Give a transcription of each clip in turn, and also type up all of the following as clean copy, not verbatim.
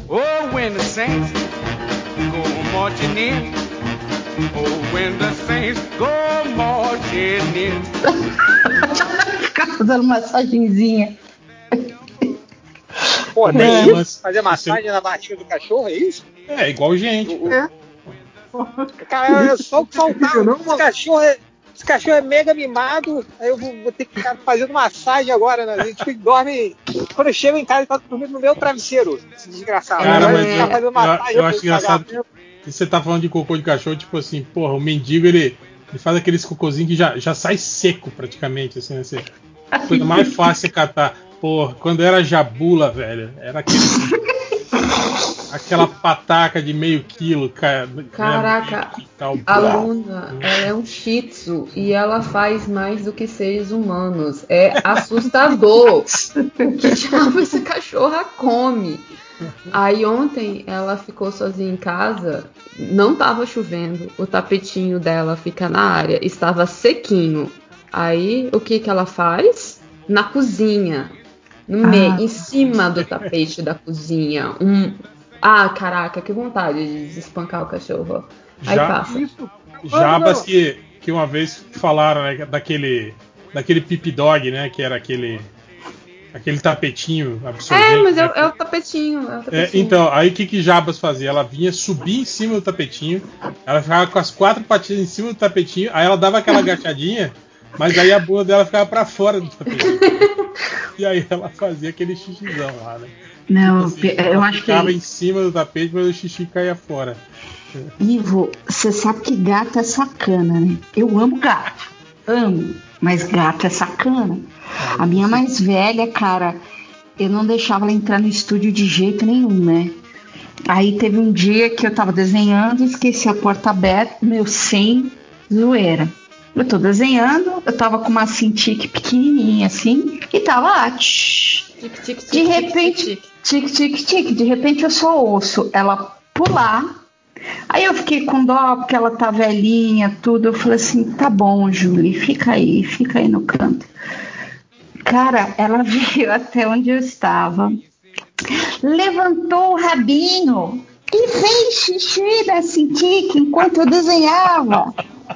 Oh, when the saints go marching in. Oh, when the saints go marching in. Ficar fazendo massagenzinha. Pô, tem isso? Fazer massagem na batinha do cachorro, é isso? É, igual gente. Cara, é só o que faltava. Esse cachorro é mega mimado. Aí eu vou ter que ficar fazendo massagem agora, né? A gente dorme. Quando eu chego em casa, ele tá dormindo no meu travesseiro. Esse desgraçado. Cara, Agora mas ele tá fazendo massagem. eu acho engraçado que você tá falando de cocô de cachorro, tipo assim, porra, o mendigo ele faz aqueles cocôzinhos que já sai seco praticamente, assim, assim. A coisa mais fácil é catar. Porra, quando era jabula, velho, era aquela pataca de meio quilo, cara. Caraca, a Luna, ela é um shih tzu e ela faz mais do que seres humanos. É assustador. O que diabo essa cachorra come? Aí ontem ela ficou sozinha em casa, não tava chovendo, o tapetinho dela fica na área, estava sequinho. Aí o que ela faz? Na cozinha, no meio, em cima do tapete da cozinha. Caraca, que vontade de espancar o cachorro. Aí passa. Jabas que uma vez falaram, né, daquele Pip Dog, né? Que era aquele tapetinho absorvente. Mas né? é o tapetinho. Então, aí o que Jabas fazia? Ela vinha subir em cima do tapetinho, ela ficava com as 4 patinhas em cima do tapetinho, aí ela dava aquela agachadinha, mas aí a bunda dela ficava pra fora do tapetinho. E aí ela fazia aquele xixizão lá, né? Não, tipo assim, eu acho que ficava em cima do tapete, mas o xixi caía fora. Ivo, você sabe que gato é sacana, né? Eu amo gato, mas gato é sacana. A minha mais velha, cara, eu não deixava ela entrar no estúdio de jeito nenhum, né? Aí teve um dia que eu tava desenhando, esqueci a porta aberta, sem zoeira. Eu tô desenhando, eu tava com uma Cintiq pequenininha assim, e tava lá, de repente, tic, de repente eu só ouço ela pular. Aí eu fiquei com dó, porque ela tá velhinha, tudo. Eu falei assim, tá bom, Julie, fica aí no canto. Cara, ela veio até onde eu estava, levantou o rabinho e fez xixi na Cintiq enquanto eu desenhava.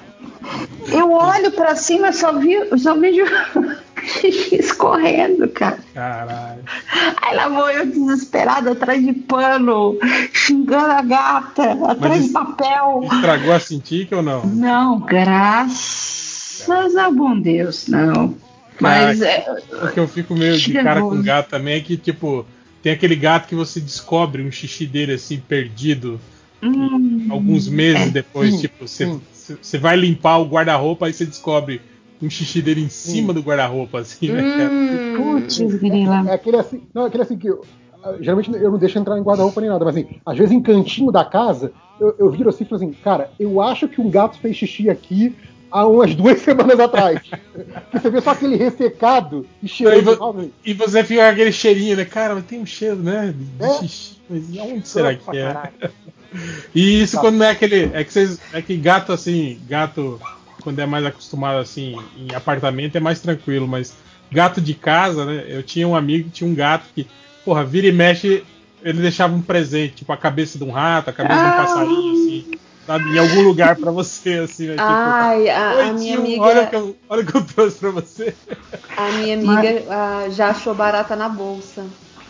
Eu olho pra cima, só vejo xixi escorrendo, cara. Caralho. Aí lá vou eu desesperada, atrás de pano, xingando a gata, atrás de papel. Estragou a Cintiq ou não? Não, graças a bom Deus, não. Mas o que eu fico meio de cara com gato também é que, tipo, tem aquele gato que você descobre um xixi dele assim, perdido. Alguns meses depois, tipo, você vai limpar o guarda-roupa, aí você descobre um xixi dele em cima do guarda-roupa, assim, né, cara? Putz, grila. É aquele assim que geralmente eu não deixo entrar em guarda-roupa nem nada, mas assim, às vezes em cantinho da casa, eu viro assim e falo assim, cara, eu acho que um gato fez xixi aqui há umas 2 semanas atrás. Que você vê só aquele ressecado e cheirando. E você fica com aquele cheirinho, né? Cara, mas tem um cheiro, né? De xixi. Mas onde será que é? E isso quando não é aquele. É que gato, assim, quando é mais acostumado assim em apartamento é mais tranquilo, mas gato de casa, né? Eu tinha um amigo que tinha um gato que, porra, vira e mexe, ele deixava um presente, tipo a cabeça de um rato, a cabeça de um passarinho, assim, sabe? Em algum lugar pra você, assim, né? Ai, tipo, a minha amiga. Olha o que eu trouxe pra você. A minha amiga já achou barata na bolsa.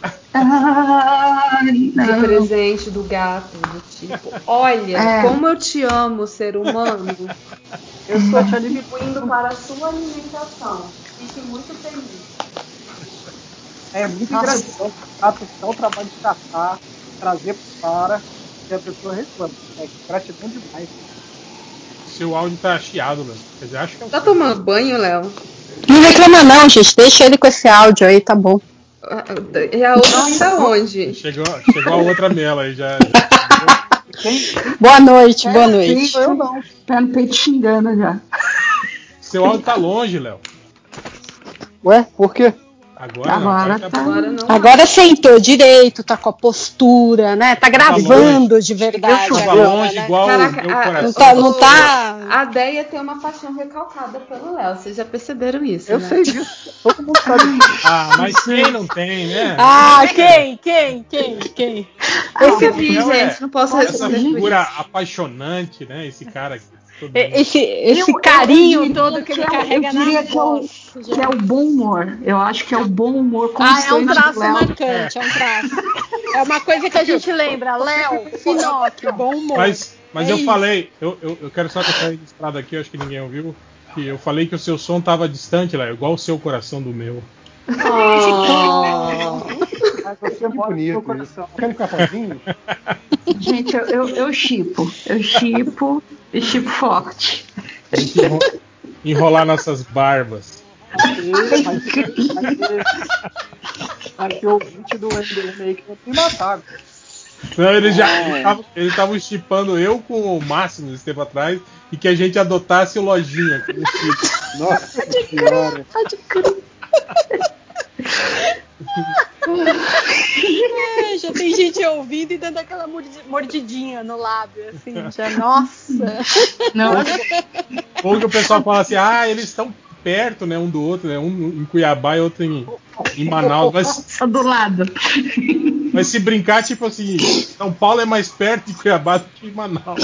De presente do gato, do tipo, olha, como eu te amo, ser humano. Eu estou te distribuindo para a sua alimentação. Fique muito feliz. É muito engraçado. Dá o trabalho de caçar, trazer para e a pessoa reclama. É gratidão demais. Seu áudio tá chiado, Léo. Quer dizer, acho que é Tá tomando banho, Léo? Não reclama não, gente. Deixa ele com esse áudio aí, tá bom. E a outra vem da onde? Chegou a outra Mela aí já. Boa noite. Eu não. Pé no peito xingando já. Seu áudio tá longe, Léo. Ué, por quê? Agora tá. Agora sentou direito, tá com a postura, né? Tá gravando de verdade. Tava agora, longe, né? igual Caraca, meu coração. Não tá. A Deia tem uma paixão recalcada pelo Léo. Vocês já perceberam isso, Eu né? sei disso. Todo mundo sabe. Mas quem não tem, né? Quem? Eu vi, Léo gente, não posso essa responder por figura isso. apaixonante, né? Esse cara aqui. Esse carinho diria todo que ele carrega eu diria na que é o- voz. que é o bom humor. Eu acho que é o bom humor constante É um traço do Léo. marcante, é um traço. É uma coisa que a gente lembra. Léo, Pinóquio, bom humor. Mas eu falei, eu quero só deixar registrado aqui, eu acho que ninguém ouviu, que eu falei que o seu som tava distante, Léo, igual o seu coração do meu. Mas você Que mora no bonito meu isso. coração. Querem ficar sozinhos? Gente, eu chipo. Eu chipo e chipo forte. A gente enrolar nossas barbas. Vai ter ouvinte do MDM aí que vai me matar. Não, eles estavam chipando eu com o Máximo esse tempo atrás e que a gente adotasse o Lojinha como filho. Nossa senhora. Pode crer. Já tem gente ouvindo e dando aquela mordidinha no lábio, assim, já, nossa. Ou que o pessoal fala assim, eles estão perto, né, um do outro, né, um em Cuiabá e outro em Manaus. Só do lado. Mas se brincar, tipo assim, São Paulo é mais perto de Cuiabá do que Manaus.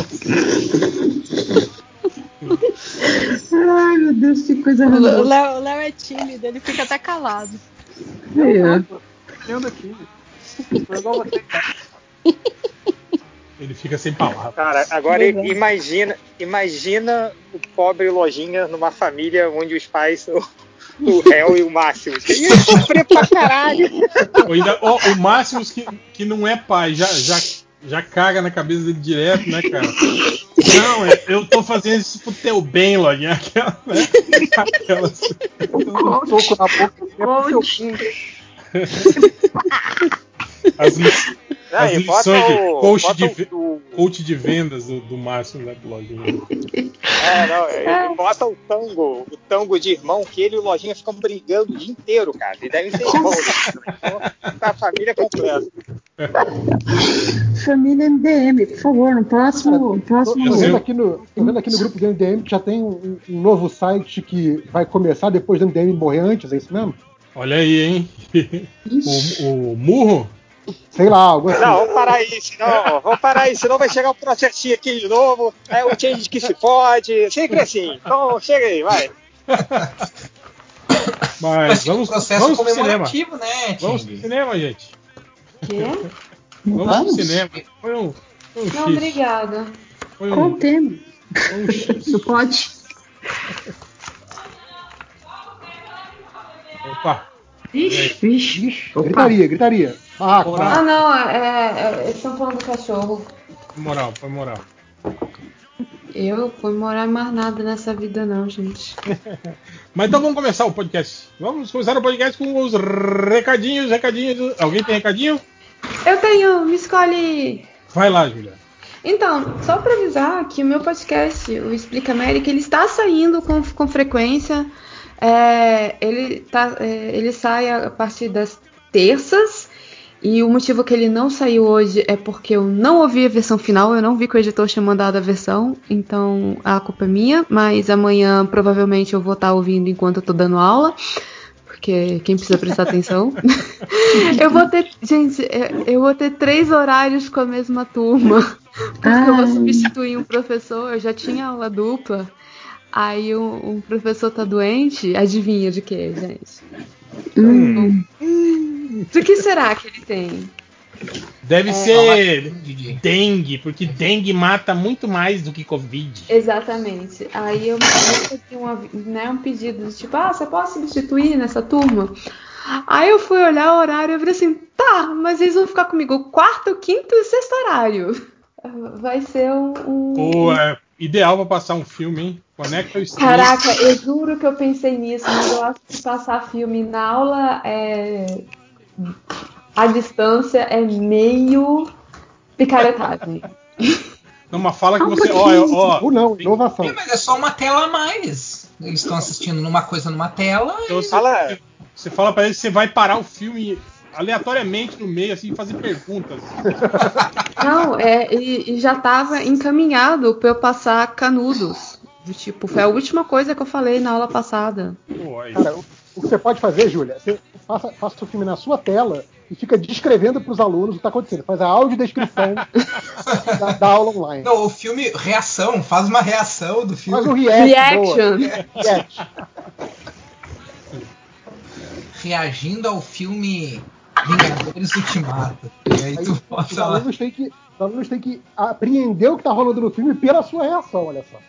Ai, meu Deus, que coisa O horrorosa. Léo é tímido, ele fica até calado. Vendo aqui. Tô igual você, cara. Ele fica sem palavras. Cara, agora imagina o pobre Lojinha numa família onde os pais são o réu e o Máximo. Ia sofrer pra caralho. O Máximo que não é pai, já caga na cabeça dele direto, né, cara? Não, eu tô fazendo isso pro teu bem, Lojinha. Aquelas... Um soco na boca é pro seu fim. As lições de coach de vendas do Márcio, né, do Lojinha. Bota o tango de irmão, que ele e o Lojinha ficam brigando o dia inteiro, cara. E devem ser irmãos. Então, tá a família completa. Família MDM, por favor, no próximo. Tô vendo aqui no grupo do MDM que já tem um novo site que vai começar depois do MDM morrer antes, é isso mesmo? Olha aí, hein? O Murro? Sei lá, algo assim. Não, vamos parar aí, senão vai chegar o processinho aqui de novo. É o change que se pode, sempre assim. Então chega aí, vai. Mas vamos pro cinema. Né, vamos pro cinema, gente. Quê? Vamos pro cinema. Foi um Não, X. obrigada. Qual o tema? Foi um X. Tu pode? Opa. Vixe. Gritaria. Não, eles estão falando do cachorro. Foi moral. Eu fui morar mais nada nessa vida não, gente. Mas então vamos começar o podcast. Vamos começar o podcast com os recadinhos. Alguém tem recadinho? Eu tenho, me escolhe. Vai lá, Julia. Então, só para avisar que o meu podcast, o Explica América, ele está saindo com frequência. Ele sai a partir das terças. E o motivo que ele não saiu hoje é porque eu não ouvi a versão final. Eu não vi que o editor tinha mandado a versão. Então a culpa é minha. Mas amanhã provavelmente eu vou estar ouvindo enquanto eu tô dando aula. Porque quem precisa prestar atenção. Eu vou ter 3 horários com a mesma turma. Porque eu vou substituir um professor. Eu já tinha aula dupla. Aí um professor tá doente. Adivinha de quê, gente? Do que será que ele tem? Deve ser dengue, porque dengue mata muito mais do que Covid. Exatamente. Aí eu pedi um pedido de tipo, você pode substituir nessa turma? Aí eu fui olhar o horário e falei assim, tá, mas eles vão ficar comigo 4º, 5º e 6º horário. Vai ser é ideal pra passar um filme, hein? Conecta o stream. Caraca, eu juro que eu pensei nisso, mas eu acho que passar filme na aula a distância é meio picaretagem. Não, mas fala que você. Ou não, inovação. Mas é só uma tela a mais. Eles estão assistindo numa tela. Então, Você fala pra ele que você vai parar o filme aleatoriamente no meio, assim, e fazer perguntas. Não, e já tava encaminhado pra eu passar Canudos. Do tipo, foi a última coisa que eu falei na aula passada. Pô, aí. Cara, o que você pode fazer, Júlia, você faça o filme na sua tela e fica descrevendo para os alunos o que está acontecendo. Faz a audiodescrição da aula online. Não, o filme, reação, faz uma reação do filme. Faz um Reaction. react. Reagindo ao filme Vingadores Ultimato. E aí tu bota Os lá. alunos têm que apreender o que está rolando no filme pela sua reação, olha só.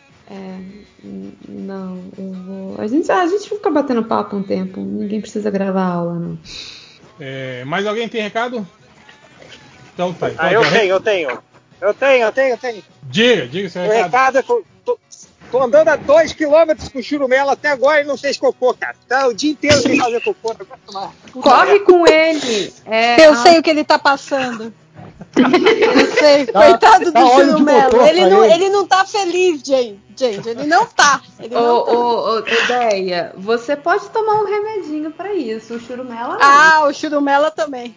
Não, eu vou. A gente fica batendo papo um tempo. Ninguém precisa gravar a aula, não. Mais alguém tem recado? Então tá. Então, Eu tenho. Diga seu O recado. recado é que eu tô andando a 2 km com o churumelo até agora e não fez cocô, cara. Tá o dia inteiro sem fazer cocô. Corre com ele! Eu sei o que ele tá passando. Eu sei, coitado do churumelo. Ele não tá feliz, gente. Ele não tá. Ô, Deia, você pode tomar um remedinho pra isso. O churumela não. Ah, o churumela também.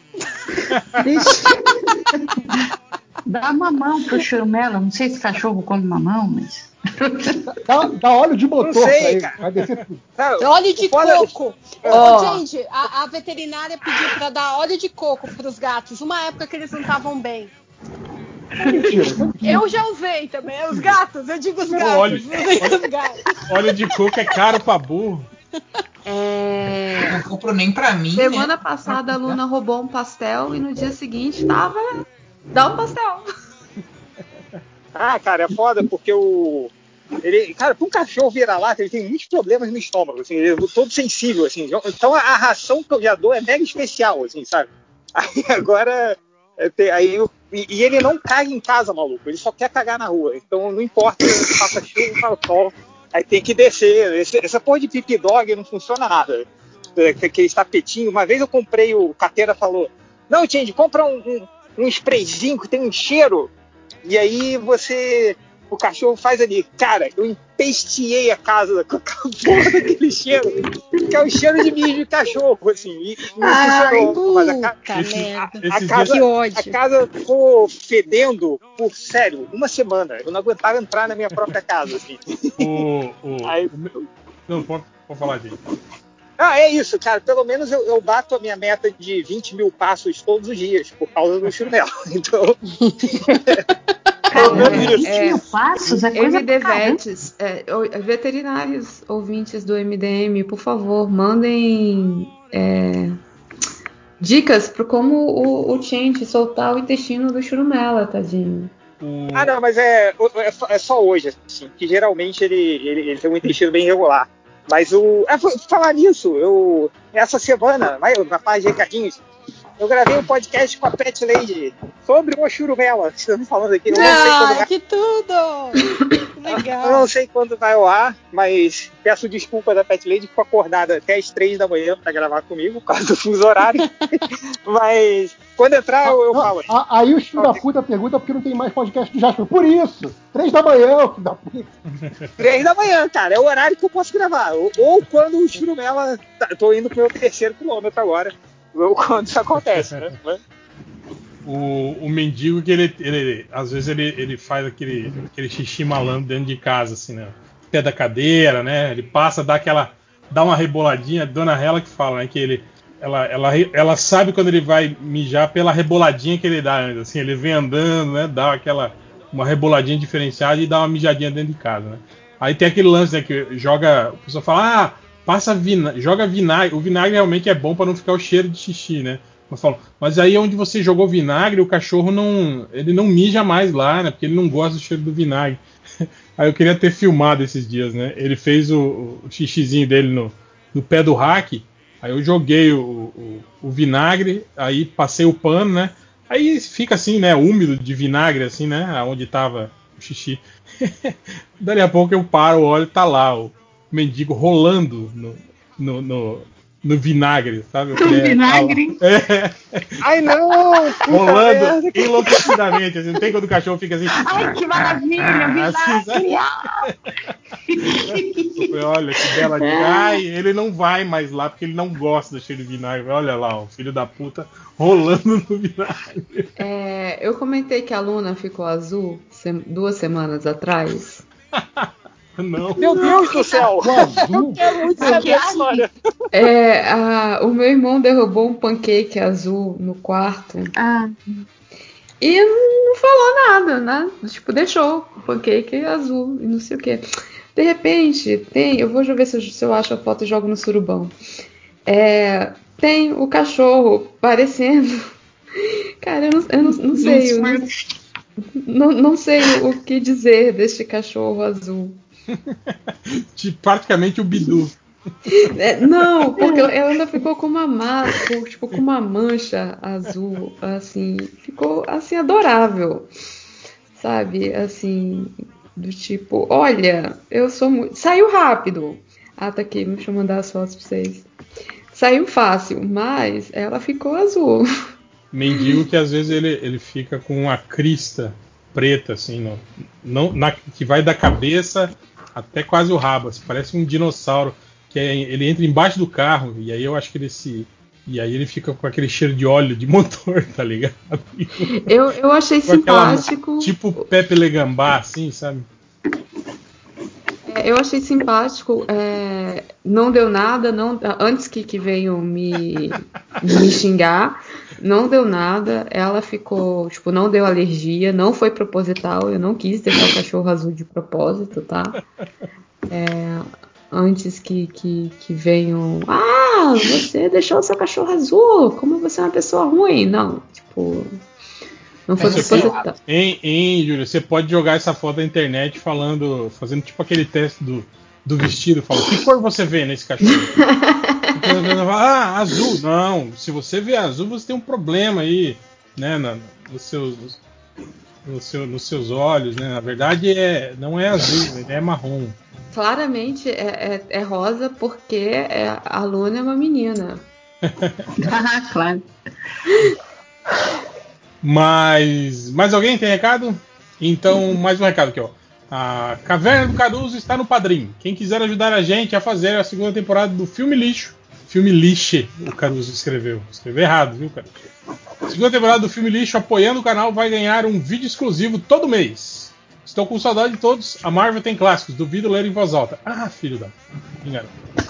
Dá mamão pro churumelo. Não sei se cachorro come mamão, mas... Dá óleo de motor Não sei, pra ele. cara. Vai descer tudo. Óleo de coco. Ó. Gente, a veterinária pediu pra dar óleo de coco pros gatos. Uma época que eles não estavam bem. Mentira. Eu já usei também. Os gatos, eu digo os gatos. Usei os gatos. Óleo de coco é caro pra burro. Não compro nem pra mim. Semana né? passada a Luna roubou um pastel e no dia seguinte tava. Dá um pastel. Ah, cara, é foda porque cara, pra um cachorro vira-lata, ele tem muitos problemas no estômago, assim, ele é todo sensível, assim. Então a ração que eu já dou é mega especial, assim, sabe? Aí agora. E ele não caga em casa, maluco. Ele só quer cagar na rua. Então não importa se faça chuva, faça sol. Aí tem que descer. Essa porra de pipi dog não funciona nada. Aquele tapetinho. Uma vez eu comprei, o Catera falou: não, Change, compra um sprayzinho que tem um cheiro. E aí o cachorro faz ali. Cara, eu empesteei a casa com a porra daquele cheiro. Que é o cheiro de mijo de cachorro, assim. E não funcionou. Mas a casa ficou fedendo por, sério, uma semana. Eu não aguentava entrar na minha própria casa, assim. Não, pode falar, gente. É isso, cara. Pelo menos eu bato a minha meta de 20 mil passos todos os dias, por causa do churumelo. Então... passos, é coisa MD Vets, veterinários ouvintes do MDM, por favor, mandem dicas para como o Change soltar o intestino do churumela, tadinho. Ah, não, mas é só hoje, assim, que geralmente ele tem um intestino bem regular. Mas falar nisso, essa semana, na página de recadinhos, eu gravei um podcast com a Pet Lady sobre o churumela. Estamos falando aqui. Que tudo! Legal. Eu não sei quando vai ao ar, mas peço desculpa da Pet Lady, ficou acordada até as 3 da manhã para gravar comigo, por causa do fuso horário. Mas quando entrar, eu falo. Aí os filhos da puta perguntam porque não tem mais podcast do Jasper. Por isso! 3 da manhã, filho da puta. 3 da manhã, cara. É o horário que eu posso gravar. Ou quando o churumela... Tô indo pro meu 3º quilômetro agora. Ou quando isso acontece, né? O mendigo que ele às vezes ele faz aquele xixi malandro dentro de casa, assim, né? Pé da cadeira, né? Ele passa, dá uma reboladinha. A dona Hela que fala, né? Que ela sabe quando ele vai mijar pela reboladinha que ele dá antes, assim. Ele vem andando, né? Dá uma reboladinha diferenciada e dá uma mijadinha dentro de casa, né? Aí tem aquele lance, né? Que a pessoa fala, joga vinagre. O vinagre realmente é bom para não ficar o cheiro de xixi, né? Mas aí onde você jogou vinagre, o cachorro não mija mais lá, né? Porque ele não gosta do cheiro do vinagre. Aí eu queria ter filmado esses dias, né? Ele fez o xixizinho dele no pé do rack. Aí eu joguei o vinagre, aí passei o pano, né? Aí fica assim, né? Úmido de vinagre, assim, né? Onde tava o xixi. Dali a pouco eu paro, olho, tá lá o mendigo rolando no vinagre, sabe? No vinagre? Ai, não! Rolando enlouquecidamente, assim, não tem quando o cachorro fica assim. Ai, que maravilha, vinagre! Olha, que bela dica. Ai, ele não vai mais lá porque ele não gosta do cheiro de vinagre. Olha lá, o filho da puta rolando no vinagre. Eu comentei que a Luna ficou azul 2 semanas atrás. Não. Meu Deus do céu! Azul? Eu quero muito saber a história. O meu irmão derrubou um pancake azul no quarto. E não falou nada, né? Tipo, deixou o pancake azul e não sei o que. De repente, eu vou ver se eu acho a foto e jogo no surubão. Tem o cachorro parecendo. Cara, eu não sei. Não sei o que dizer deste cachorro azul. Praticamente o Bidu. Não, porque ela ainda ficou com uma massa, tipo, com uma mancha azul, assim, ficou assim adorável, sabe? Assim, do tipo, olha, eu sou muito. Saiu rápido. Tá aqui, deixa eu mandar as fotos pra vocês. Saiu fácil, mas ela ficou azul. Mendigo que às vezes ele fica com uma crista preta, assim, que vai da cabeça até quase o rabo, assim, parece um dinossauro. Ele entra embaixo do carro e aí eu acho que e aí ele fica com aquele cheiro de óleo de motor, tá ligado? Eu achei simpático. Tipo Pepe Legambá, assim, sabe? Eu achei simpático. Não deu nada, antes que veio me xingar, não deu nada. Ela ficou, tipo, não deu alergia, não foi proposital. Eu não quis deixar o cachorro azul de propósito, tá? Antes que venham. Você deixou o seu cachorro azul, como você é uma pessoa ruim. Não, tipo. Não foi proposital. Júlia, você pode jogar essa foto na internet fazendo tipo aquele teste do vestido, falando, que cor você vê nesse cachorro? Azul. Não, se você vê azul, você tem um problema aí, né, nos seus olhos, né? Na verdade, não é azul, ele é marrom. Claramente é rosa porque a Luna é uma menina. Claro. Mas alguém tem recado? Então, mais um recado aqui, ó. A Caverna do Caruso está no Padrim. Quem quiser ajudar a gente a fazer a segunda temporada do Filme Lixo. Filme Lixe, o Caruso escreveu. Escreveu errado, viu, Caruso? Segunda temporada do Filme Lixo, apoiando o canal, vai ganhar um vídeo exclusivo todo mês. Estou com saudade de todos. A Marvel tem clássicos. Duvido ler em voz alta. Filho da... Engano.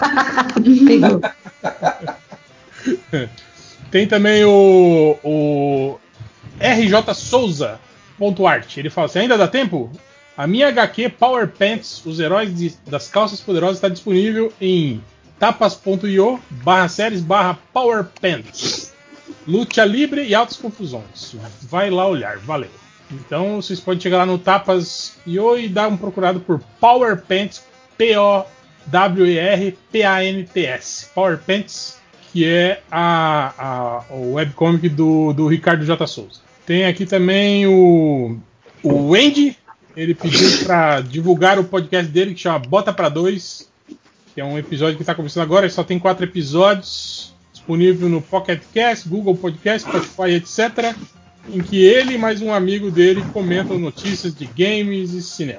Tem também o RJ Souza.art. Ele fala assim: ainda dá tempo? A minha HQ Power Pants, os heróis das calças poderosas, está disponível em tapas.io/séries/Power Pants. Luta livre e altas confusões. Vai lá olhar, valeu. Então vocês podem chegar lá no tapas.io e dar um procurado por Power Pants, POWERPANTS. Power Pants, que é o webcomic do Ricardo J. Souza. Tem aqui também o Wendy. Ele pediu para divulgar o podcast dele, que chama Bota Pra 2, que é um episódio que está começando agora. Ele só tem 4 episódios, disponível no Pocket Cast, Google Podcast, Spotify, etc., em que ele e mais um amigo dele comentam notícias de games e cinema.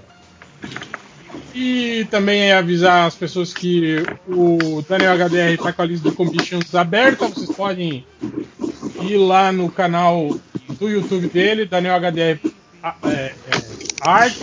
E também avisar as pessoas que o Daniel HDR está com a lista de commissions aberta. Vocês podem ir lá no canal do YouTube dele, Daniel HDR Art.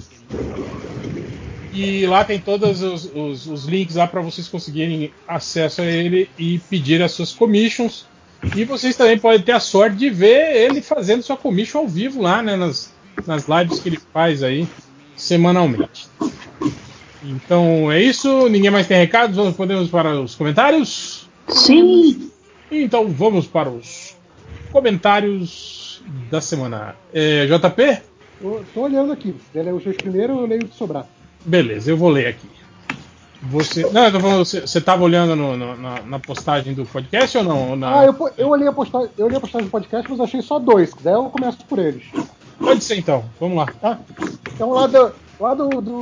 E lá tem todos os links lá para vocês conseguirem acesso a ele e pedir as suas commissions. E vocês também podem ter a sorte de ver ele fazendo sua commission ao vivo lá, né, nas lives que ele faz aí semanalmente. Então é isso, ninguém mais tem recados, podemos para os comentários? Sim! Então vamos para os comentários da semana. JP? Tô olhando aqui, se quiser ler os seus primeiro, eu leio o que sobrar. Beleza, eu vou ler aqui. Você estava olhando na postagem do podcast ou não? Eu olhei a postagem do podcast, mas achei só 2. Se quiser, eu começo por eles. Pode ser então, vamos lá. Tá? Então, lá do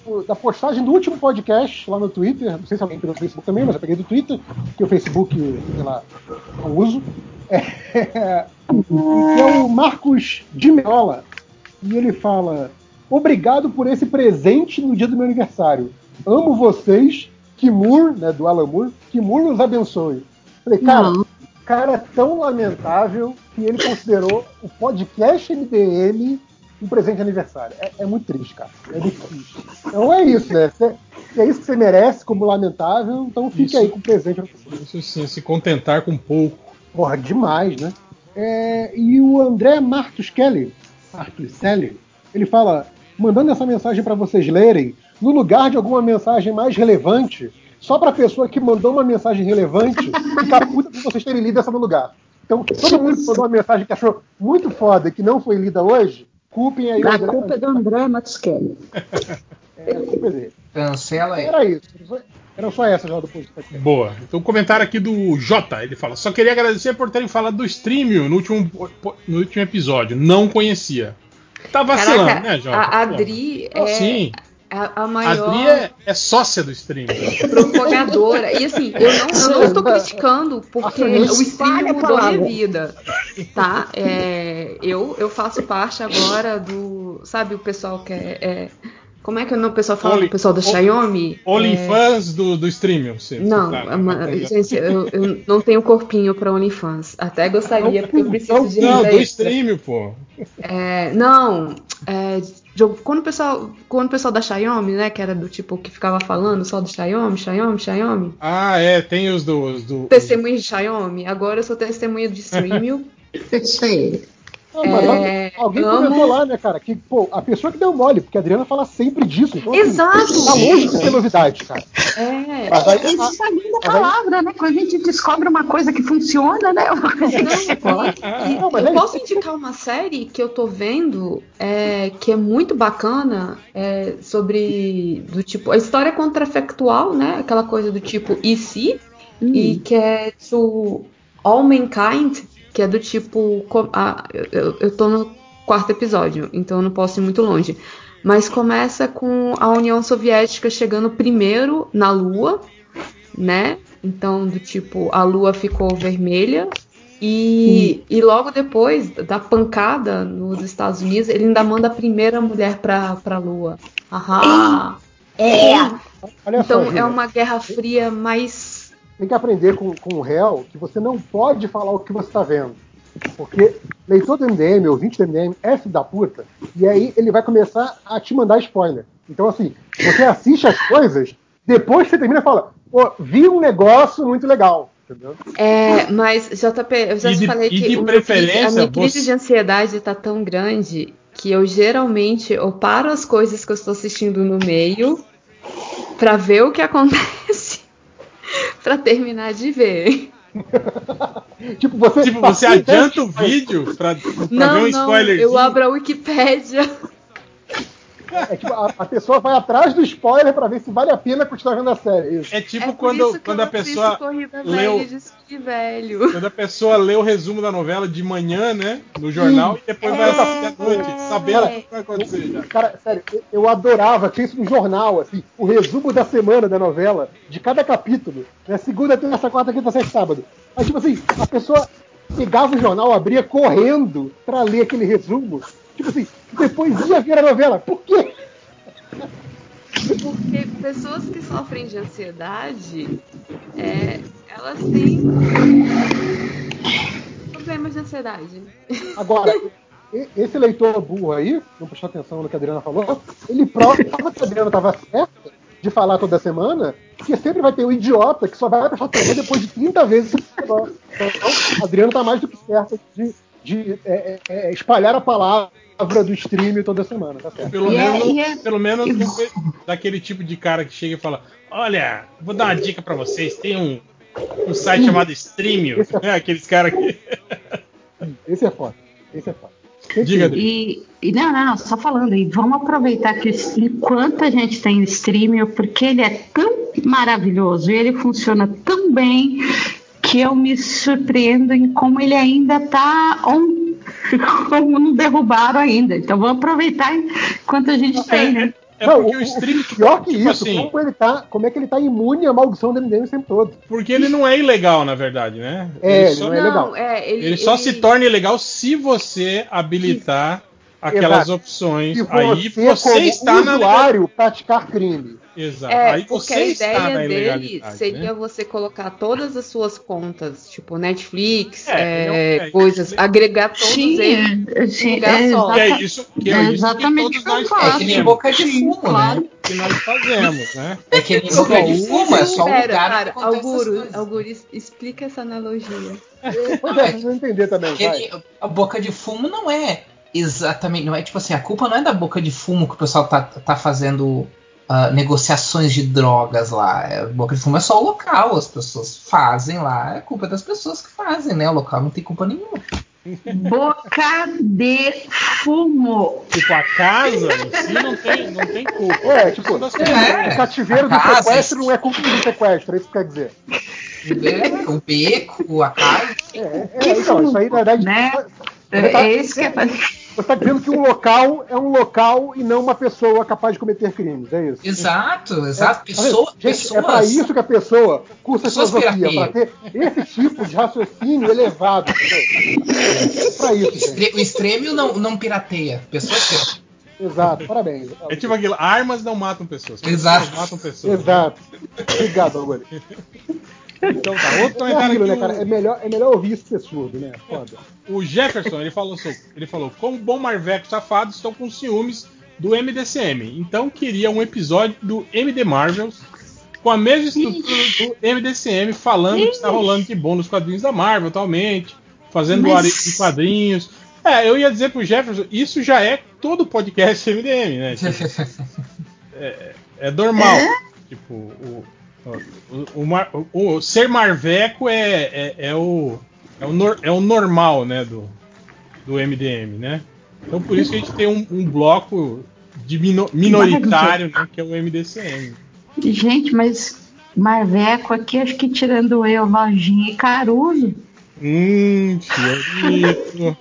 da postagem do último podcast lá no Twitter. Não sei se alguém pegou no Facebook também, mas eu peguei do Twitter, que o Facebook, sei lá, não uso. Que é o Marcos de Meola. E ele fala: obrigado por esse presente no dia do meu aniversário. Amo vocês. Que Moore, né, do Alan Moore, que Moore os abençoe. Falei, cara é tão lamentável que ele considerou o podcast MDM um presente de aniversário. É muito triste, cara. É muito triste. Então é isso, né? Se é isso que você merece como lamentável, então fique aí com o presente. Isso sim, se contentar com pouco. Porra, demais, né? E o André Marcus Kelly, ele fala, mandando essa mensagem para vocês lerem, no lugar de alguma mensagem mais relevante, só para a pessoa que mandou uma mensagem relevante ficar puta por vocês terem lido essa no lugar. Então, todo mundo que mandou uma mensagem que achou muito foda e que não foi lida hoje, culpem aí o André. A culpa é do André Marcus Kelly. A culpa é dele. Cancela aí. Era isso. Era só essa já do podcast. Boa. Então, o comentário aqui do Jota, ele fala: só queria agradecer por terem falado do Streamio no último episódio. Não conhecia. Tá vacilando, Caraca, né, Jota? A Adri sim. A maior... A Adri é sócia do Streamio. Propagadora. E assim, eu não estou criticando, porque o Streamio mudou minha vida. Tá? Eu faço parte agora do... Sabe o pessoal que como é que o pessoal fala do pessoal da Xiaomi? OnlyFans do Streamio. Não, gente, eu não tenho corpinho pra OnlyFans. Até gostaria, porque eu preciso de renda do Streamio, pô. Quando o pessoal da Xiaomi, né, que era do tipo que ficava falando só do Xiaomi. Ah, tem os do... Testemunha de Xiaomi. Agora eu sou testemunha de Streamio. Isso aí. Alguém comentou lá, né, cara, que a pessoa que deu mole, porque a Adriana fala sempre disso. Então, exato! Assim, tá longe de ser novidade, cara. Isso é a linda palavra, né? Quando a gente descobre uma coisa que funciona, né? Uma coisa que você pode. Eu posso indicar uma série que eu tô vendo, que é muito bacana, sobre, do tipo, a história contrafactual, né? Aquela coisa do tipo, e se? E que é To All Mankind, que é do tipo... eu tô no 4º episódio, então eu não posso ir muito longe. Mas começa com a União Soviética chegando primeiro na Lua, né? Então, do tipo, a Lua ficou vermelha. E logo depois da pancada nos Estados Unidos, ele ainda manda a primeira mulher pra Lua. Aham! Olha então, só, é uma guerra fria mais... Tem que aprender com o réu que você não pode falar o que você está vendo. Porque leitor do MDM, ouvinte do MDM, é filho da puta, e aí ele vai começar a te mandar spoiler. Então, assim, você assiste as coisas, depois você termina e fala, vi um negócio muito legal. Entendeu? Mas, JP, eu já te falei que a minha crise de ansiedade tá tão grande que eu geralmente paro as coisas que eu estou assistindo no meio pra ver o que acontece pra terminar de ver. Você adianta o vídeo pra ver um spoilerzinho? Eu abro a Wikipédia. A pessoa vai atrás do spoiler pra ver se vale a pena continuar vendo a série. Isso. É tipo quando a pessoa velho. Quando a pessoa lê o resumo da novela de manhã, né, no jornal, e depois vai assistir à noite, sabendo o que vai acontecer já. Cara, sério, eu adorava ter isso no jornal, assim, o resumo da semana da novela, de cada capítulo, né, segunda, terça, quarta, quinta, sexta, sábado. Aí, tipo assim, a pessoa pegava o jornal, abria correndo pra ler aquele resumo, tipo assim, depois ia ver a novela. Por quê? Porque pessoas que sofrem de ansiedade, elas têm problemas de ansiedade. Agora, esse leitor burro aí, não prestou atenção no que a Adriana falou, ele prova que a Adriana estava certa de falar toda semana, porque sempre vai ter um idiota que só vai prestar atenção depois de 30 vezes. Então, a Adriana está mais do que certa de espalhar a palavra do stream toda semana, tá certo? Pelo menos daquele tipo de cara que chega e fala: olha, vou dar uma dica pra vocês, tem um site chamado Streamio. Aqueles caras que... Esse é foda. Diga, Adri. Não, só falando, e vamos aproveitar que enquanto a gente tem o Streamio, porque ele é tão maravilhoso e ele funciona tão bem que eu me surpreendo em como ele ainda tá como não derrubaram ainda. Então vamos aproveitar enquanto a gente tem, né? porque o streaming... Pior que tipo isso, assim, como é que ele tá imune à maldição do MDM o tempo todo? Porque ele não é ilegal, na verdade, né? Ele não é legal. Ele só se torna ilegal se você habilitar aquelas opções. Aí você está na usuário praticar crime. Exato. Aí porque você a está na ideia dele ilegalidade, seria né? você colocar todas as suas contas, tipo Netflix, coisas, agregar todos eles em lugar só. Que é isso que exatamente todos nós É que nem boca de fumo, claro. né? que nós fazemos, né? É que nem boca de fumo, é só um lugar Cara, que acontece essas coisas. Alguro, explica essa analogia. Vocês vão entender também, vai. A boca de fumo não é exatamente, não é tipo assim, a culpa não é da boca de fumo que o pessoal tá fazendo negociações de drogas lá. A boca de fumo é só o local, as pessoas fazem lá, é culpa das pessoas que fazem, né? O local não tem culpa nenhuma. Boca de fumo. Tipo, a casa em si não tem culpa. O cativeiro do sequestro não é culpa do sequestro, é isso que quer dizer. O beco, a casa. Então, isso aí na verdade. Né? Isso que é. Você está dizendo que um local é um local e não uma pessoa capaz de cometer crimes, é isso? Exato. Pessoas. É para isso que a pessoa cursa filosofia, para ter esse tipo de raciocínio elevado. É para isso. Gente. O extremo não pirateia, pessoas piratam. Exato, parabéns. É tipo aquilo, armas não matam pessoas. Exato. Matam pessoas. Exato. Obrigado, Agulha. Então tá, outro comentário aquilo, aqui. Né, cara? É melhor ouvir isso que é surdo, né? Foda. O Jefferson, ele falou, como bom marveco safado, estou com ciúmes do MDCM. Então queria um episódio do MD Marvels com a mesma estrutura do MDCM, falando o que está rolando de bom nos quadrinhos da Marvel atualmente, fazendo área de quadrinhos. Eu ia dizer pro Jefferson, isso já é todo podcast MDM, né? Tipo, é normal. Tipo, o ser marveco é o normal, né, do MDM, né? Então por isso que a gente tem um bloco de minoritário, né, que é o MDCM. Gente, mas marveco aqui, acho que tirando eu, Lojinha e Caruso. Fiorito.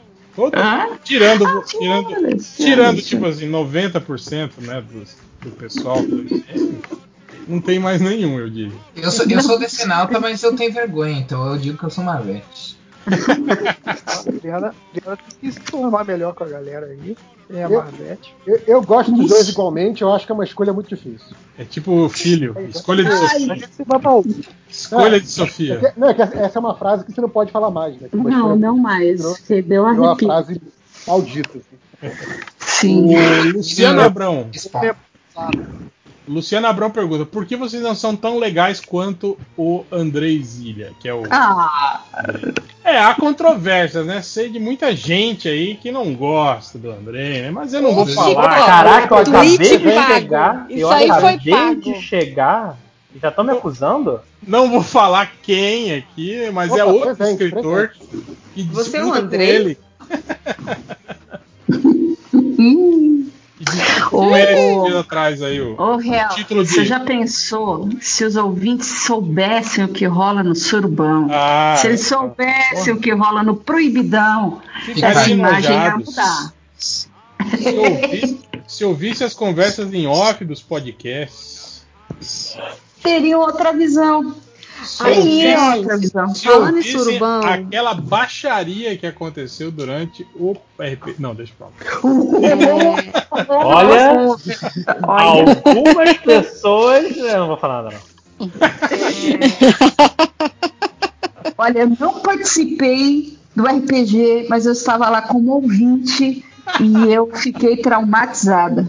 Tirando tipo assim, 90%, né, do pessoal do MDM. Não tem mais nenhum, eu digo. Eu sou decenalta, mas eu tenho vergonha, então eu digo que eu sou marvete. Adriana tem que se formar melhor com a galera aí. Tem a Marvete. Eu gosto dos dois igualmente, eu acho que é uma escolha muito difícil. É tipo filho, escolha de Sofia. Escolha de Sofia. Essa é uma frase que você não pode falar mais, né? Não mais. Você deu uma frase maldita. Sim. O Luciano Abrão. Luciano Abrão pergunta: por que vocês não são tão legais quanto o Andrei Zilha, que é o. Há controvérsias, né? Sei de muita gente aí que não gosta do Andrei, né? Mas eu não vou falar. Caraca, eu acabei de chegar. Isso aí foi pago. De chegar. Já estão me acusando? Não vou falar quem aqui, mas é outro escritor que Você é o disputa com Andrei? ele. Atrás aí o Real, título de... Você já pensou se os ouvintes soubessem o que rola no Surubão? Se eles soubessem o que rola no Proibidão, essa imagem ia mudar. Se ouvisse as conversas em off dos podcasts, teria outra visão. Se ouvisse Surubão, aquela baixaria que aconteceu durante o RP. Não, deixa pra lá. Olha, algumas pessoas. Eu não vou falar nada, não. Olha, eu não participei do RPG, mas eu estava lá como ouvinte e eu fiquei traumatizada.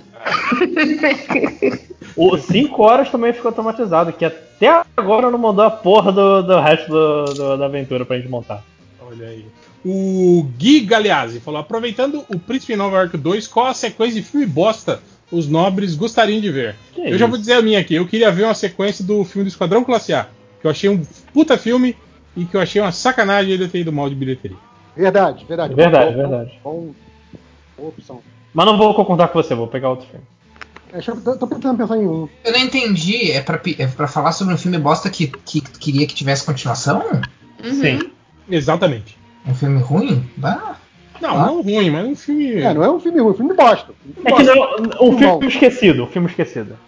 O 5 horas também ficou traumatizado, que até agora não mandou a porra do resto da aventura pra gente montar. Olha aí. O Gui Galeazzi falou: aproveitando o Príncipe Nova York 2, qual a sequência de filme bosta os nobres gostariam de ver? Já vou dizer a minha aqui. Eu queria ver uma sequência do filme do Esquadrão Classe A, que eu achei um puta filme e que eu achei uma sacanagem ele ter ido mal de bilheteria. Verdade. Boa opção. Mas não vou concordar com você, vou pegar outro filme. Tô tentando pensar em um. Eu não entendi. É pra falar sobre um filme bosta que queria que tivesse continuação? Sim, exatamente. Um filme ruim? Bah. Não ruim, mas um filme. Não é um filme ruim, é um filme bosta. É que não, um filme esquecido.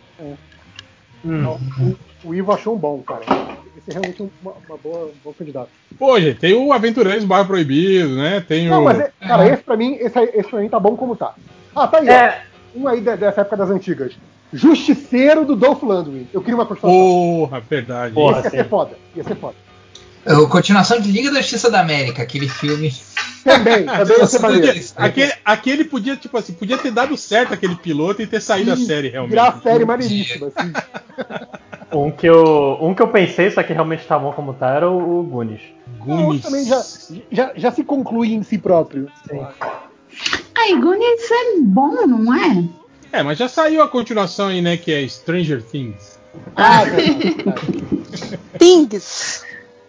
O Ivo achou um bom, cara. Esse é realmente um bom candidato. Pô, gente, tem o Aventureiros Bairro Proibido, né? Tem Não, o. mas, cara, esse pra mim tá bom como tá. Tá aí, ó. Um aí dessa época das antigas. Justiceiro do Dolph Lundgren. Eu queria uma continuação. Porra, verdade. Esse ia ser foda. Continuação de Liga da Justiça da América, aquele filme. Também ia ser maneiro. Aquele podia, tipo assim, podia ter dado certo aquele piloto e ter saído da série, realmente. Virar a série maneiríssima, assim. Um que eu pensei, só que realmente tá bom como tá, era o Goonies. Goonies também já se conclui em si próprio. Sim. Goonies é bom, não é? Mas já saiu a continuação aí, né, que é Stranger Things. Things.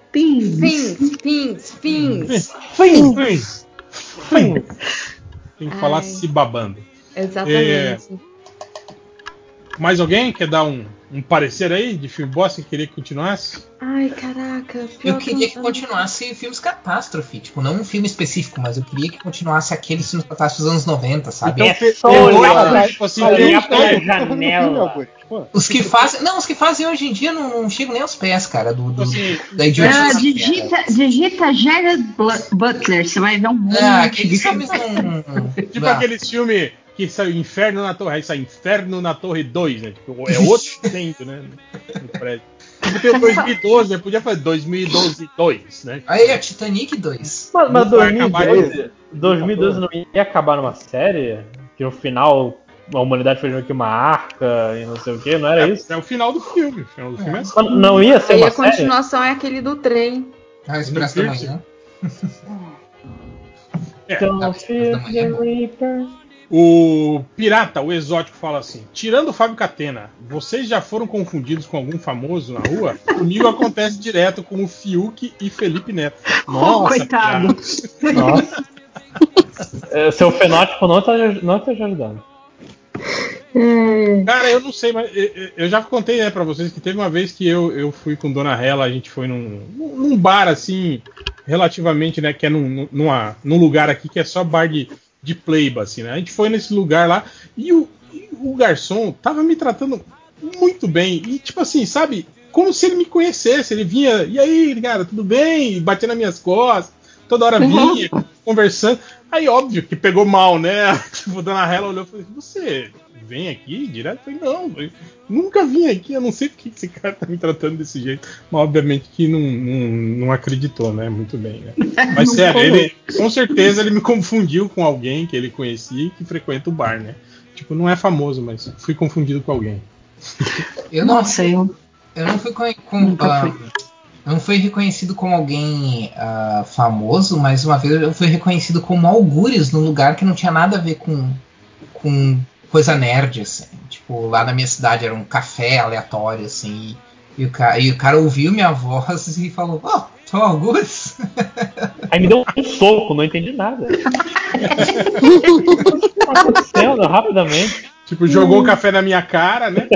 Tem que falar se babando. Exatamente. Mais alguém quer dar um parecer aí de filme bosta que queria que continuasse? Ai, caraca. Eu queria que continuasse filmes catástrofe. Tipo, não um filme específico, mas eu queria que continuasse aqueles filmes catástrofes dos anos 90, sabe? Então, olhar pela janela. Os que fazem hoje em dia não chegam nem aos pés, cara, da idiotice. Digita Gerard Butler, você vai ver um monte. Aqueles filmes não... Tipo aqueles filmes que saiu Inferno na Torre, aí sai Inferno na Torre 2, né? Tipo, é outro dentro, né? No prédio. Tipo, tem o 2012, né? Podia fazer 2012 2, né? Aí é Titanic 2. Mas 2012 não ia acabar numa série? Que no final a humanidade fez meio que uma arca e não sei o que, não era isso? É o final do filme. O final do filme é assim. Não ia ser aí uma a continuação é aquele do trem. Expresso da Manhã. O Pirata, o exótico, fala assim: tirando o Fábio Catena, vocês já foram confundidos com algum famoso na rua? Comigo acontece direto com o Fiuk e Felipe Neto. Nossa, coitado. Nossa. Seu fenótipo não tá te ajudando. Cara, eu não sei, mas eu já contei, né, pra vocês que teve uma vez que eu fui com Dona Hela, a gente foi num bar assim, relativamente, né, que é num lugar aqui que é só bar de playba, assim, né? A gente foi nesse lugar lá e o garçom tava me tratando muito bem. E tipo assim, sabe? Como se ele me conhecesse. Ele vinha, e aí, cara, tudo bem? E batia nas minhas costas. Toda hora vinha, conversando. Aí, óbvio, que pegou mal, né? Tipo, Dona Hela olhou e falou: você vem aqui direto? Eu falei: não, eu nunca vim aqui. Eu não sei por que esse cara tá me tratando desse jeito. Mas, obviamente, que não acreditou, né? Muito bem, né? Mas, sério, com certeza ele me confundiu com alguém que ele conhecia e que frequenta o bar, né? Tipo, não é famoso, mas fui confundido com alguém. Eu não fui eu não fui reconhecido como alguém famoso, mas uma vez eu fui reconhecido como algures num lugar que não tinha nada a ver com coisa nerd, assim. Tipo, lá na minha cidade era um café aleatório, assim. E o cara ouviu minha voz e falou: tu é algures? Aí me deu um soco, não entendi nada. O que tá acontecendo rapidamente? Tipo, jogou o café na minha cara, né?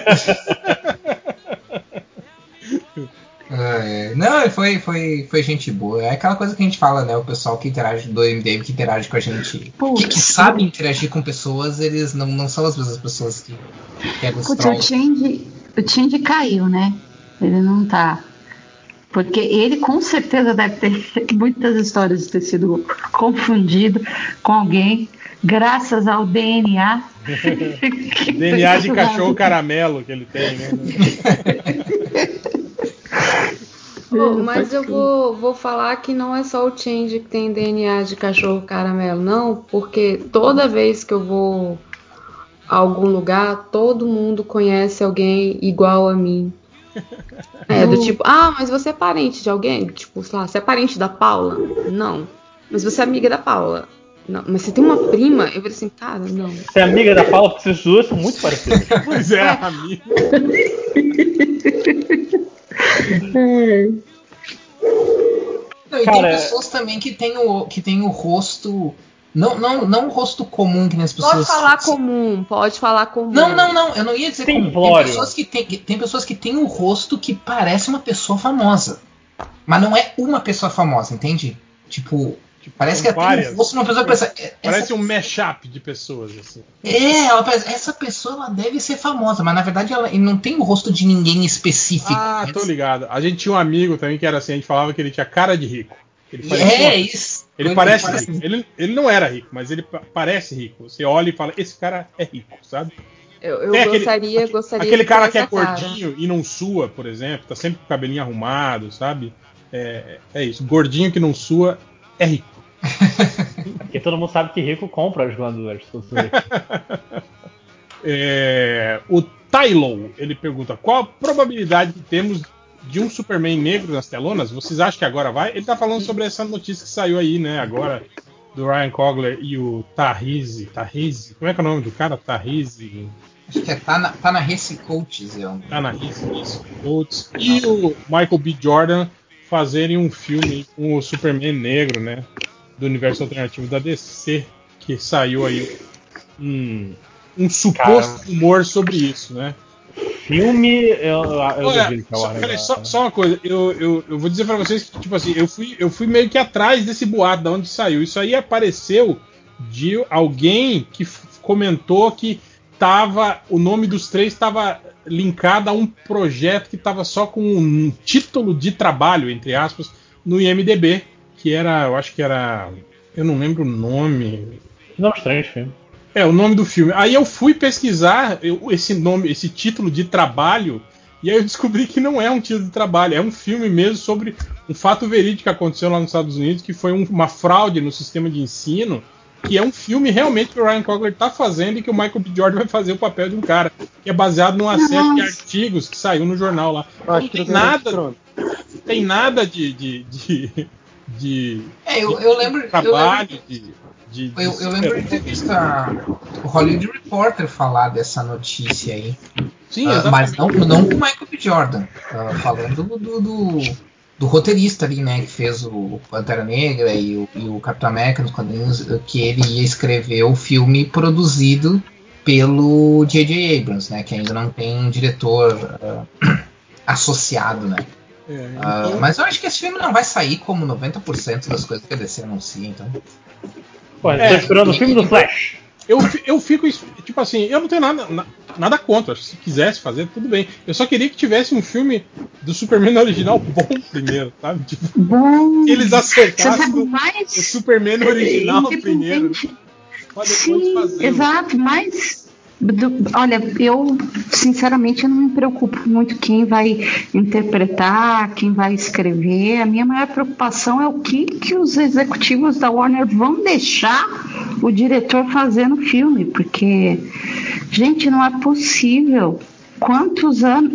Não, foi gente boa. É aquela coisa que a gente fala, né? O pessoal que interage do MDM, que interage com a gente, que sabe interagir com pessoas, eles não são as mesmas pessoas que pegam os trolls. O Change caiu, né? Ele não tá. Porque ele com certeza deve ter muitas histórias de ter sido confundido com alguém, graças ao DNA. DNA de cachorro caramelo que ele tem, né? Mas eu vou falar que não é só o Change que tem DNA de cachorro caramelo, não, porque toda vez que eu vou a algum lugar, todo mundo conhece alguém igual a mim. Do tipo, mas você é parente de alguém? Tipo, sei lá, você é parente da Paula? Não. Mas você é amiga da Paula? Não. Mas você tem uma prima? Eu falei assim, cara, não. Você é amiga da Paula porque vocês duas são muito parecidas. Pois é, amiga. E tem pessoas também que tem o rosto. Não o rosto comum que as pessoas. Pode falar comum. Não, eu não ia dizer comum. Tem pessoas que têm o rosto que parece uma pessoa famosa. Mas não é uma pessoa famosa, entende? Tipo, Tipo, parece que até o rosto de uma pessoa pensa. Parece um mashup de pessoas, assim. Ela pensa, essa pessoa ela deve ser famosa, mas na verdade ela não tem o rosto de ninguém específico. Ah, tô ligado. A gente tinha um amigo também que era assim, a gente falava que ele tinha cara de rico. Ele parecia isso. Ele parece rico. Ele não era rico, mas ele parece rico. Você olha e fala, esse cara é rico, sabe? Eu gostaria aquele de cara ter que é essa cara. gordinho e não sua, por exemplo, tá sempre com o cabelinho arrumado, sabe? É isso. Gordinho que não sua é rico. Porque todo mundo sabe que rico compra as glândulas. O Tylo, ele pergunta, qual a probabilidade que temos de um Superman negro nas telonas? Vocês acham que agora vai? Ele tá falando sobre essa notícia que saiu aí, né, agora, do Ryan Coogler e o Tahrizi. Como é que é o nome do cara? Tahrizi. Acho que é Ta-Nehisi Coates. Ta-Nehisi Coates. E o Michael B. Jordan fazerem um filme com o Superman negro, né, do universo alternativo da DC, que saiu aí um suposto rumor sobre isso, né? Filme, eu duvido que só uma coisa, eu vou dizer pra vocês que, tipo assim, eu fui meio que atrás desse boato, da onde saiu. Isso aí apareceu de alguém que comentou que o nome dos três estava linkado a um projeto que estava só com um título de trabalho, entre aspas, no IMDb, que era, eu acho que era, eu não lembro o nome. Não estranho esse filme. O nome do filme. Aí eu fui pesquisar esse título de trabalho, e aí eu descobri que não é um título de trabalho, é um filme mesmo sobre um fato verídico que aconteceu lá nos Estados Unidos, que foi uma fraude no sistema de ensino, que é um filme realmente que o Ryan Coogler está fazendo e que o Michael B. Jordan vai fazer o papel de um cara, que é baseado numa série de artigos que saiu no jornal lá. Não tem nada de eu lembro. Trabalho, eu lembro de ter visto o Hollywood Reporter falar dessa notícia aí. Sim, mas não com o Michael B. Jordan. Falando do roteirista ali, né? Que fez o Pantera Negra e o Capitão América nos quadrinhos, que ele ia escrever o filme produzido pelo J.J. Abrams, né? Que ainda não tem um diretor associado, né? Então... mas eu acho que esse filme não vai sair como 90% das coisas que a DC anuncia, então. Pô, eu tô esperando o filme do Flash. Eu fico, tipo assim, eu não tenho nada contra. Se quisesse fazer, tudo bem. Eu só queria que tivesse um filme do Superman original bom primeiro, sabe? Tipo, bom. Que eles acertassem o Superman original primeiro. Pra depois fazer. Exato, mas... Olha, eu sinceramente não me preocupo muito quem vai interpretar, quem vai escrever. A minha maior preocupação é o que os executivos da Warner vão deixar o diretor fazer no filme, porque, gente, não é possível. Quantos anos?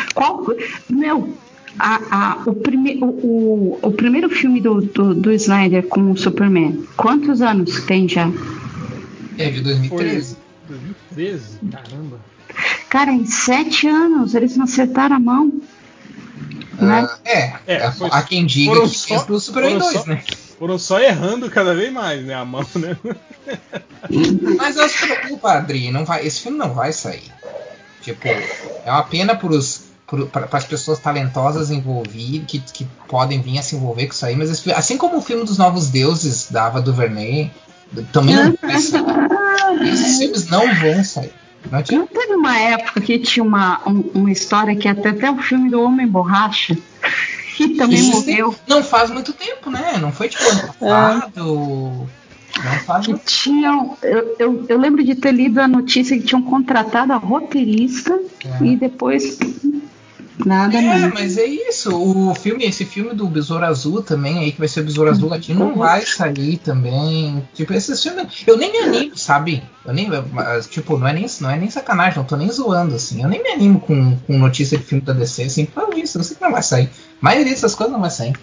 O primeiro filme do Snyder com o Superman, quantos anos tem já? É de 2013. 2013? Caramba. Cara, em 7 anos eles não acertaram a mão. Né? Há quem diga que fez pro Superman 2, né? Foram só errando cada vez mais, né? A mão, né? Mas eu se preocupa, Adri, esse filme não vai sair. Tipo, é uma pena para as pessoas talentosas envolvidas, que podem vir a se envolver com isso aí, mas assim como o filme dos Novos Deuses da Ava DuVernay, também não vai sair. Esses filmes não vão sair. Não teve uma época que tinha uma história que até o filme do Homem Borracha, que também morreu. Não faz muito tempo, né? Não foi tipo ano passado. Não faz muito tempo. Eu lembro de ter lido a notícia que tinham contratado a roteirista e depois... Nada mais. Mas é isso. Esse filme do Besouro Azul também, aí que vai ser o Besouro Azul Latino, não vai sair também. Tipo, esses filmes. Eu nem me animo, sabe? Eu nem. Tipo, não é nem sacanagem, não tô nem zoando, assim. Eu nem me animo com notícia de filme da DC, assim, por isso, eu sei que não vai sair. A maioria dessas coisas não vai sair.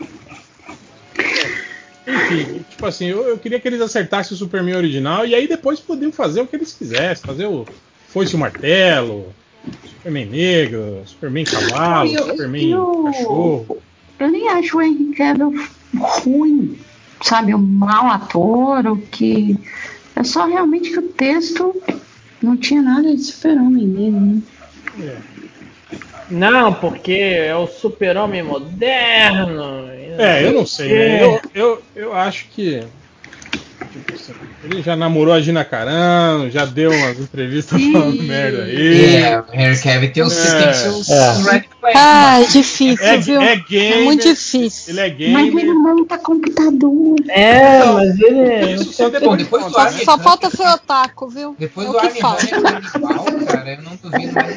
Enfim, tipo assim, eu queria que eles acertassem o Superman original e aí depois podiam fazer o que eles quisessem. Fazer o Foice e o Martelo. Superman negro, Superman cavalo, Superman cachorro. Eu nem acho o Henry Cavill ruim, sabe? Um mau ator, ou que... É só realmente que o texto não tinha nada de super-homem nele, né? Não, porque é o super-homem moderno, e Eu não sei, né? Eu acho que ele já namorou a Gina Carano, já deu umas entrevistas falando merda aí. O Henry Cavill tem seus red flags. Ah, é difícil, viu? Gamer, é muito difícil. Ele é gamer. Mas ele monta computador. Mas ele. Isso só depois do Só falta ser otaku, viu? Depois é do o que Armie falta. Hammer igual, cara, eu não duvido mais.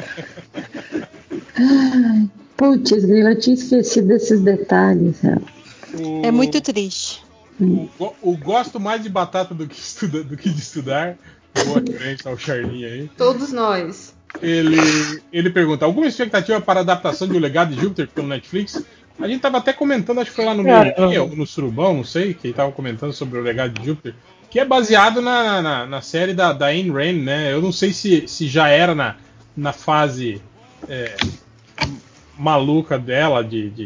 Putz, eu tinha esquecido desses detalhes. É muito triste. O gosto mais de batata do que de estudar. Boa diferença ao Charlie aí. Todos nós. Ele pergunta: alguma expectativa para a adaptação de O Legado de Júpiter pelo Netflix? A gente tava até comentando, acho que foi lá no meio, no Surubão, não sei, que tava comentando sobre O Legado de Júpiter, que é baseado na série da Ayn Rand, né? Eu não sei se já era na fase maluca dela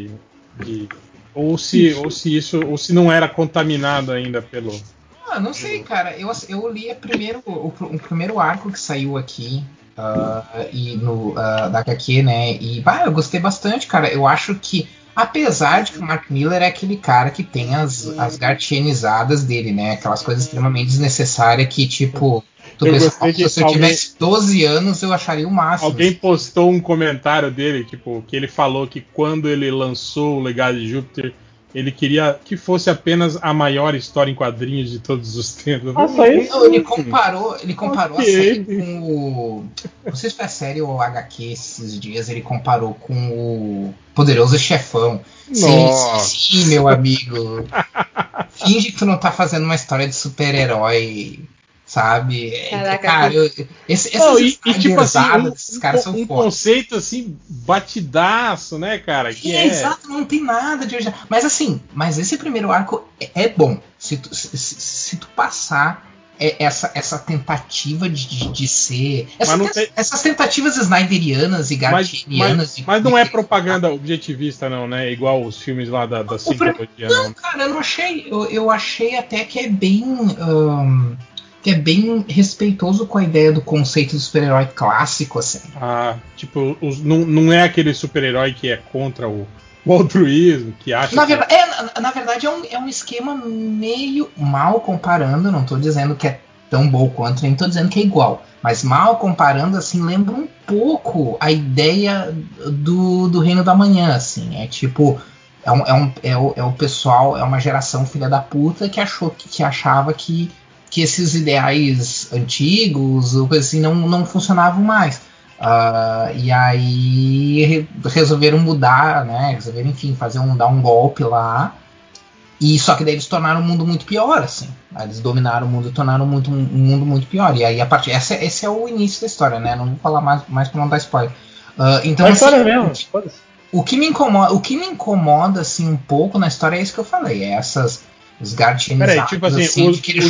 ou se não era contaminado ainda pelo. Não sei, cara. Eu li o primeiro arco que saiu aqui e da HQ, né? E eu gostei bastante, cara. Eu acho que, apesar de que o Mark Miller é aquele cara que tem as gartianizadas dele, né? Aquelas coisas extremamente desnecessárias que, tipo, se eu tivesse 12 anos, eu acharia o máximo. Alguém postou um comentário dele, tipo, que ele falou que quando ele lançou O Legado de Júpiter, ele queria que fosse apenas a maior história em quadrinhos de todos os tempos. Só isso? Não, ele comparou a série com o... Não sei se foi a série ou HQ esses dias, ele comparou com o Poderoso Chefão. Sim, meu amigo. Finge que tu não tá fazendo uma história de super-herói, sabe? Caraca, cara, tipo assim, esses caras são um foda. conceito assim, batidaço, né, cara? Exato, não tem nada de original. Mas esse primeiro arco é bom. Se tu passar essa tentativa de ser. Essas tentativas snyderianas e gartinianas. Mas não é propaganda objetivista, não, né? Igual os filmes lá da Scientologia. Não, cara, eu não achei. Eu achei até que é bem. Que é bem respeitoso com a ideia do conceito do super-herói clássico, assim. Tipo, não é aquele super-herói que é contra o altruísmo, que acha na verdade é um esquema meio mal comparando, não tô dizendo que é tão bom quanto, nem tô dizendo que é igual, mas mal comparando, assim, lembra um pouco a ideia do Reino da Manhã, assim, é tipo... É o pessoal, é uma geração filha da puta que achava que esses ideais antigos, ou coisa assim, não funcionavam mais. E aí resolveram mudar, né? Resolveram, enfim, dar um golpe lá. E só que daí eles tornaram o mundo muito pior, assim. Eles dominaram o mundo e tornaram um mundo muito pior. E aí, esse é o início da história, né? Não vou falar mais pra não dar spoiler. Então, assim, história mesmo, foda-se. O que me incomoda, assim, um pouco na história é isso que eu falei. É essas... Os gartinizados, peraí, tipo assim,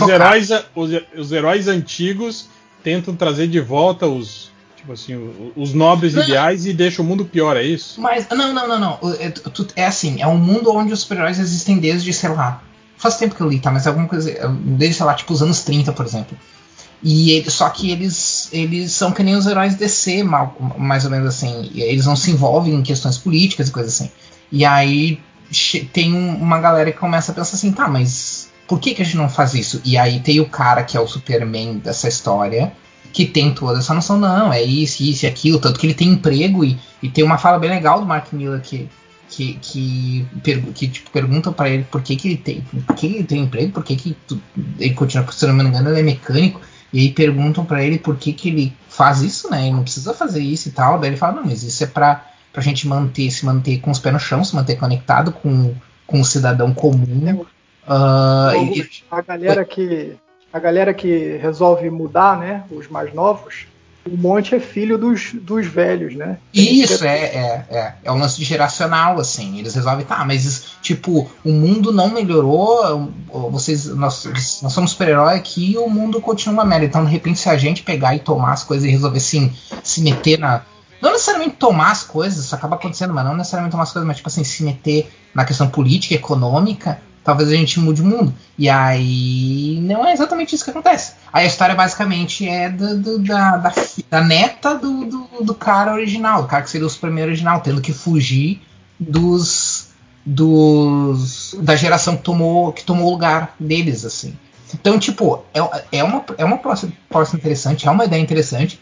os heróis antigos tentam trazer de volta os nobres ideais e deixam o mundo pior, é isso? Mas, não. É assim, é um mundo onde os super-heróis existem desde, sei lá, faz tempo que eu li, tá? Mas alguma coisa, desde, sei lá, tipo os anos 30, por exemplo. Só que eles são que nem os heróis DC, mais ou menos assim. Eles não se envolvem em questões políticas e coisas assim. E aí tem uma galera que começa a pensar assim, tá, mas por que a gente não faz isso? E aí tem o cara que é o Superman dessa história, que tem toda essa noção, não, é isso e aquilo, tanto que ele tem emprego e tem uma fala bem legal do Mark Miller que tipo, perguntam pra ele por que ele tem emprego, por que ele continua, se não me engano, ele é mecânico, e aí perguntam pra ele por que ele faz isso, né, ele não precisa fazer isso e tal, daí ele fala, não, mas isso é pra gente se manter com os pés no chão, se manter conectado com o cidadão comum. A galera que resolve mudar, né, os mais novos, um monte é filho dos velhos, né? Isso, é um lance geracional, assim. Eles resolvem, tá, mas tipo, o mundo não melhorou, nós somos super-herói aqui e o mundo continua uma merda. Então, de repente, se a gente pegar e tomar as coisas e resolver se meter na... Não necessariamente tomar as coisas, isso acaba acontecendo, mas não necessariamente tomar as coisas, mas tipo assim, se meter na questão política, econômica, talvez a gente mude o mundo. E aí não é exatamente isso que acontece. Aí a história basicamente é da neta do cara original, do cara que seria o Superman original, tendo que fugir dos da geração que tomou o lugar deles, assim. Então, tipo, é uma proposta interessante, é uma ideia interessante.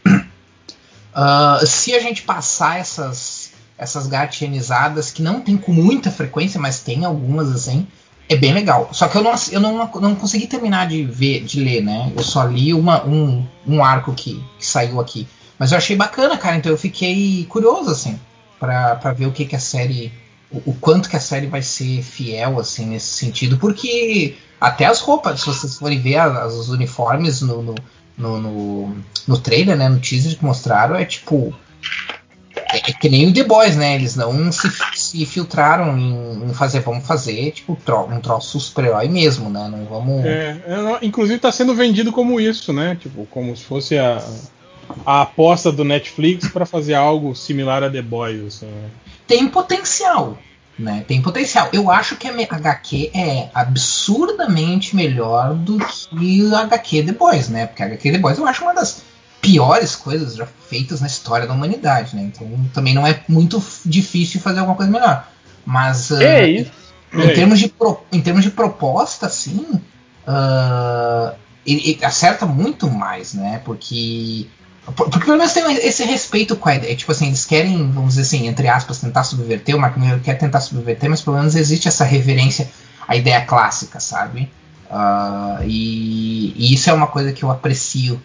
Se a gente passar essas gartianizadas, que não tem com muita frequência, mas tem algumas, assim, é bem legal. Só que eu não consegui terminar de ler, né? Eu só li um arco que saiu aqui. Mas eu achei bacana, cara, então eu fiquei curioso, assim, pra ver o que a série... O quanto que a série vai ser fiel, assim, nesse sentido, porque até as roupas, se vocês forem ver os uniformes no trailer, né, no teaser que mostraram, é tipo... É que nem o The Boys, né, eles não se filtraram em fazer, vamos fazer, tipo, um troço super-herói mesmo, né, não vamos... Inclusive tá sendo vendido como isso, né, tipo, como se fosse a aposta do Netflix para fazer algo similar a The Boys, assim, né? Tem potencial, né? Tem potencial. Eu acho que a HQ é absurdamente melhor do que a HQ The Boys, né? Porque a HQ The Boys eu acho uma das piores coisas já feitas na história da humanidade, né? Então também não é muito difícil fazer alguma coisa melhor. Mas em termos de proposta, assim, ele acerta muito mais, né? Porque pelo menos tem esse respeito com a ideia. Tipo assim, eles querem, vamos dizer assim, entre aspas, tentar subverter. O Mark Miller quer tentar subverter, mas pelo menos existe essa reverência à ideia clássica, sabe? E isso é uma coisa que eu aprecio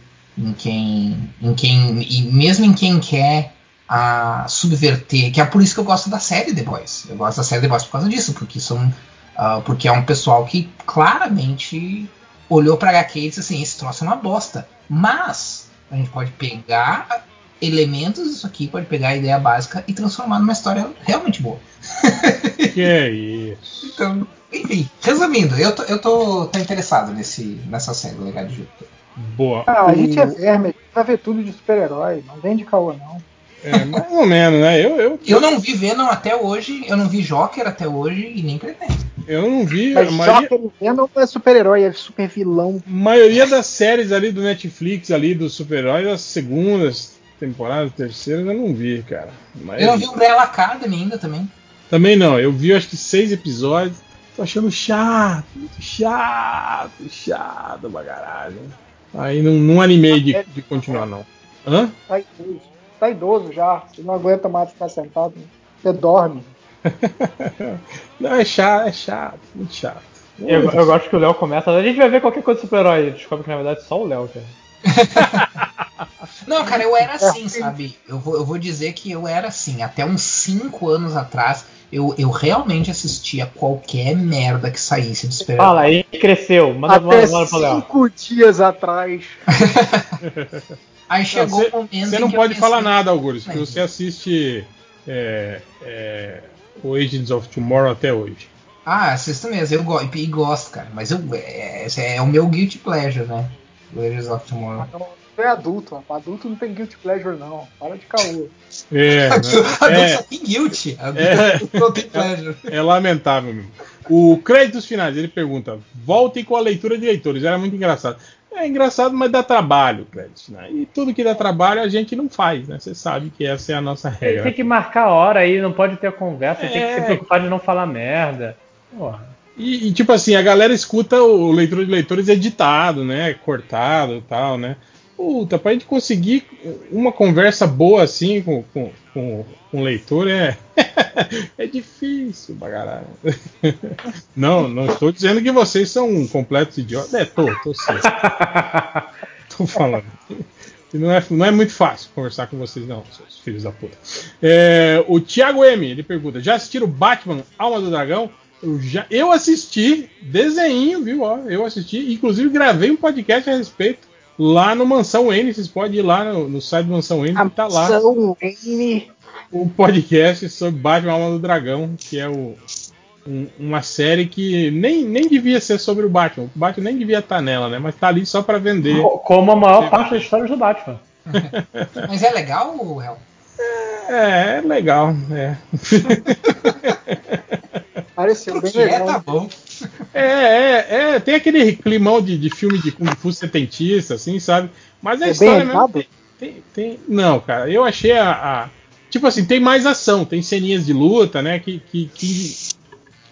e mesmo em quem quer subverter, que é por isso que eu gosto da série The Boys. Eu gosto da série The Boys por causa disso, porque é um pessoal que claramente olhou pra HQ e disse assim, esse troço é uma bosta. Mas a gente pode pegar elementos disso aqui, pode pegar a ideia básica e transformar numa história realmente boa. Que é isso. Então, enfim, resumindo, eu tô interessado nessa série do Legado de Júpiter. Boa. A gente é verme, a gente vai ver tudo de super-herói, não vem de caô, não. Mais ou menos, né? Eu não vi Venom até hoje, eu não vi Joker até hoje e nem pretendo. Eu não vi. Mas Joker e Venom não é super-herói, é super vilão. A maioria das séries ali do Netflix, ali dos super-heróis, as segundas temporadas, terceiras, eu não vi, cara. Mas... Eu não vi Umbrella Academy ainda também. Também não, eu vi acho que 6 episódios. Tô achando chato, muito chato pra caralho. Aí não animei de continuar, não. Hã? Tá idoso já, você não aguenta mais ficar sentado, você dorme. Não, é chato, muito chato. Eu gosto que o Léo começa. A gente vai ver qualquer coisa de super-herói. Descobre que na verdade só o Léo, cara. Não, cara, eu era assim, sabe? Eu vou dizer que eu era assim. Até uns 5 anos atrás, eu realmente assistia qualquer merda que saísse de super-herói. Fala, aí cresceu. Manda pro Léo. 5 dias atrás. Aí chegou o momento. Você não pode falar nada, Augusto, porque você assiste o Agents of Tomorrow até hoje. Assisto mesmo, eu gosto, cara. Mas é o meu guilty pleasure, né? O Agents of Tomorrow. Você é adulto, rapaz. Adulto não tem guilty pleasure, não. Para de caô. Adulto só tem guilty. Adulto não tem pleasure. É lamentável mesmo. O Créditos Finais, ele pergunta: voltem com a leitura de leitores. Era muito engraçado. É engraçado, mas dá trabalho, Créditos, né? E tudo que dá trabalho a gente não faz, né? Você sabe que essa é a nossa regra. Tem que marcar a hora aí, não pode ter conversa, tem que se preocupar de não falar merda. Porra. E tipo assim, a galera escuta o Leitura de Leitores editado, né? Cortado e tal, né? Puta, pra gente conseguir uma conversa boa assim com o leitor é difícil pra caralho. Não estou dizendo que vocês são completos idiotas. Tô sim. Tô falando. Não é muito fácil conversar com vocês, não, seus filhos da puta. O Thiago M, ele pergunta: já assistiram Batman, Alma do Dragão? Eu assisti, desenho, viu? Eu assisti, inclusive gravei um podcast a respeito lá no Mansão N. Vocês podem ir lá no site do Mansão N, que tá lá. Mansão N. Um podcast sobre Batman, Alma do Dragão, que é uma série que nem devia ser sobre o Batman. O Batman nem devia estar nela, né? Mas tá ali só pra vender. Como a maior parte das histórias do Batman. Mas é legal, Hel? É legal, Pareceu bem legal. Tá bom. Tem aquele climão de filme de Kung Fu setentista, assim, sabe? Mas a história mesmo tem. Não, cara, eu achei tipo assim, tem mais ação, tem ceninhas de luta, né? Que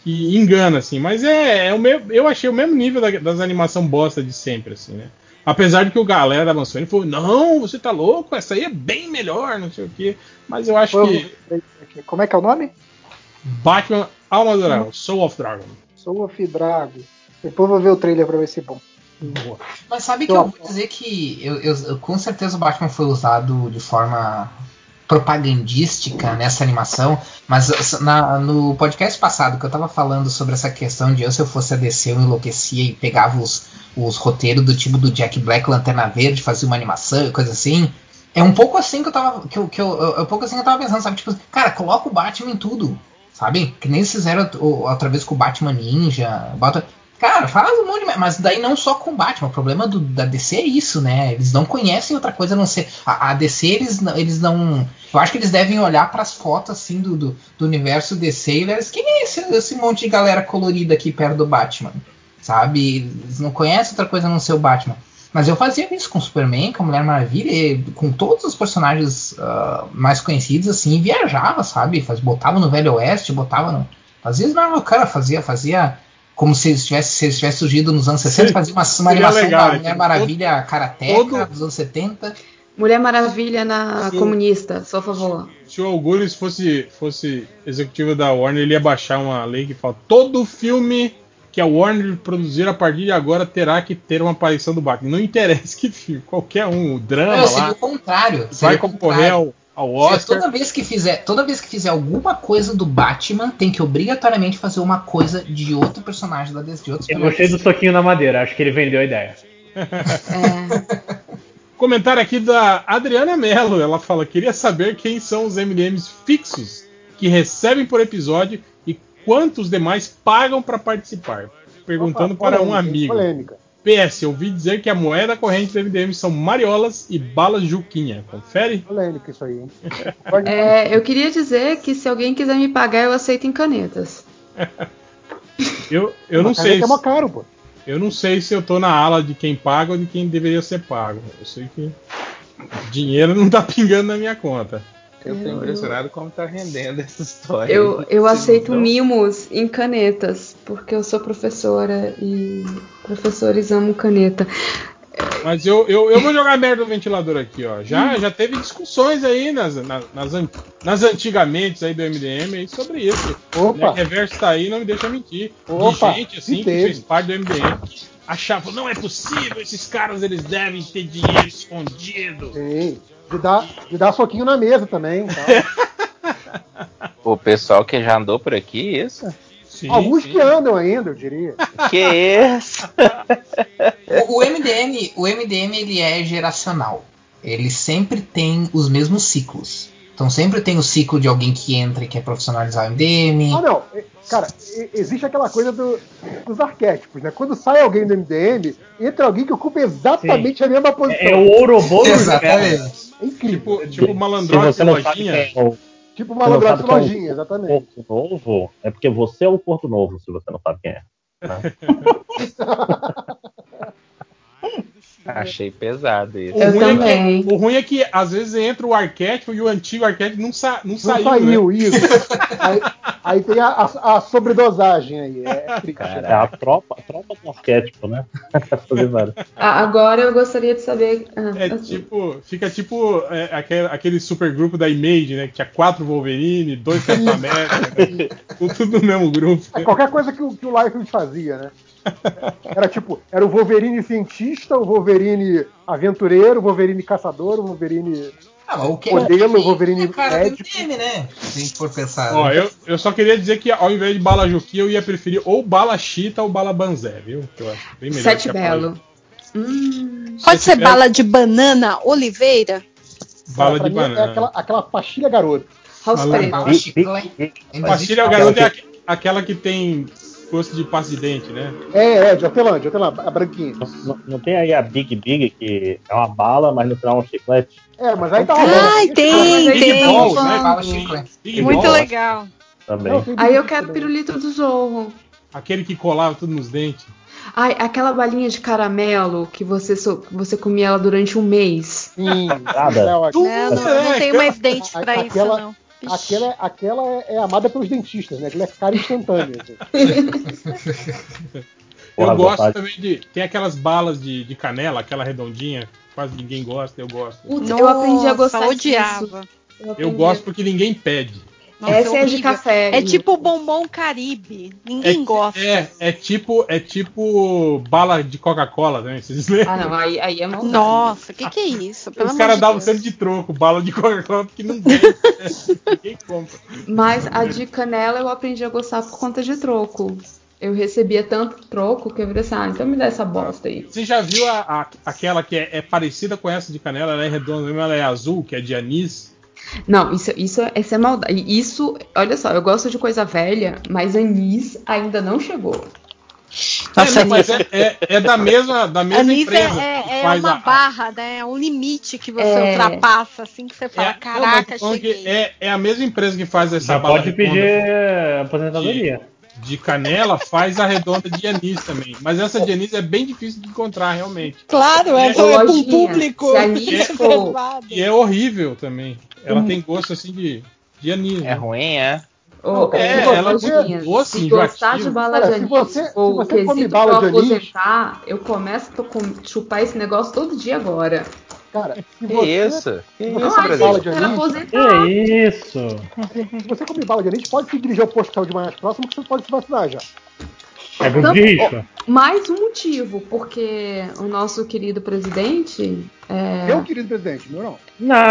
que engana, assim. Mas eu achei o mesmo nível das animações bosta de sempre, assim, né? Apesar de que o galera da Mansone falou, não, você tá louco, essa aí é bem melhor, não sei o quê. Mas eu acho que... Como é que é o nome? Batman Alma do Dragão, Soul of Dragon. Soul of Dragon. Depois vou ver o trailer pra ver se é bom. Boa. Mas sabe que eu vou dizer que eu com certeza o Batman foi usado de forma propagandística nessa animação, mas no podcast passado que eu tava falando sobre essa questão de se eu fosse a DC eu enlouquecia e pegava os roteiros do tipo do Jack Black, Lanterna Verde, fazia uma animação e coisa assim. É um pouco assim que eu tava um pouco assim que eu tava pensando, sabe? Tipo, cara, coloca o Batman em tudo, sabe? Que nem eles fizeram outra vez com o Batman Ninja, cara, faz um monte de... Mas daí não só com o Batman. O problema da DC é isso, né? Eles não conhecem outra coisa a não ser... A DC, eles não... Eu acho que eles devem olhar pras fotos, assim, do universo DC e eles... Quem é esse monte de galera colorida aqui perto do Batman? Sabe? Eles não conhecem outra coisa a não ser o Batman. Mas eu fazia isso com o Superman, com a Mulher Maravilha, com todos os personagens mais conhecidos, assim, e viajava, sabe? Botava no Velho Oeste, botava no... Fazia isso mesmo, cara, fazia como se eles tivessem surgido nos anos 60, fazia uma animação legal, da Mulher Maravilha karateca dos anos 70. Mulher Maravilha na comunista, só favor. Se o Algures fosse executivo da Warner, ele ia baixar uma lei que fala: todo filme que a Warner produzir a partir de agora terá que ter uma aparição do Batman. Não interessa que filme, qualquer um, o drama seria lá. O contrário. Vai concorrer ao Oscar. Toda vez que fizer alguma coisa do Batman, tem que obrigatoriamente fazer uma coisa de outro personagem da DC. Eu gostei do soquinho na madeira, acho que ele vendeu a ideia. Comentário aqui da Adriana Mello. Ela fala: queria saber quem são os MDMs fixos que recebem por episódio e quantos demais pagam para participar. Perguntando para um amigo. Polêmica. PS, ouvi dizer que a moeda corrente do MDM são mariolas e balas Juquinha. Confere? Polêmica isso aí, hein? Eu queria dizer que se alguém quiser me pagar, eu aceito em canetas. eu não sei. É mó caro, pô. Eu não sei se eu tô na ala de quem paga ou de quem deveria ser pago. Eu sei que dinheiro não tá pingando na minha conta. Eu tô impressionado como tá rendendo essa história. Eu aceito mimos em canetas, porque eu sou professora e professores amam caneta. Mas eu vou jogar merda no ventilador aqui, ó. Já teve discussões aí nas antigamente aí do MDM aí sobre isso. Opa! O Reverso tá aí, não me deixa mentir. Opa, de gente assim que fez parte do MDM que achava, não é possível, esses caras eles devem ter dinheiro escondido. Sim. De dar soquinho na mesa também. Tá? O pessoal que já andou por aqui, isso? Sim, alguns que andam ainda, eu diria. Que isso? O MDM ele é geracional. Ele sempre tem os mesmos ciclos. Então sempre tem o ciclo de alguém que entra e quer profissionalizar o MDM. Ah, não. Cara, existe aquela coisa dos arquétipos, né? Quando sai alguém do MDM, entra alguém que ocupa exatamente a mesma posição. É o Ouroboros. Exatamente. É incrível. Tipo Malandrox e Lojinha. Tipo Malandrox e Lojinha, exatamente. Corpo novo é porque você é o corpo novo, se você não sabe quem é. Né? Achei pesado isso. O ruim é que às vezes entra o arquétipo e o antigo arquétipo não saiu, né? Isso. aí tem a sobredosagem aí. Cara, é a tropa do arquétipo, né? Agora eu gostaria de saber. Fica tipo aquele supergrupo da Image, né? Que tinha 4 Wolverine, 2 Capitão América, né? Tudo no mesmo grupo. Qualquer coisa que o Liefeld fazia, né? Era o Wolverine cientista, o Wolverine aventureiro, o Wolverine caçador, o Wolverine modelo, o Wolverine médico. Né? Se for pensar. Ó, eu só queria dizer que ao invés de bala Juqui, eu ia preferir ou bala Chita ou bala Banzé, viu? Que eu acho bem melhor. Sete Belo. Pode ser bala de banana, oliveira? Bala de banana. É aquela pastilha garoto. Pastilha garoto é aquela que tem gosto de pasta de dente, né? De hortelã, a branquinha. Não tem aí a Big que é uma bala, mas no final é um chiclete? Mas aí tá tem. Big Ball, né? Bala chiclete. Muito legal. Também. Aí eu quero pirulito do Zorro. Aquele que colava tudo nos dentes. Ai, aquela balinha de caramelo que você comia ela durante um mês. Sim, não tem mais dente pra isso, não. Aquela é amada pelos dentistas, né? Aquela é cara instantânea. Assim. Eu gosto também de... Tem aquelas balas de canela, aquela redondinha, quase ninguém gosta, eu gosto. Eu aprendi a gostar disso. Eu gosto porque ninguém pede. Nossa, essa é de café. É tipo bombom Caribe. Ninguém gosta. É tipo bala de Coca-Cola, né? Vocês lembram? Ah, não, aí é maldade. Nossa, que é isso? Os caras davam sempre de troco, bala de Coca-Cola, porque não vende. Ninguém compra. Mas a de canela eu aprendi a gostar por conta de troco. Eu recebia tanto troco que eu virei assim, então me dá essa bosta aí. Você já viu aquela que é parecida com essa de canela? Ela é redonda, ela é azul, que é de anis? Não, isso é maldade. Isso, olha só, eu gosto de coisa velha, mas anis ainda não chegou. Nossa, mas é da mesma anis empresa. É uma barra, né? É um limite que você ultrapassa, assim, que você fala, caraca, cheguei. É a mesma empresa que faz essa já bala pode redonda pedir aposentadoria. De canela, faz a redonda de anis também. Mas essa de anis é bem difícil de encontrar, realmente. Claro, é para um público reservado. E é horrível também. Ela tem gosto assim de anis. É ruim, é? Ela é muito doce, se gostar de bala de anis, se você come bala de anis, eu começo a chupar esse negócio todo dia agora. Cara, que isso, bala de anis, que isso? Se você come bala de anis, pode se dirigir ao posto de saúde mais próximo que você pode se vacinar já. É grupo de risco. Mais um motivo, porque o nosso querido presidente... Meu querido presidente, meu não.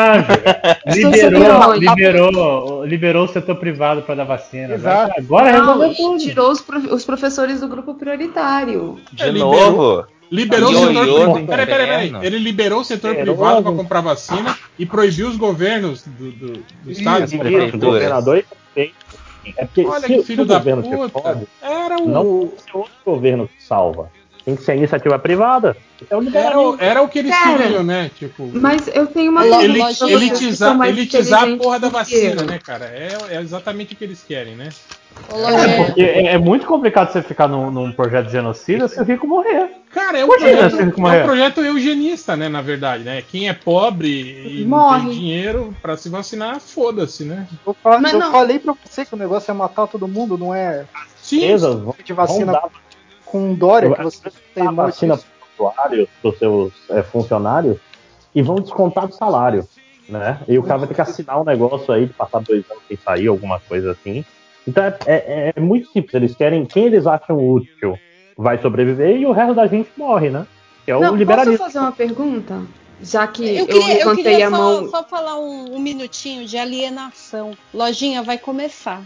Liberou o setor privado para dar vacina. Exato. Agora resolveu tudo. Tirou os professores do grupo prioritário. De novo? Liberou o setor privado. Peraí. Ele liberou o setor privado para comprar vacina e proibiu os governos do estado. O governador e prefeito. É porque olha se que filho o da governo puta. pode, não é o outro governo que salva. Tem que ser a iniciativa privada. Era o que eles queriam, né? Tipo, mas eu tenho uma elitizar a porra da vacina, né, cara? É exatamente o que eles querem, né? Porque é muito complicado você ficar num projeto genocida se o rico morrer. Cara, é um projeto eugenista, né, na verdade, né? Quem é pobre e não tem dinheiro pra se vacinar, foda-se, né? Eu falei pra você que o negócio é matar todo mundo, não é? Sim. De vacina com Dória, que você tem vacina para os seus funcionários e vão descontar do salário, né? E o cara vai ter que assinar um negócio aí de passar 2 anos sem sair, alguma coisa assim. Então é muito simples, eles querem, quem eles acham útil vai sobreviver e o resto da gente morre, né? Que é o liberalismo. Posso fazer uma pergunta? Já que eu queria só falar um minutinho de alienação. Lojinha, vai começar.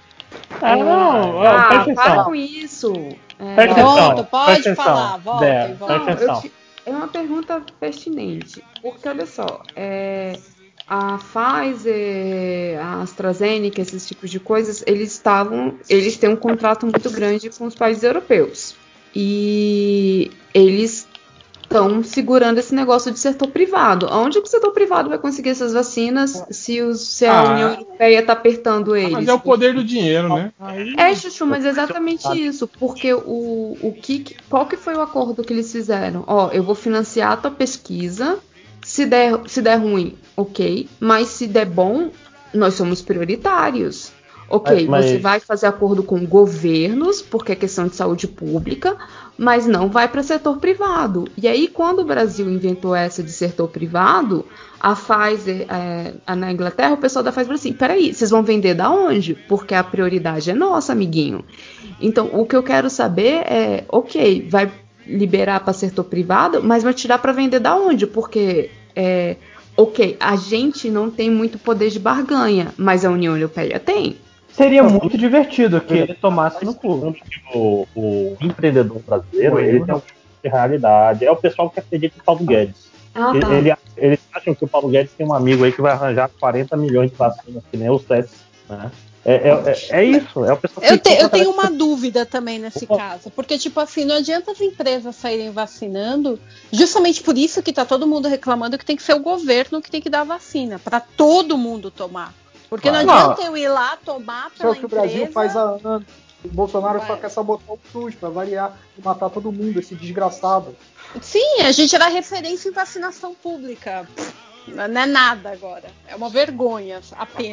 Para com isso. Pode falar, volta. É uma pergunta pertinente, porque olha só, a Pfizer, a AstraZeneca, esses tipos de coisas, eles têm um contrato muito grande com os países europeus. E eles estão segurando esse negócio de setor privado. Onde que o setor privado vai conseguir essas vacinas se a União Europeia está apertando eles? Mas é o poder do dinheiro, né? Chuchu, mas é exatamente isso. Porque qual que foi o acordo que eles fizeram? Eu vou financiar a tua pesquisa. Se der ruim, ok. Mas se der bom, nós somos prioritários. Ok, você vai fazer acordo com governos, porque é questão de saúde pública, mas não vai para setor privado. E aí, quando o Brasil inventou essa de setor privado, a Pfizer, na Inglaterra, o pessoal da Pfizer falou assim, peraí, vocês vão vender da onde? Porque a prioridade é nossa, amiguinho. Então, o que eu quero saber é, ok, vai liberar para setor privado, mas vai tirar para vender da onde? Porque, ok, a gente não tem muito poder de barganha, mas a União Europeia tem. Seria muito divertido que ele tomasse no clube. O empreendedor brasileiro, ele tem um tipo de realidade. É o pessoal que acredita em Paulo Guedes. Eles acham que o Paulo Guedes tem um amigo aí que vai arranjar 40 milhões de vacinas, que nem os testes, né? É isso, é o pessoal que eu tenho uma dúvida também nesse caso, porque tipo assim, não adianta as empresas saírem vacinando, justamente por isso que tá todo mundo reclamando que tem que ser o governo que tem que dar vacina, para todo mundo tomar. Porque não adianta eu ir lá tomar pela empresa... Isso é o que o Brasil faz há anos. O Bolsonaro só quer sabotar o SUS para variar e matar todo mundo, esse desgraçado. Sim, a gente era referência em vacinação pública. Não é nada agora. É uma vergonha, apenas.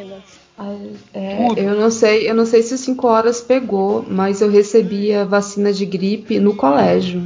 Eu não sei se o 5 horas pegou, mas eu recebia vacina de gripe no colégio.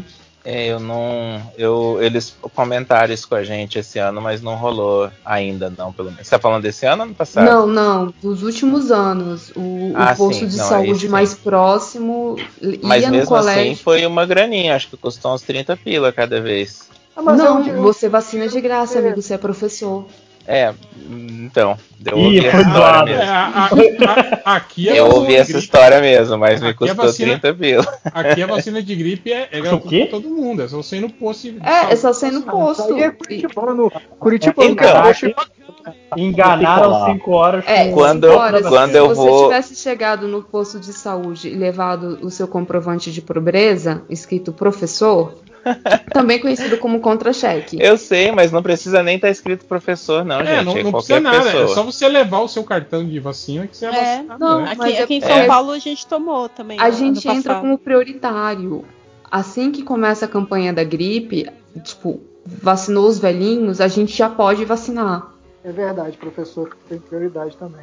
Eles comentaram isso com a gente esse ano, mas não rolou ainda, não, pelo menos. Você tá falando desse ano ou ano passado? Não, dos últimos anos. O posto de saúde mais próximo mas ia no mesmo colégio. assim foi uma graninha, acho que custou uns 30 pila cada vez. Você vacina de graça, amigo, você é professor. Então, eu ouvi essa história mesmo. Aqui eu ouvi essa história mesmo, mas me custou 30 pila. Aqui a vacina de gripe é gratuita pra todo mundo, é só você ir no posto. É só você ir no posto. Isso aí é Curitibano. Enganaram 5 horas. Quando eu se você tivesse chegado no posto de saúde e levado o seu comprovante de pobreza, escrito professor, também conhecido como contra-cheque. Eu sei, mas não precisa nem estar escrito professor, não, gente. Não precisa nada, pessoa. É só você levar o seu cartão de vacina que você é vacinado. Não, aqui em São Paulo a gente tomou também. A gente entra como prioritário. Assim que começa a campanha da gripe, vacinou os velhinhos, a gente já pode vacinar. É verdade, professor tem prioridade também.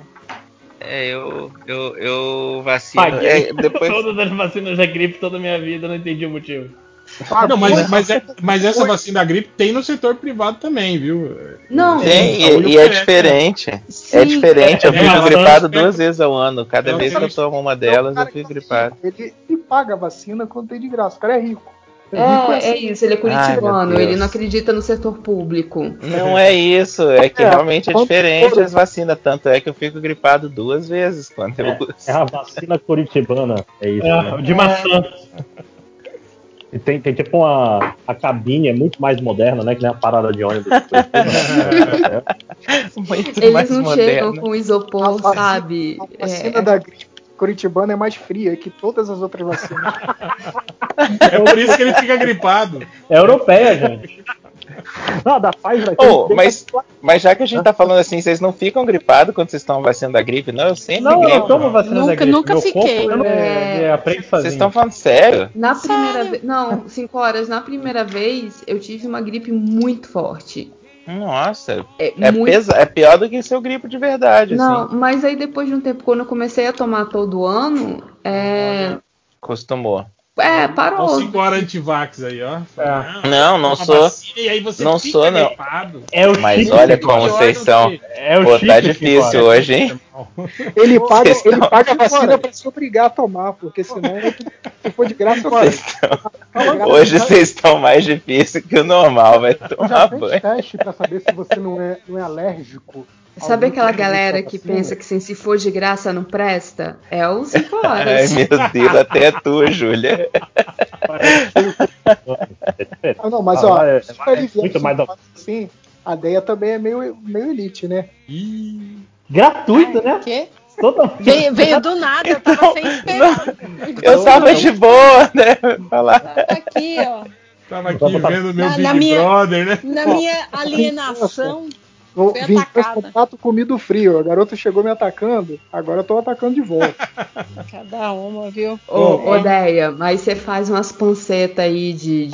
Eu vacino. Depois... Todas as vacinas da gripe toda a minha vida, não entendi o motivo. Não, mas essa vacina da gripe tem no setor privado também, viu? Não, tem, e é diferente. Sim. É diferente, eu fico gripado 2 vezes ao ano. Cada vez que eu tomo uma delas, eu fico gripado. Ele paga a vacina quando tem de graça. O cara é rico. É isso, ele é curitibano, ele não acredita no setor público. Não é isso, é que realmente é diferente as vacinas, tanto é que eu fico gripado 2 vezes quando eu uso. É a vacina curitibana, é isso. Né? De maçã. E tem tipo a cabine é muito mais moderna, né? Que nem a parada de ônibus. Eles não chegam com isopor, sabe? A vacina da gripe curitibana é mais fria que todas as outras vacinas. É por isso que ele fica gripado. É europeia, gente. Não, da Pfizer mas já que a gente tá falando assim, vocês não ficam gripados quando vocês estão vacinando da gripe? Não, eu sempre gripo. Não, eu tomo vacina da gripe. Nunca fiquei. Aprende sozinho. Vocês estão falando sério? Na primeira vez. Não, 5 horas. Na primeira vez, eu tive uma gripe muito forte. Nossa, é pior do que seu gripe de verdade. Não, assim. Mas aí depois de um tempo, quando eu comecei a tomar todo ano, Acostumou. Parou. 5 horas antivax aí, ó. Não sou. E aí você não fica sou, não. gripado. Mas olha como vocês são. Tá difícil hoje, hein? Ele paga a vacina pra se obrigar a tomar, porque senão, se for de graça, hoje vocês estão mais difíceis que o normal, vai tomar banho. Teste pra saber se você não é alérgico. Sabe aquela galera que pensa que se for de graça não presta? É o 5 horas. Ai, meu Deus, até tu, Júlia. Não, mas muito mais assim, a ideia também é meio elite, né? Gratuito, né? Quê? Veio do nada, eu tava sem esperar. Eu tava de boa, né? Tava aqui, ó. Tava aqui vendo meu Big Brother, né? Na minha alienação. Vim com contato comido frio. A garota chegou me atacando, agora eu tô atacando de volta. Cada uma, viu? Odeia, mas você faz umas pancetas aí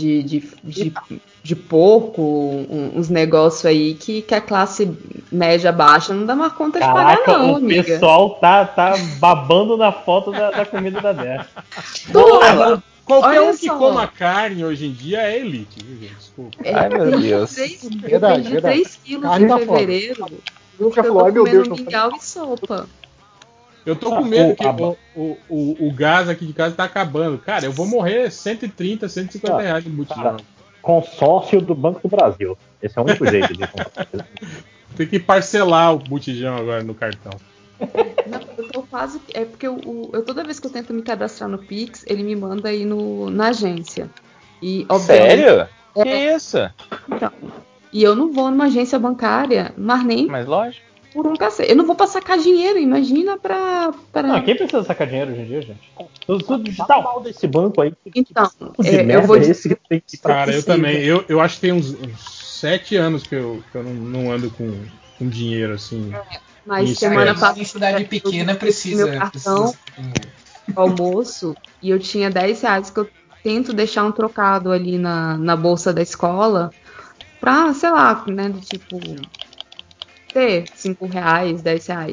de porco, uns negócios aí que a classe média baixa não dá mais conta de pagar, não, amiga. O pessoal tá babando na foto da comida da Débora. Qualquer um que coma carne hoje em dia é elite, viu, gente? Desculpa. Ai, meu Deus. Eu perdi 3 quilos em fevereiro. Eu tô comendo mingau e sopa. Eu tô com medo que o gás aqui de casa tá acabando. Cara, eu vou morrer 130, 150 reais de botijão. Consórcio do Banco do Brasil. Esse é o único jeito de comprar. Tem que parcelar o botijão agora no cartão. Não, eu tô quase. É porque eu toda vez que eu tento me cadastrar no Pix, ele me manda aí na agência. E, sério? Que isso? Então, e eu não vou numa agência bancária, mas lógico. Por um cacete. Eu não vou pra sacar dinheiro, imagina pra... Não, quem precisa sacar dinheiro hoje em dia, gente? Tudo digital desse banco aí. Então, eu vou dizer. Cara, eu também. Eu acho que tem uns 7 anos que eu não ando com dinheiro assim. Mas semana passada, em cidade pequena precisa. Meu cartão almoço e eu tinha 10 reais que eu tento deixar um trocado ali na bolsa da escola pra, sei lá, né, do tipo ter 5 reais, 10 reais.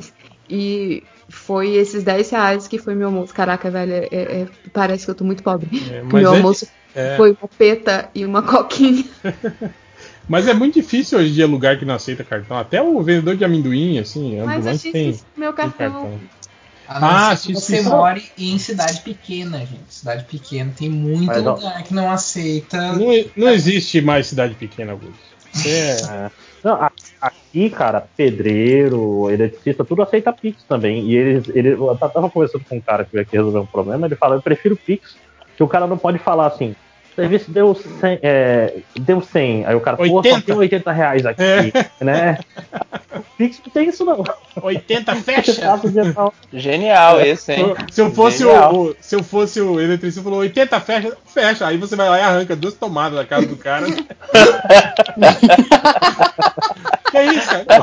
E foi esses R$10 que foi meu almoço. Caraca, velho, parece que eu tô muito pobre. Meu almoço foi uma peta e uma coquinha. Mas é muito difícil hoje em dia lugar que não aceita cartão. Até o vendedor de amendoim, assim, ambulante tem meu cartão. Se você mora em cidade pequena, gente. Cidade pequena tem muito lugar que não aceita. Não existe mais cidade pequena, Augusto. Não, aqui, cara, pedreiro, eletricista, tudo aceita Pix também. E eu tava conversando com um cara que veio aqui resolver um problema, ele fala, eu prefiro Pix, que o cara não pode falar assim, o serviço deu 100, aí o cara, pô, só tem R$80 aqui, né? O Pix não tem isso não. 80 fecha? Genial esse, hein? Se eu fosse o eletricista, falou 80 fecha. Aí você vai lá e arranca 2 tomadas da casa do cara. Que é isso, cara?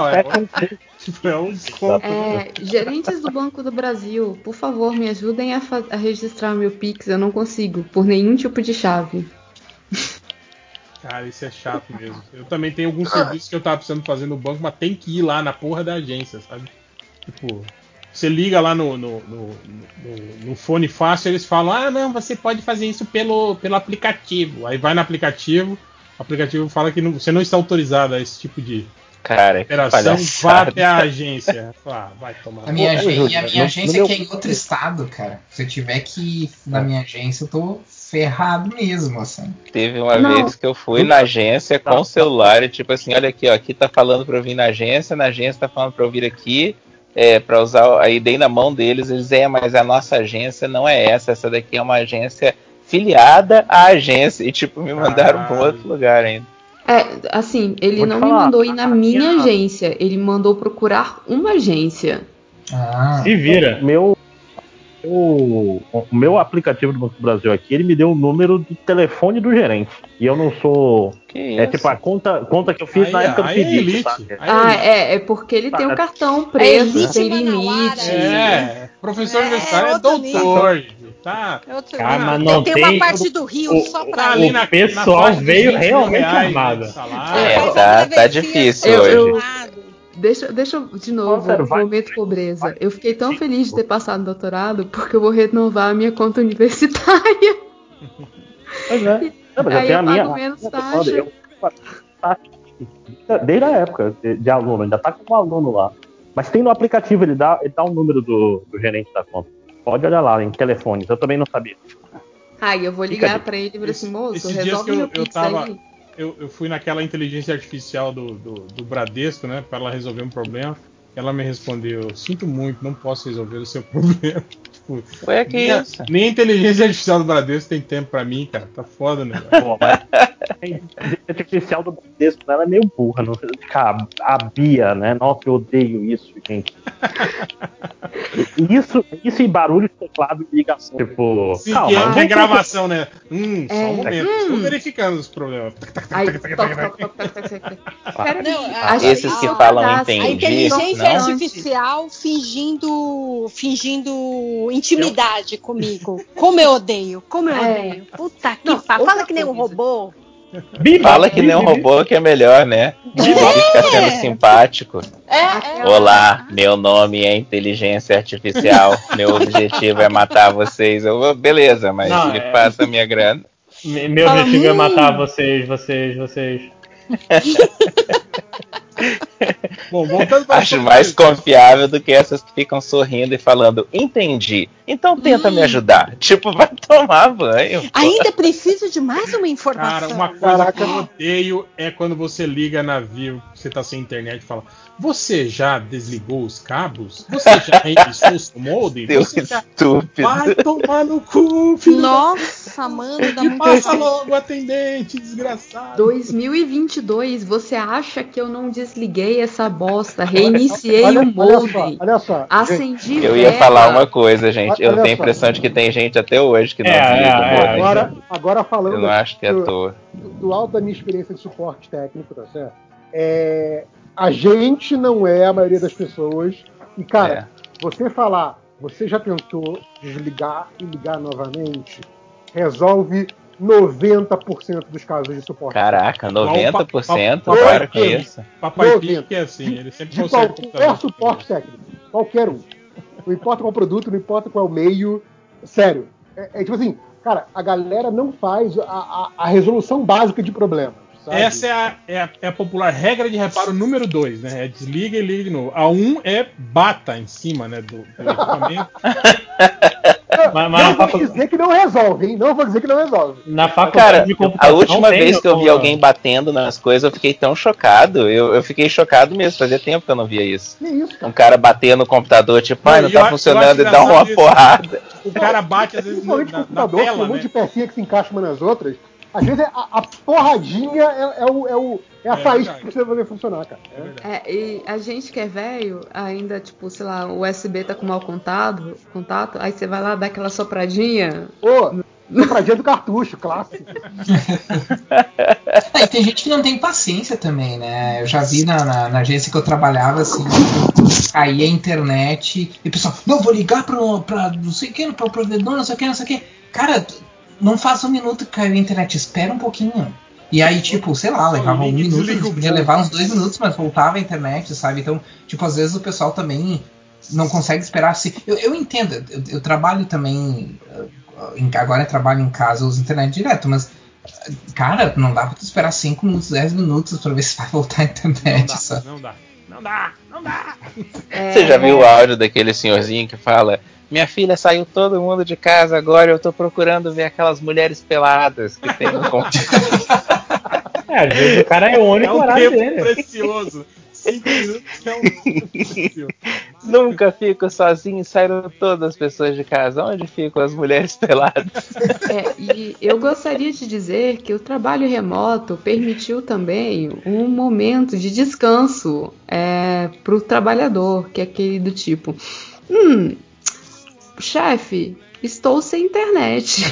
Não, gerentes do Banco do Brasil, por favor, me ajudem a registrar meu Pix. Eu não consigo, por nenhum tipo de chave. Cara, isso é chato mesmo. Eu também tenho alguns serviços que eu tava precisando fazer no banco, mas tem que ir lá na porra da agência, sabe? Tipo, você liga lá no fone fácil, eles falam, não, você pode fazer isso pelo aplicativo. Aí vai no aplicativo, o aplicativo fala que você não está autorizado a esse tipo de operação, vá até a agência. Vai tomar. A minha agência que é em outro estado, cara. Se eu tiver que ir na minha agência, eu tô ferrado mesmo, assim. Teve uma vez que eu fui na agência com o celular e tipo assim, olha aqui, ó, aqui tá falando pra eu vir na agência tá falando pra eu vir aqui, pra usar, aí dei na mão deles, eles, mas a nossa agência não é essa daqui é uma agência filiada à agência, e tipo, me mandaram pra um outro lugar ainda. Assim, ele não me mandou ir na minha agência, ele mandou procurar uma agência. Se vira. O meu aplicativo do Banco do Brasil aqui, ele me deu o número de telefone do gerente. E eu não sou... tipo a conta que eu fiz na época do pedido. É porque ele tem um cartão preso, tem limite. Professor universitário é doutor. Tá. Mas não tem uma parte do Rio só pra ele. O pessoal veio realmente armado. Tá difícil hoje. Deixa eu, de novo, momento pobreza. Eu fiquei tão feliz de ter passado no doutorado porque eu vou renovar a minha conta universitária. Pois é. Mas aí eu pago menos taxa. Desde a época de aluno, ainda tá com um aluno lá. Mas tem no aplicativo, ele dá o número do gerente da conta. Pode olhar lá em telefones, eu também não sabia. Eu vou ligar pra ele e falar assim, moço, resolve meu Pix aí. Eu fui naquela inteligência artificial do Bradesco, né, para ela resolver um problema. Ela me respondeu, sinto muito, não posso resolver o seu problema. Tipo, nem a inteligência artificial do Bradesco tem tempo pra mim, cara. Tá foda, né? A inteligência artificial do Bradesco, ela é meio burra. Não sei, a Bia, né? Nossa, eu odeio isso, gente. Isso e barulho de teclado e ligação. Tipo, sim, calma. É gravação, né? Só um momento. Estou verificando os problemas. Esses que falam entendi. A inteligência artificial fingindo intimidade comigo. Como eu odeio. Puta que pariu. Fala que nem um robô. Fala que nem um robô que é melhor, né? Fica sendo simpático. Olá, meu nome é inteligência artificial. Meu objetivo é matar vocês. Beleza, mas me passa a minha grana. Meu objetivo é matar vocês. Bom, voltando para acho mais confiável do que essas que ficam sorrindo e falando, entendi, então tenta me ajudar. Tipo, vai tomar banho. Ainda preciso de mais uma informação. Cara, uma coisa que eu odeio é quando você liga navio, você tá sem internet e fala, você já desligou os cabos? Você já reiniciou o modem? Deus estúpido. Vai tomar no cu, filho. Nossa, mano, dá muito passa logo o atendente, desgraçado. 2022, você acha que eu não desliguei essa bosta? Reiniciei o modem. Olha só. Acendi eu ia falar uma coisa, gente. Eu tenho a impressão de que tem gente até hoje que não desliga o modem. Agora falando. Eu não acho que é à toa. Do alto da minha experiência de suporte técnico, tá certo? A gente não é a maioria das pessoas. E, cara, você falar, você já tentou desligar e ligar novamente, resolve 90% dos casos de suporte. Caraca, 90%? Para com isso. Papai Pig é assim, ele sempre consegue. De qualquer suporte técnico. Qualquer um. Não importa qual produto, não importa qual meio. Sério. É tipo assim, cara, a galera não faz a resolução básica de problemas. Sabe? Essa é a popular regra de reparo número 2, né? É desliga e liga de novo. A 1 é bata em cima, né, do equipamento. Não vou dizer que não resolve, hein? Não vou dizer que não resolve. Na faculdade de computação, a última vez que eu vi alguém batendo nas coisas, eu fiquei tão chocado. Eu fiquei chocado mesmo. Fazia tempo que eu não via isso. Que isso, cara? Um cara bater no computador, tipo, não tá funcionando, e dá uma porrada. O cara bate às vezes na computador, tela, tem um monte de pecinha que se encaixa uma nas outras. Às vezes a porradinha é a faísca que precisa fazer funcionar, cara. E a gente que é velho, ainda, tipo, sei lá, o USB tá com mau contato, aí você vai lá dar aquela sopradinha. Sopradinha do cartucho, clássico. E tem gente que não tem paciência também, né? Eu já vi na agência que eu trabalhava, assim, caía a internet e o pessoal, não, vou ligar pra não sei o que, pra provedor, não sei o que. Cara, não faz um minuto que caiu a internet, espera um pouquinho. E aí, tipo, sei lá, levava um minuto, podia levar uns 2 minutos, mas voltava a internet, sabe? Então, tipo, às vezes o pessoal também não consegue esperar assim. Eu entendo, eu trabalho também, agora eu trabalho em casa, eu uso internet direto, mas, cara, não dá pra tu esperar 5 minutos, 10 minutos pra ver se vai voltar a internet, sabe? Não dá. Você já viu o áudio daquele senhorzinho que fala: minha filha saiu todo mundo de casa agora, eu tô procurando ver aquelas mulheres peladas que tem no computador. Às vezes o cara é o único horário dele. Precioso. 5 minutos é um tempo precioso. Nunca fico sozinho, saíram todas as pessoas de casa. Onde ficam as mulheres peladas? E eu gostaria de dizer que o trabalho remoto permitiu também um momento de descanso para o trabalhador, que é aquele do tipo, chefe, estou sem internet.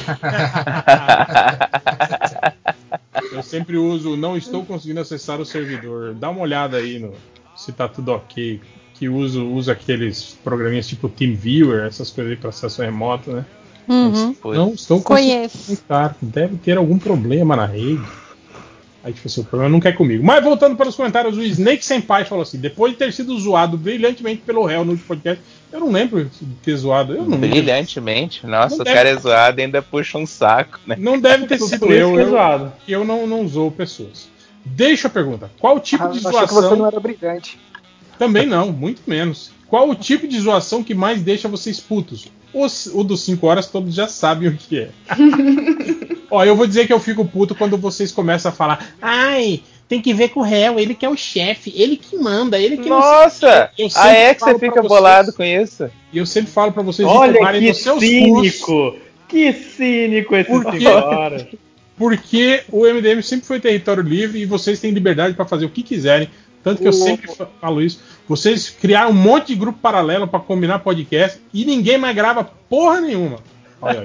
Eu sempre uso, não estou conseguindo acessar o servidor. Dá uma olhada aí se tá tudo ok. Que uso aqueles programinhas tipo TeamViewer, essas coisas aí para acesso remoto, né? Uhum. Não estou conseguindo acessar. Deve ter algum problema na rede. Aí, tipo assim, o problema nunca é comigo. Mas voltando para os comentários, o Snake Senpai falou assim: depois de ter sido zoado brilhantemente pelo réu no podcast, eu não lembro de ter zoado. Eu não brilhantemente? Nossa, não o cara é zoado e ainda puxa um saco, né? Não deve ter sido eu não zoo pessoas. Deixa a pergunta: qual o tipo de zoação. Achei que você não era brilhante. Também não, muito menos. Qual o tipo de zoação que mais deixa vocês putos? O dos 5 horas todos já sabem o que é. Ó, eu vou dizer que eu fico puto quando vocês começam a falar: ai, tem que ver com o réu, ele que é o chefe, ele que manda, ele que Nossa! Que você fica bolado com isso. E eu sempre falo pra vocês tomarem nos seus cínico! Que cínico esse 5 horas! Porque o MDM sempre foi território livre e vocês têm liberdade pra fazer o que quiserem. Tanto que eu sempre falo isso. Vocês criaram um monte de grupo paralelo pra combinar podcast e ninguém mais grava porra nenhuma. Olha,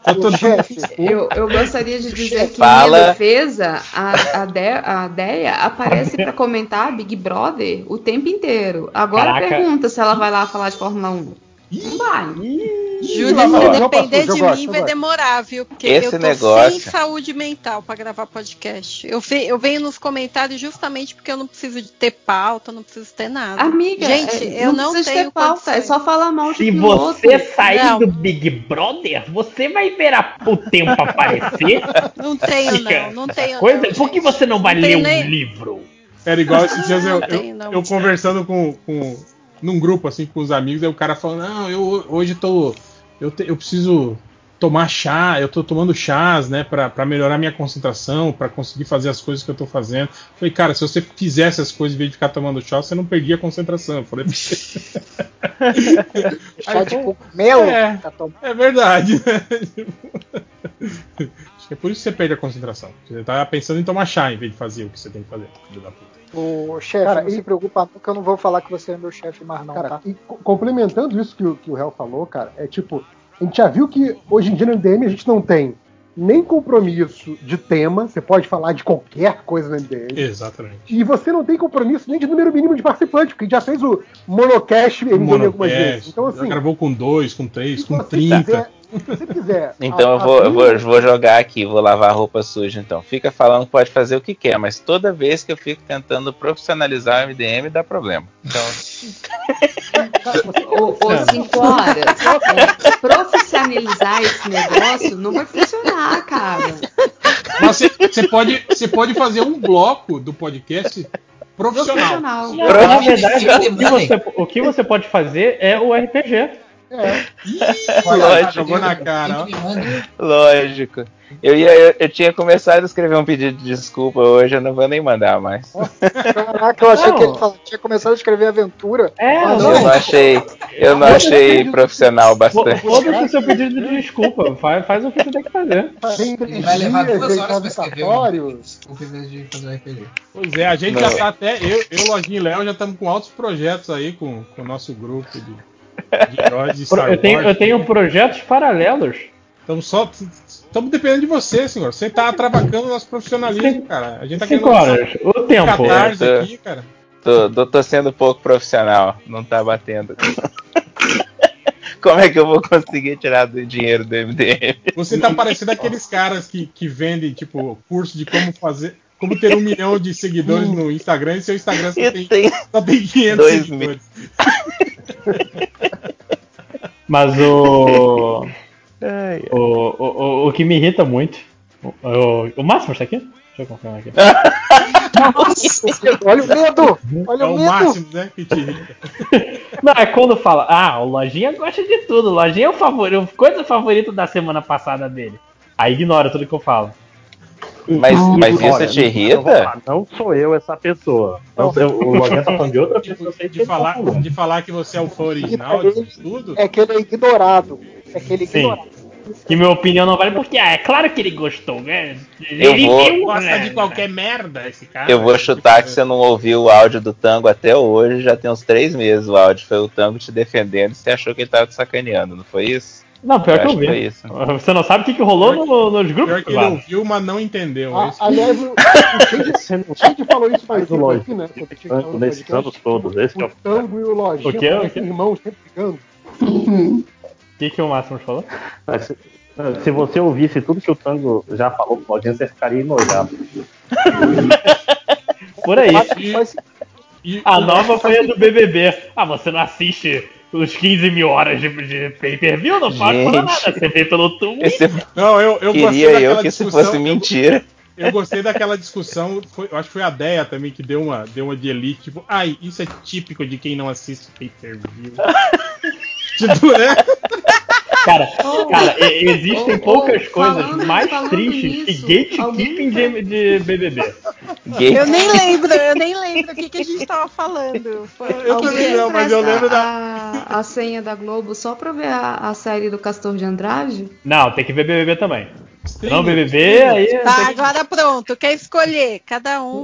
eu gostaria de dizer que, em minha defesa, a Deia aparece pra comentar Big Brother o tempo inteiro. Agora pergunta se ela vai lá falar de Fórmula 1. Não vai. Júlia, se depender de mim, vai demorar, viu? Porque eu tô sem saúde mental pra gravar podcast. Eu venho nos comentários justamente porque eu não preciso de ter pauta, não preciso ter nada. Amiga, gente, eu não tenho ter pauta, é só falar mal de piloto. Se você sair do Big Brother, você vai ver o tempo aparecer. Não tenho, não tenho. Coisa, não, por que você não vai ler um livro? Era igual esses dias eu conversando num grupo assim com os amigos, aí o cara falando: não, hoje eu preciso tomar chá, eu tô tomando chás, né, pra melhorar minha concentração, pra conseguir fazer as coisas que eu tô fazendo. Eu falei: cara, se você fizesse as coisas em vez de ficar tomando chá, você não perdia a concentração. Eu falei: chá de cogumelo? É verdade. Acho que é por isso que você perde a concentração. Você tá pensando em tomar chá em vez de fazer o que você tem que fazer, filho da puta. Ô, chefe, não se preocupa não, que eu não vou falar que você é meu chefe mais não, cara, tá? E complementando isso que o réu falou, cara, é tipo, a gente já viu que hoje em dia no MDM a gente não tem nem compromisso de tema, você pode falar de qualquer coisa no MDM. Exatamente. E você não tem compromisso nem de número mínimo de participantes, porque a gente já fez o monocast MDM algumas vezes. Então, assim, já gravou com 2, com 3, com 30. Se você quiser. Então eu vou jogar aqui, vou lavar a roupa suja então. Fica falando que pode fazer o que quer, mas toda vez que eu fico tentando profissionalizar o MDM dá problema. Então. Ô, 5 horas, profissionalizar esse negócio não vai funcionar, cara. Mas você pode fazer um bloco do podcast profissional. Não, na verdade, o que você pode fazer é o RPG. Lógico. Jogou na cara, ó. Lógico. Eu tinha começado a escrever um pedido de desculpa hoje, eu não vou nem mandar mais. Caraca, eu achei que ele tinha começado a escrever aventura. Eu não achei profissional bastante. Foda-se o seu pedido de desculpa. Faz o que você tem que fazer. Ele vai levar 2 horas pra escrever o desculpa em vez de fazer o RPG. Pois é, a gente já tá até. Eu, Lojinha e Léo, já estamos com altos projetos aí com o nosso grupo de heróis de Star Wars. Eu tenho projetos paralelos. Estamos dependendo de você, senhor. Você tá atrapalhando o nosso profissionalismo, cara. A gente tá 5 horas, o tempo. Aqui, cara. Tô sendo pouco profissional, não tá batendo. Como é que eu vou conseguir tirar do dinheiro do MDM? Você tá parecendo aqueles caras que vendem, tipo, curso de como ter 1 milhão de seguidores no Instagram e seu Instagram só tem 500 seguidores. Mas o que me irrita muito. O Máximo está aqui? Deixa eu confirmar aqui. Olha o medo! Olha o medo! Máximo, né? Que te irrita. Não, é quando fala, o Lojinha gosta de tudo. O Lojinha é o coisa favorita da semana passada dele. Aí ignora tudo que eu falo. Mas isso te irrita? Não sou eu essa pessoa. O Lojinha tá falando de outra pessoa. De falar que você é o fã original de tudo? É que ele é ignorado. Que minha opinião não vale porque é claro que ele gostou, né? Ele gosta de qualquer merda, esse cara. Eu vou chutar que você não ouviu o áudio do Tango até hoje, já tem uns 3 meses o áudio. Foi o Tango te defendendo e você achou que ele tava te sacaneando, não foi isso? Não, pior que eu vi. Isso. Você não sabe o que rolou nos grupos? Pior que ele ouviu, mas não entendeu. Aliás, o Shade falou isso mais aqui, né? Nesses anos todos. O Tango e o Lojinha parecem irmãos sempre brigando. O que o Máximo falou? Se você ouvisse tudo que o Tango já falou pro Lojinha, você ficaria enojado. Por aí. A nova foi a do BBB. Você não assiste os 15 mil horas de pay-per-view? Não pode falar nada. Você vê pelo Twitter. Não, eu queria eu que isso fosse mentira. Eu gostei daquela discussão, eu acho que foi a Deia também que deu uma de elite, tipo, isso é típico de quem não assiste pay-per-view. Tipo, né? Cara, existem poucas coisas mais tristes que gatekeeping de BBB. Eu nem lembro o que a gente tava falando. Eu também não, mas eu lembro a senha da Globo só pra ver a série do Castor de Andrade? Não, tem que ver BBB também. Não, BBB, aí... Tá, agora pronto, quer escolher, cada um.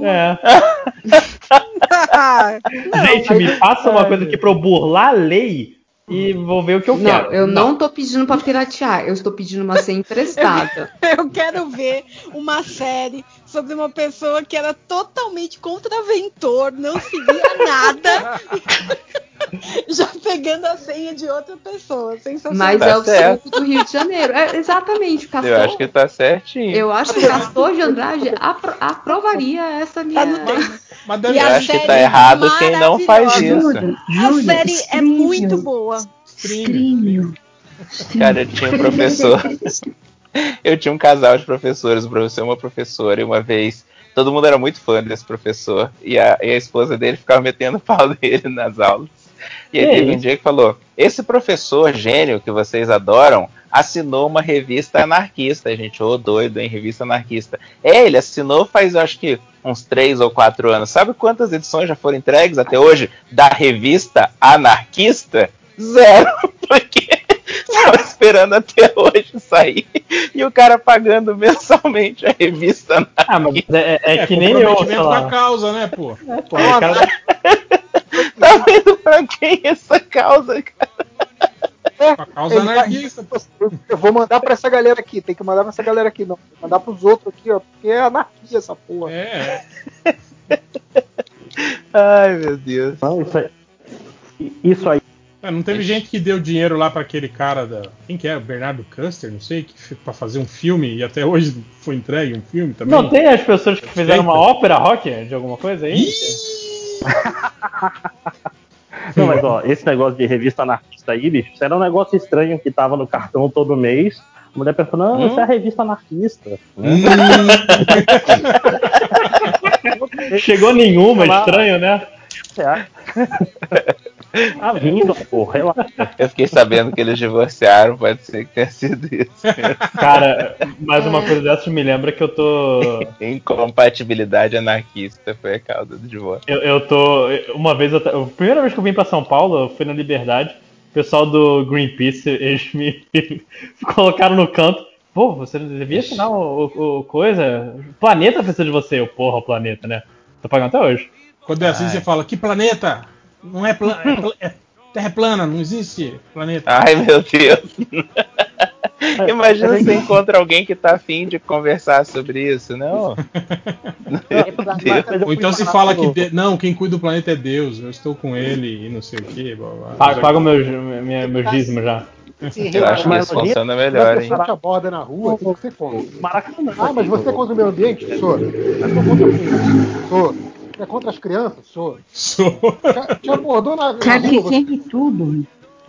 Gente, me passa uma coisa aqui pra eu burlar a lei e vou ver o que eu quero. Eu não tô pedindo pra piratear, eu estou pedindo uma senha emprestada. Eu quero ver uma série sobre uma pessoa que era totalmente contraventor, não seguia nada, já pegando a senha de outra pessoa. Sensacional. Mas é o suco do Rio de Janeiro. Exatamente, Castor. Eu acho que tá certinho. Eu acho que o Castor de Andrade aprovaria essa minha... Eu acho que tá errado quem não faz isso. A série é muito boa. Cara, eu tinha um professor. Eu tinha um casal de professores, um professor e uma professora, e uma vez todo mundo era muito fã desse professor, e a esposa dele ficava metendo o pau dele nas aulas. E aí teve um dia que falou: esse professor gênio que vocês adoram assinou uma revista anarquista. A gente, doido, hein? Revista anarquista. Ele assinou faz, eu acho que, uns 3 ou 4 anos. Sabe quantas edições já foram entregues até hoje da revista anarquista? 0, porque estava esperando até hoje sair. E o cara pagando mensalmente a revista anarquista. Mas é que nem eu, sei lá. Com a causa, né, pô? Tá vendo pra quem essa causa, cara? A causa anarquista. Eu vou mandar pra essa galera aqui. Tem que mandar pra essa galera aqui, não. Vou mandar pros outros aqui, ó. Porque é anarquia essa porra. Ai, meu Deus. Não, isso aí. Não teve gente que deu dinheiro lá pra aquele cara da... Quem que é? O Bernardo Custer, não sei, pra fazer um filme, e até hoje foi entregue um filme também. Não tem as pessoas que fizeram uma ópera rock de alguma coisa aí? Não, mas ó, esse negócio de revista anarquista aí, bicho, isso era um negócio estranho que tava no cartão todo mês. A mulher pensou, não, isso é a revista anarquista. Chegou nenhuma, estranho, né? Tá vindo, porra, relaxa. Eu fiquei sabendo que eles divorciaram, pode ser que tenha sido isso. Cara, mais uma coisa dessa me lembra que eu tô... Incompatibilidade anarquista foi a causa do divórcio. Eu tô... A primeira vez que eu vim pra São Paulo, eu fui na Liberdade, o pessoal do Greenpeace, eles me colocaram no canto. Pô, você não devia assinar o coisa? O planeta precisa de você. Eu, porra, o planeta, né? Tô pagando até hoje. Quando é assim, você fala, que planeta? Não é Terra é plana, não existe planeta. Ai, meu Deus. Imagina você encontra alguém que tá afim de conversar sobre isso, não? Ou então se fala que quem cuida do planeta é Deus, eu estou com ele e não sei o que. Paga meus dízimos já. Eu acho que isso funciona melhor, hein? Se a pessoa te aborda na rua, tem que ser contra. Ah, mas você é contra o meio ambiente? Sou. Mas você é contra a política? Sou. Você é contra as crianças? Sou. Te abordou na rua. Tem tudo.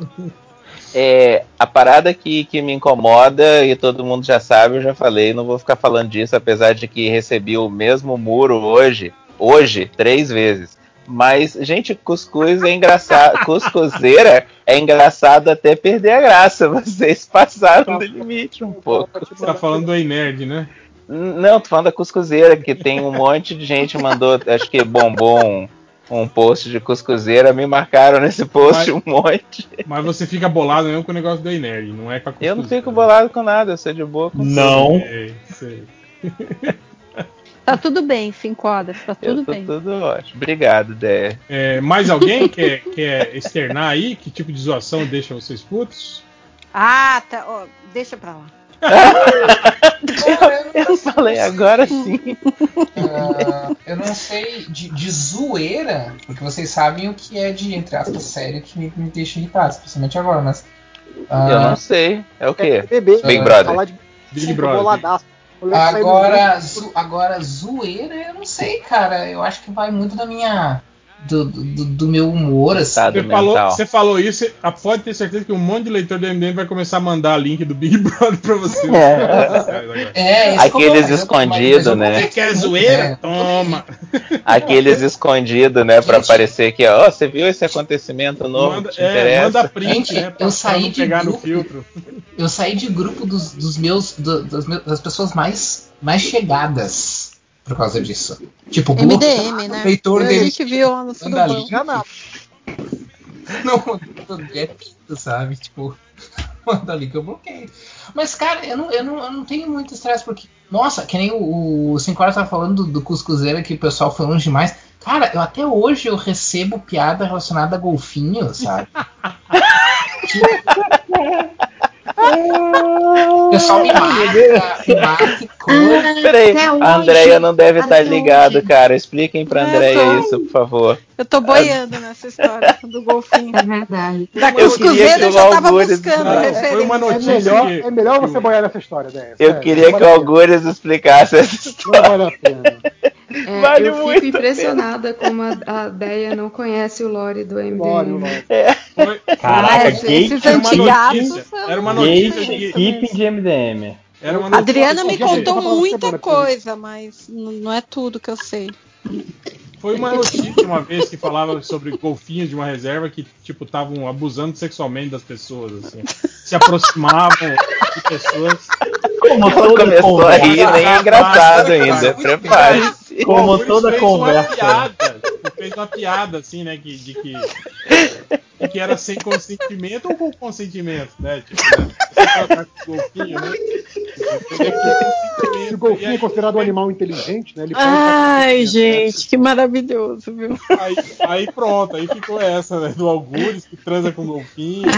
A parada que me incomoda, e todo mundo já sabe, eu já falei, não vou ficar falando disso, apesar de que recebi o mesmo muro hoje 3 vezes. Mas, gente, cuscuz é engraçado. Cuscuzeira é engraçado até perder a graça. Vocês passaram do limite um pouco. Você tá falando do Ei Nerd, né? Não, tô falando da cuscuzeira, que tem um monte de gente mandou, acho que bombou um post de cuscuzeira, me marcaram nesse post um monte. Mas você fica bolado mesmo com o negócio do Ei Nerd, não é com a cuscuzeira. Eu não fico bolado com nada, eu sou de boa com não. Sei. Tá tudo bem, 5 horas, tá tudo bem. Tudo ótimo. Obrigado, Déia. Mais alguém quer externar aí? Que tipo de zoação deixa vocês putos? Ah, tá. Ó, deixa pra lá. Eu falei agora sim. Eu não sei de zoeira, porque vocês sabem o que é de, entre aspas, sério que me deixa irritado, especialmente agora, mas... eu não sei. É o quê? Big Brother. Big Brother. Agora, zoeira, eu não sei, cara. Eu acho que vai muito da minha... Do meu humor, assim. Você falou isso, pode ter certeza que um monte de leitor do MDM vai começar a mandar link do Big Brother pra você. Aqueles escondidos, né? Você quer zoeira? Toma! Aqueles escondidos, né? Pra parecer que, você viu esse acontecimento novo? Te interessa? Manda print, gente, né? Eu saí de pegar grupo, no filtro. Eu saí de grupo das pessoas mais chegadas por causa disso. Tipo, MDM, né? Leitor a dele gente viu lá no Surubão. Não, é pinto, sabe? Tipo, manda ali que eu bloqueio. Mas, cara, eu não tenho muito estresse, porque, nossa, que nem o 5 horas tava falando do cuscuzeira, que o pessoal foi longe demais. Cara, até hoje eu recebo piada relacionada a golfinho, sabe? O pessoal me marca e coisa. Peraí, a Andréia não deve estar ligada, cara. Expliquem pra Andréia isso, por favor. Eu tô boiando nessa história do golfinho. É verdade. Da cuscuzeira eu já tava buscando referência. Foi uma notícia é melhor você boiar nessa história, Déia. Eu queria que o Algures explicasse essa história. Não vale a pena. Vale eu fico impressionada como a Déia não conhece o lore do MDM. Caraca, esses antigados. Era uma notícia Keeping de MDM. A Adriana me contou muita coisa, mas não é tudo que eu sei. Foi uma notícia uma vez que falava sobre golfinhos de uma reserva que, tipo, estavam abusando sexualmente das pessoas, assim. Se aproximavam de pessoas. Como toda começou conversa. A rir, nem é engraçado ainda. Prepare-se. Como toda conversa. Fez uma piada, assim, né, de que era sem consentimento ou com consentimento, né? Tipo, né? Você colocar com o golfinho, né? Se o golfinho é considerado um animal inteligente, né? Ele Ai, gente, que maravilhoso, viu? Aí pronto, aí ficou essa, né? Do Algures que transa com golfinho.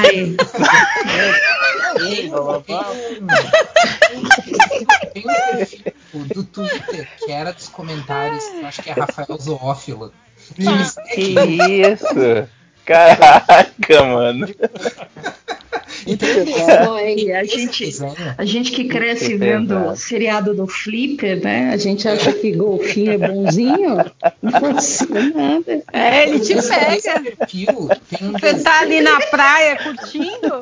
Tem um perfil do Twitter que era dos comentários, acho que é Rafael Zoófilo. Que isso? Caraca, mano. A gente que cresce vendo seriado do Flipper, né? A gente acha que golfinho é bonzinho. Não funciona nada. Ele te pega. Você tá ali na praia curtindo?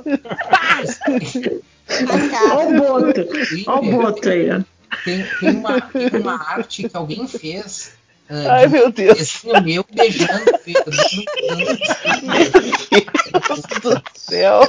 Olha o boto aí, ó. Tem uma arte que alguém fez. Ai, meu Deus. Meu beijando Meu Deus do céu.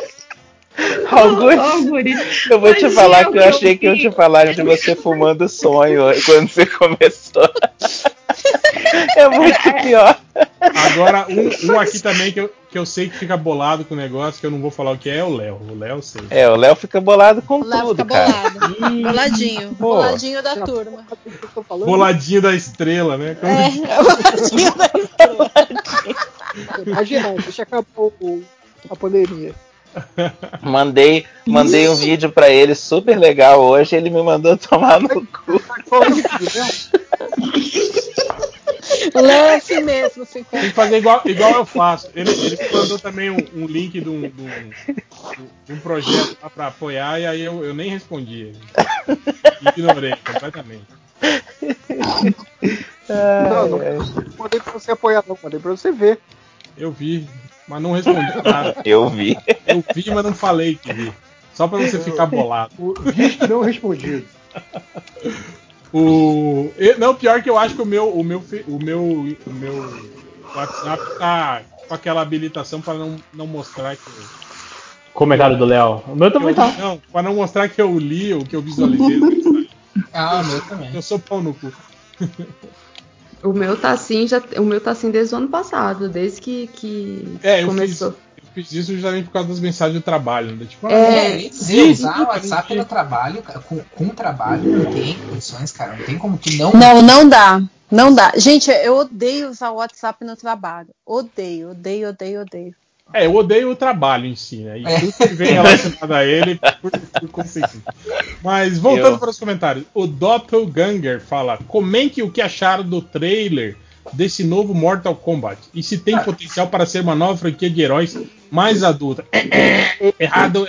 Augusto, eu vou te falar que eu achei que eu ia te falar de você fumando sonho quando você começou. É muito pior. Agora, um aqui também que eu sei que fica bolado com o negócio, que eu não vou falar o que é o Léo. O Léo sei. O Léo fica bolado com tudo, fica cara. Boladinho. Pô. Boladinho da turma. Boladinho da estrela, né? Boladinho da estrela. Imagina, deixa acabar a pandemia. Mandei um vídeo pra ele super legal hoje, ele me mandou tomar no cu. O Léo é assim mesmo, Tem que fazer igual eu faço. Ele me mandou também um link de um projeto lá pra apoiar, e aí eu nem respondi. Ignorei completamente. Não mandei pra você apoiar, não, mandei pra você ver. Eu vi, mas não respondi nada. Eu vi, mas não falei que vi. Só pra você ficar bolado. Visto não respondido. Não, pior que eu acho que o meu WhatsApp tá com aquela habilitação para não mostrar que Comentário do Léo. O meu também tá. Não, para não mostrar que eu li o que eu visualizei. O meu também. Eu sou pau no cu. O meu tá assim desde o ano passado, desde que começou. Eu fiz isso justamente por causa das mensagens do trabalho, né? Tipo, usar o WhatsApp no trabalho, com trabalho, não tem condições, cara. Não tem como que não. Não dá. Não dá. Gente, eu odeio usar o WhatsApp no trabalho. Odeio. Eu odeio o trabalho em si, né? E tudo que vem relacionado a ele por conseguinte. Mas voltando para os comentários, o Doppelganger fala: comente o que acharam do trailer desse novo Mortal Kombat e se tem potencial para ser uma nova franquia de heróis mais adulta. Errado.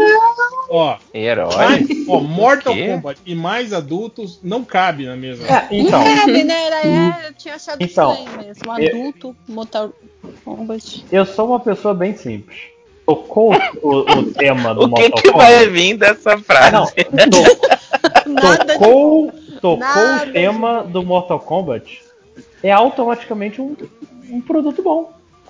Herói? Mortal Kombat e mais adultos não cabe na mesma. Não cabe, né? Eu tinha achado estranho mesmo. Adulto, Mortal Kombat. Eu sou uma pessoa bem simples. Tocou o tema do Mortal Kombat. O que vai vir dessa frase? Tocou o tema do Mortal Kombat. É automaticamente um produto bom.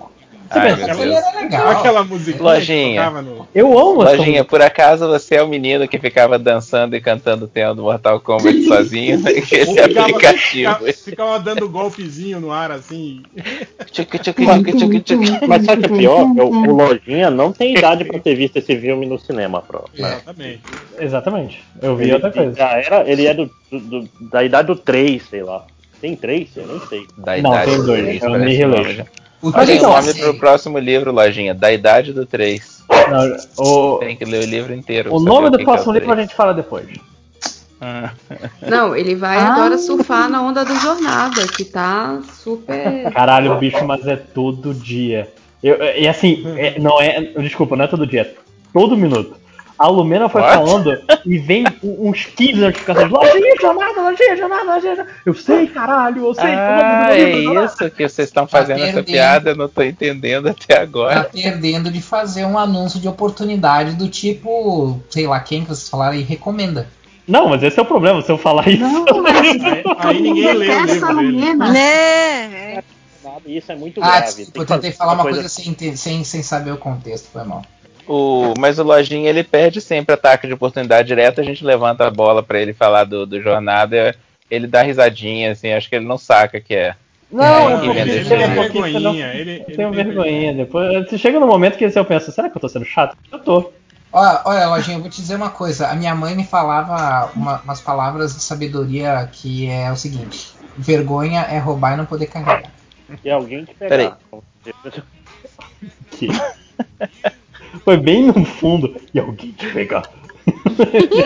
Aquela musiquinha. Lojinha. Eu amo essa Lojinha, por acaso você é o menino que ficava dançando e cantando o tema do Mortal Kombat sozinho? Esse aplicativo. Ficava dando golpezinho no ar assim. Mas sabe o que é pior? O Lojinha não tem idade pra ter visto esse filme no cinema, Exatamente. Eu vi outra coisa. Ele é da idade do 3, sei lá. Tem 3? Eu nem sei. Não, tem 2. Eu me releixo. Tem o nome pro próximo livro, Lojinha. Da idade do 3. Tem que ler o livro inteiro. O nome do próximo livro a gente fala depois. Não, ele vai agora surfar na onda do Jornada, que tá super. Caralho, bicho, mas é todo dia. E assim, desculpa, não é todo dia, é todo minuto. A Lumena foi falando e vem uns 15 notificações. Lojinha, jornada. Eu sei, caralho, eu sei. É isso que vocês estão fazendo essa piada, eu não tô entendendo até agora. Tá perdendo de fazer um anúncio de oportunidade do tipo, sei lá quem que vocês falaram aí, recomenda. Não, mas esse é o problema, se eu falar isso. Não, aí ninguém lê o livro dele. Né? Isso é muito grave. Eu tentei falar uma coisa sem saber o contexto, foi mal. Mas o Lojinha, ele perde sempre ataque de oportunidade direto, a gente levanta a bola pra ele falar do Jornada, ele dá risadinha, assim, acho que ele não saca que é. Ele tem vergonhinha. Ele tem vergonhinha. Depois, você chega no momento que você pensa, será que eu tô sendo chato? Eu tô. Olha, Lojinha, eu vou te dizer uma coisa. A minha mãe me falava umas palavras de sabedoria que é o seguinte: vergonha é roubar e não poder carregar. E alguém que pegar. Que? Foi bem no fundo. E alguém te pegar.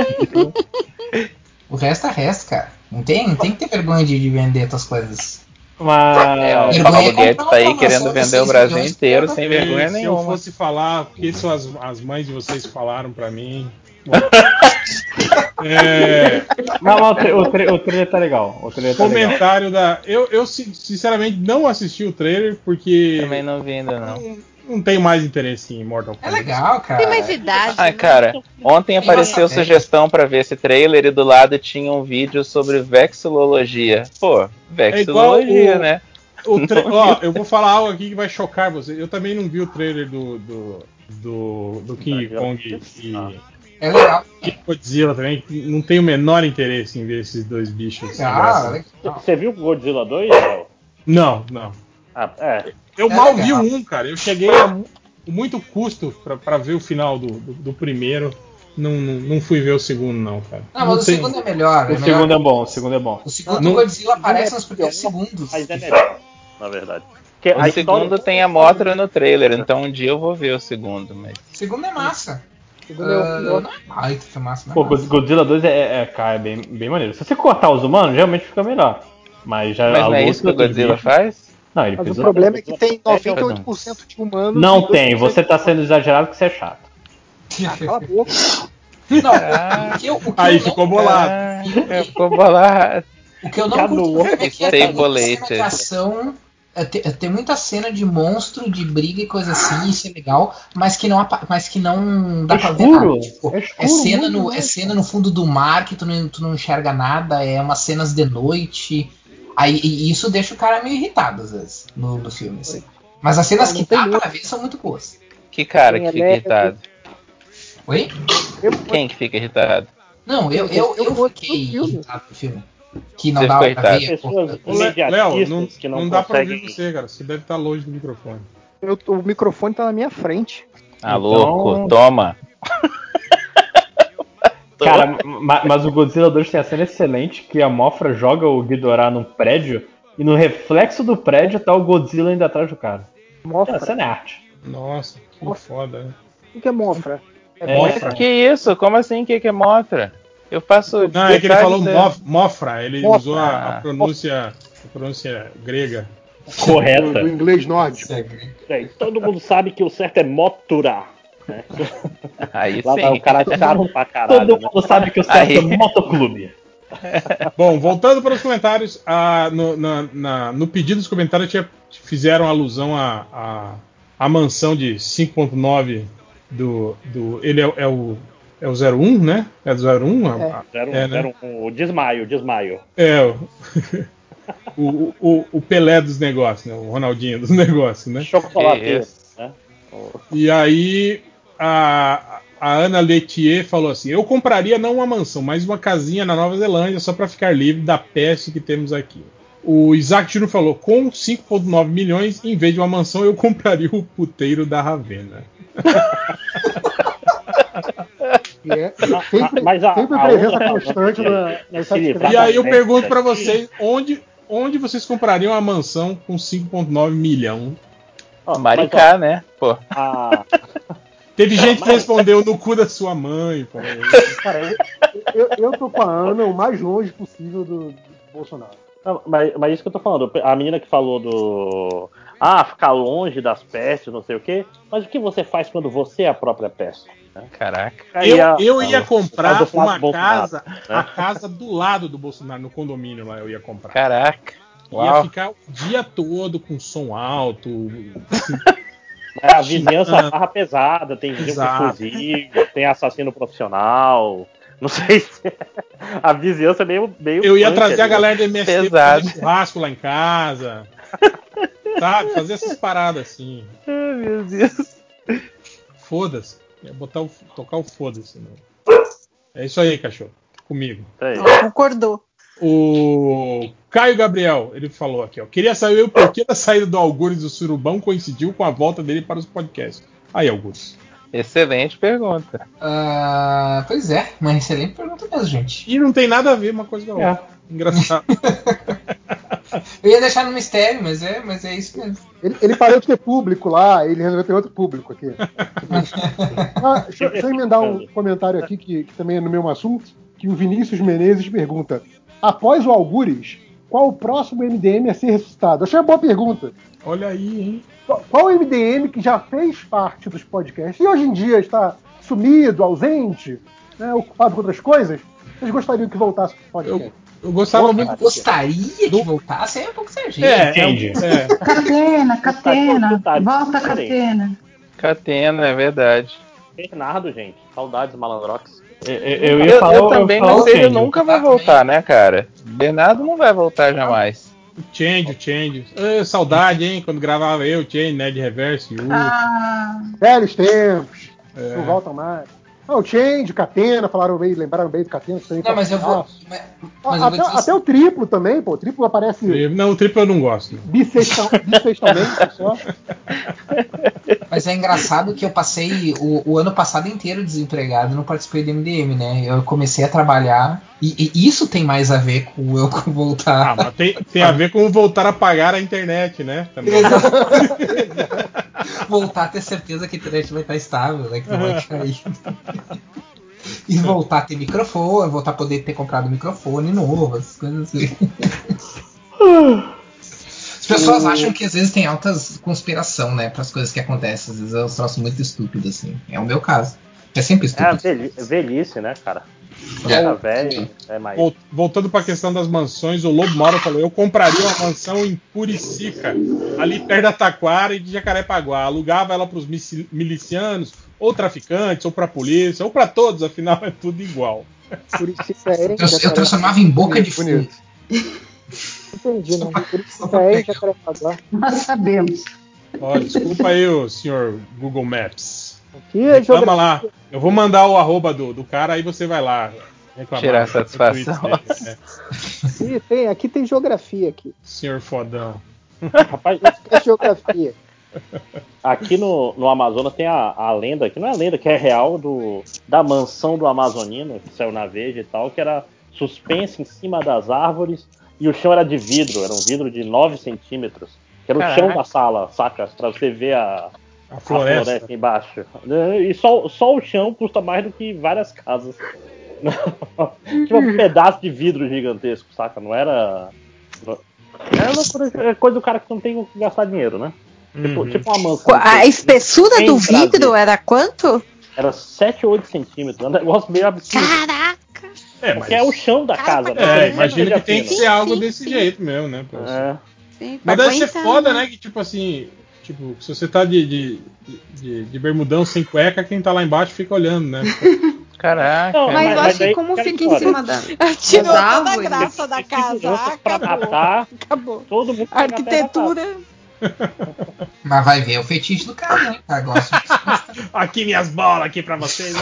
O resto é resto, cara. Não tem que ter vergonha de vender tuas coisas. Mas o Paulo Guedes tá aí querendo vender o Brasil inteiro sem vergonha nenhuma. Se eu fosse falar, porque isso as mães de vocês falaram pra mim. O trailer tá legal. Comentário da. Eu sinceramente não assisti o trailer porque. Também não vi ainda não. Não tenho mais interesse em Mortal Kombat. É legal, cara. Tem mais idade. Ai, cara, ontem apareceu sugestão pra ver esse trailer e do lado tinha um vídeo sobre vexilologia. Pô, vexilologia, né? Ó, eu vou falar algo aqui que vai chocar você. Eu também não vi o trailer do King Kong e é legal. Godzilla também. Não tenho o menor interesse em ver esses dois bichos. Você viu o Godzilla 2? Não. Eu mal vi um, cara. Eu cheguei a muito custo pra ver o final do primeiro. Não fui ver o segundo, não, cara. Não, mas o segundo é melhor. O segundo é bom. O segundo Godzilla aparece nos primeiros segundos. Mas é melhor, na verdade. O segundo tem a Mothra no trailer, então um dia eu vou ver o segundo. Mas... O segundo é massa. Ai, que massa. Pô, Godzilla 2 é bem maneiro. Se você cortar os humanos, realmente fica melhor. Mas não é isso que o Godzilla faz? Não, ele mas o problema é que tem 98% de humanos. Não tem, você tá sendo exagerado porque você é chato. Cala a boca. Aí ficou bolado. Ficou bolado. O que eu não curto é que a cena de ação tem muita cena de monstro, de briga e coisa assim, isso é legal, mas que não dá pra ver nada. Tipo, é cena no fundo do mar que tu não enxerga nada, é umas cenas de noite. E isso deixa o cara meio irritado às vezes no filme. Assim. Mas as cenas que dá pra ver são muito boas. Que cara que fica irritado? Oi? Quem que fica irritado? Não, eu fiquei irritado no filme. Que não dá pra ver. Léo, não dá pra ouvir você, cara. Você deve estar longe do microfone. O microfone tá na minha frente. Ah, louco, toma. Cara, mas o Godzilla 2 tem a cena excelente que a Mothra joga o Ghidorah num prédio e no reflexo do prédio tá o Godzilla ainda atrás do cara. Mothra? Essa é arte. Nossa, que foda, né? O que é Mothra? Mothra? Que isso? Como assim que é Mothra? Eu faço. Não, é que ele falou Mothra, ele usou a pronúncia grega. Correta. Do inglês nórdico. Todo mundo sabe que o certo é Mothra. Aí lá sim. vai o cara chato pra caralho. Todo mundo sabe que o certo é motoclube. Bom, voltando para os comentários, no pedido dos comentários fizeram alusão à mansão de 5.9 do ele é o 01, né? É do 01? 01, o desmaio. É, o Pelé dos negócios, né? O Ronaldinho dos negócios, né? Chocolate, né? E aí a Ana Letier falou assim: eu compraria não uma mansão, mas uma casinha na Nova Zelândia só para ficar livre da peste que temos aqui. O Isaac Júnior falou: com 5,9 milhões, em vez de uma mansão, eu compraria o puteiro da Ravenna. Sempre presença constante nessa E aí eu pergunto para vocês: onde vocês comprariam uma mansão com 5,9 milhão? Maricá, né? Pô. Teve gente que respondeu no cu da sua mãe. Pô. Cara, eu tô com a Ana o mais longe possível do Bolsonaro. Não, mas isso que eu tô falando, a menina que falou do... ficar longe das pestes, não sei o quê. Mas o que você faz quando você é a própria peste? Caraca. Eu ia comprar uma casa, a casa do lado do Bolsonaro, no condomínio lá eu ia comprar. Caraca. Ia ficar o dia todo com som alto. A vizinhança barra pesada, tem vídeo com fuzil, tem assassino profissional. Não sei se a vizinhança é meio eu ia trazer a galera do MST pra fazer churrasco lá em casa. Sabe? Fazer essas paradas assim. Ai, meu Deus. Foda-se. Ia tocar o foda-se. É isso aí, cachorro. Comigo. Concordou. O Caio Gabriel, ele falou aqui, ó. Queria saber o porquê da saída do Algures do Surubão coincidiu com a volta dele para os podcasts. Aí, Algures. Excelente pergunta. Pois é, uma excelente pergunta mesmo, gente. E não tem nada a ver uma coisa com a outra. Engraçado. Eu ia deixar no mistério, mas é isso mesmo. Ele parou de ter público lá, ele resolveu ter outro público aqui. Deixa eu emendar um comentário aqui que também é no mesmo assunto, que o Vinícius Menezes pergunta: após o Algures, qual o próximo MDM a ser ressuscitado? Achei uma boa pergunta. Olha aí, hein? Qual o MDM que já fez parte dos podcasts e hoje em dia está sumido, ausente, né, ocupado com outras coisas? Vocês gostariam que voltasse para o podcast? Eu gostava muito. Gostaria que voltasse, é um pouco sargento. Catena. Volta, Catena. Catena, é verdade. Bernardo, gente. Saudades, Malandrox. Eu também, mas ele nunca vai voltar, né, cara? Bernardo não vai voltar jamais. O Change. Saudade, hein? Quando gravava eu, Change, Ned Reverso e o. Velhos tempos. Não voltam mais. O Change, Catena, lembraram bem do Catena. Não, mas eu vou. Até o Triplo também, pô. O Triplo aparece. Não, o Triplo eu não gosto. Bissextalmente só. Mas é engraçado que eu passei o ano passado inteiro desempregado e não participei do MDM, né? Eu comecei a trabalhar e isso tem mais a ver com eu voltar. Mas tem a ver com voltar a pagar a internet, né? Também. Voltar a ter certeza que a internet vai estar estável, né? Que não vai cair. E voltar a ter microfone, voltar a poder ter comprado microfone novo, essas coisas assim. As pessoas acham que às vezes tem altas conspiração, né, para as coisas que acontecem. Às vezes é um troço muito estúpido, assim. É o meu caso. É sempre estúpido. É velhice, né, cara? Velho, Voltando para a questão das mansões, o Lobo Mauro falou: eu compraria uma mansão em Curicica, ali perto da Taquara e de Jacarepaguá. Alugava ela para os milicianos, ou traficantes, ou para a polícia, ou para todos, afinal é tudo igual. Eu transformava em boca de fumo. Entendi, não. Curicica é em Jacarepaguá. Nós sabemos. Desculpa aí, o senhor Google Maps. Reclama lá. Eu vou mandar o arroba do cara, aí você vai lá reclamar. Tirar satisfação. Aqui tem geografia aqui. Senhor fodão. Rapaz, é geografia. Aqui no Amazonas tem a lenda, que não é lenda, que é real, da mansão do Amazonino, que saiu na Veja e tal, que era suspensa em cima das árvores e o chão era de vidro, era um vidro de 9 centímetros, que era o chão da sala, saca? Pra você ver a floresta embaixo. E só o chão custa mais do que várias casas. Tipo um pedaço de vidro gigantesco, saca? Não era. É coisa do cara que não tem que gastar dinheiro, né? Tipo uma mansão. A espessura do vidro era quanto? Era 7 ou 8 centímetros. É um negócio meio absurdo. Caraca! Porque é o chão da casa, né? Imagina que tem que ser algo desse jeito mesmo, né? Mas deve ser foda, né? Que tipo assim. Tipo, se você tá de bermudão sem cueca, quem tá lá embaixo fica olhando, né? Caraca. Não, mas eu acho que como fica em cima da tirou toda a graça da casa. Acabou. Todo mundo a arquitetura. Mas vai ver o fetiche do cara, né? Aqui minhas bolas aqui pra vocês.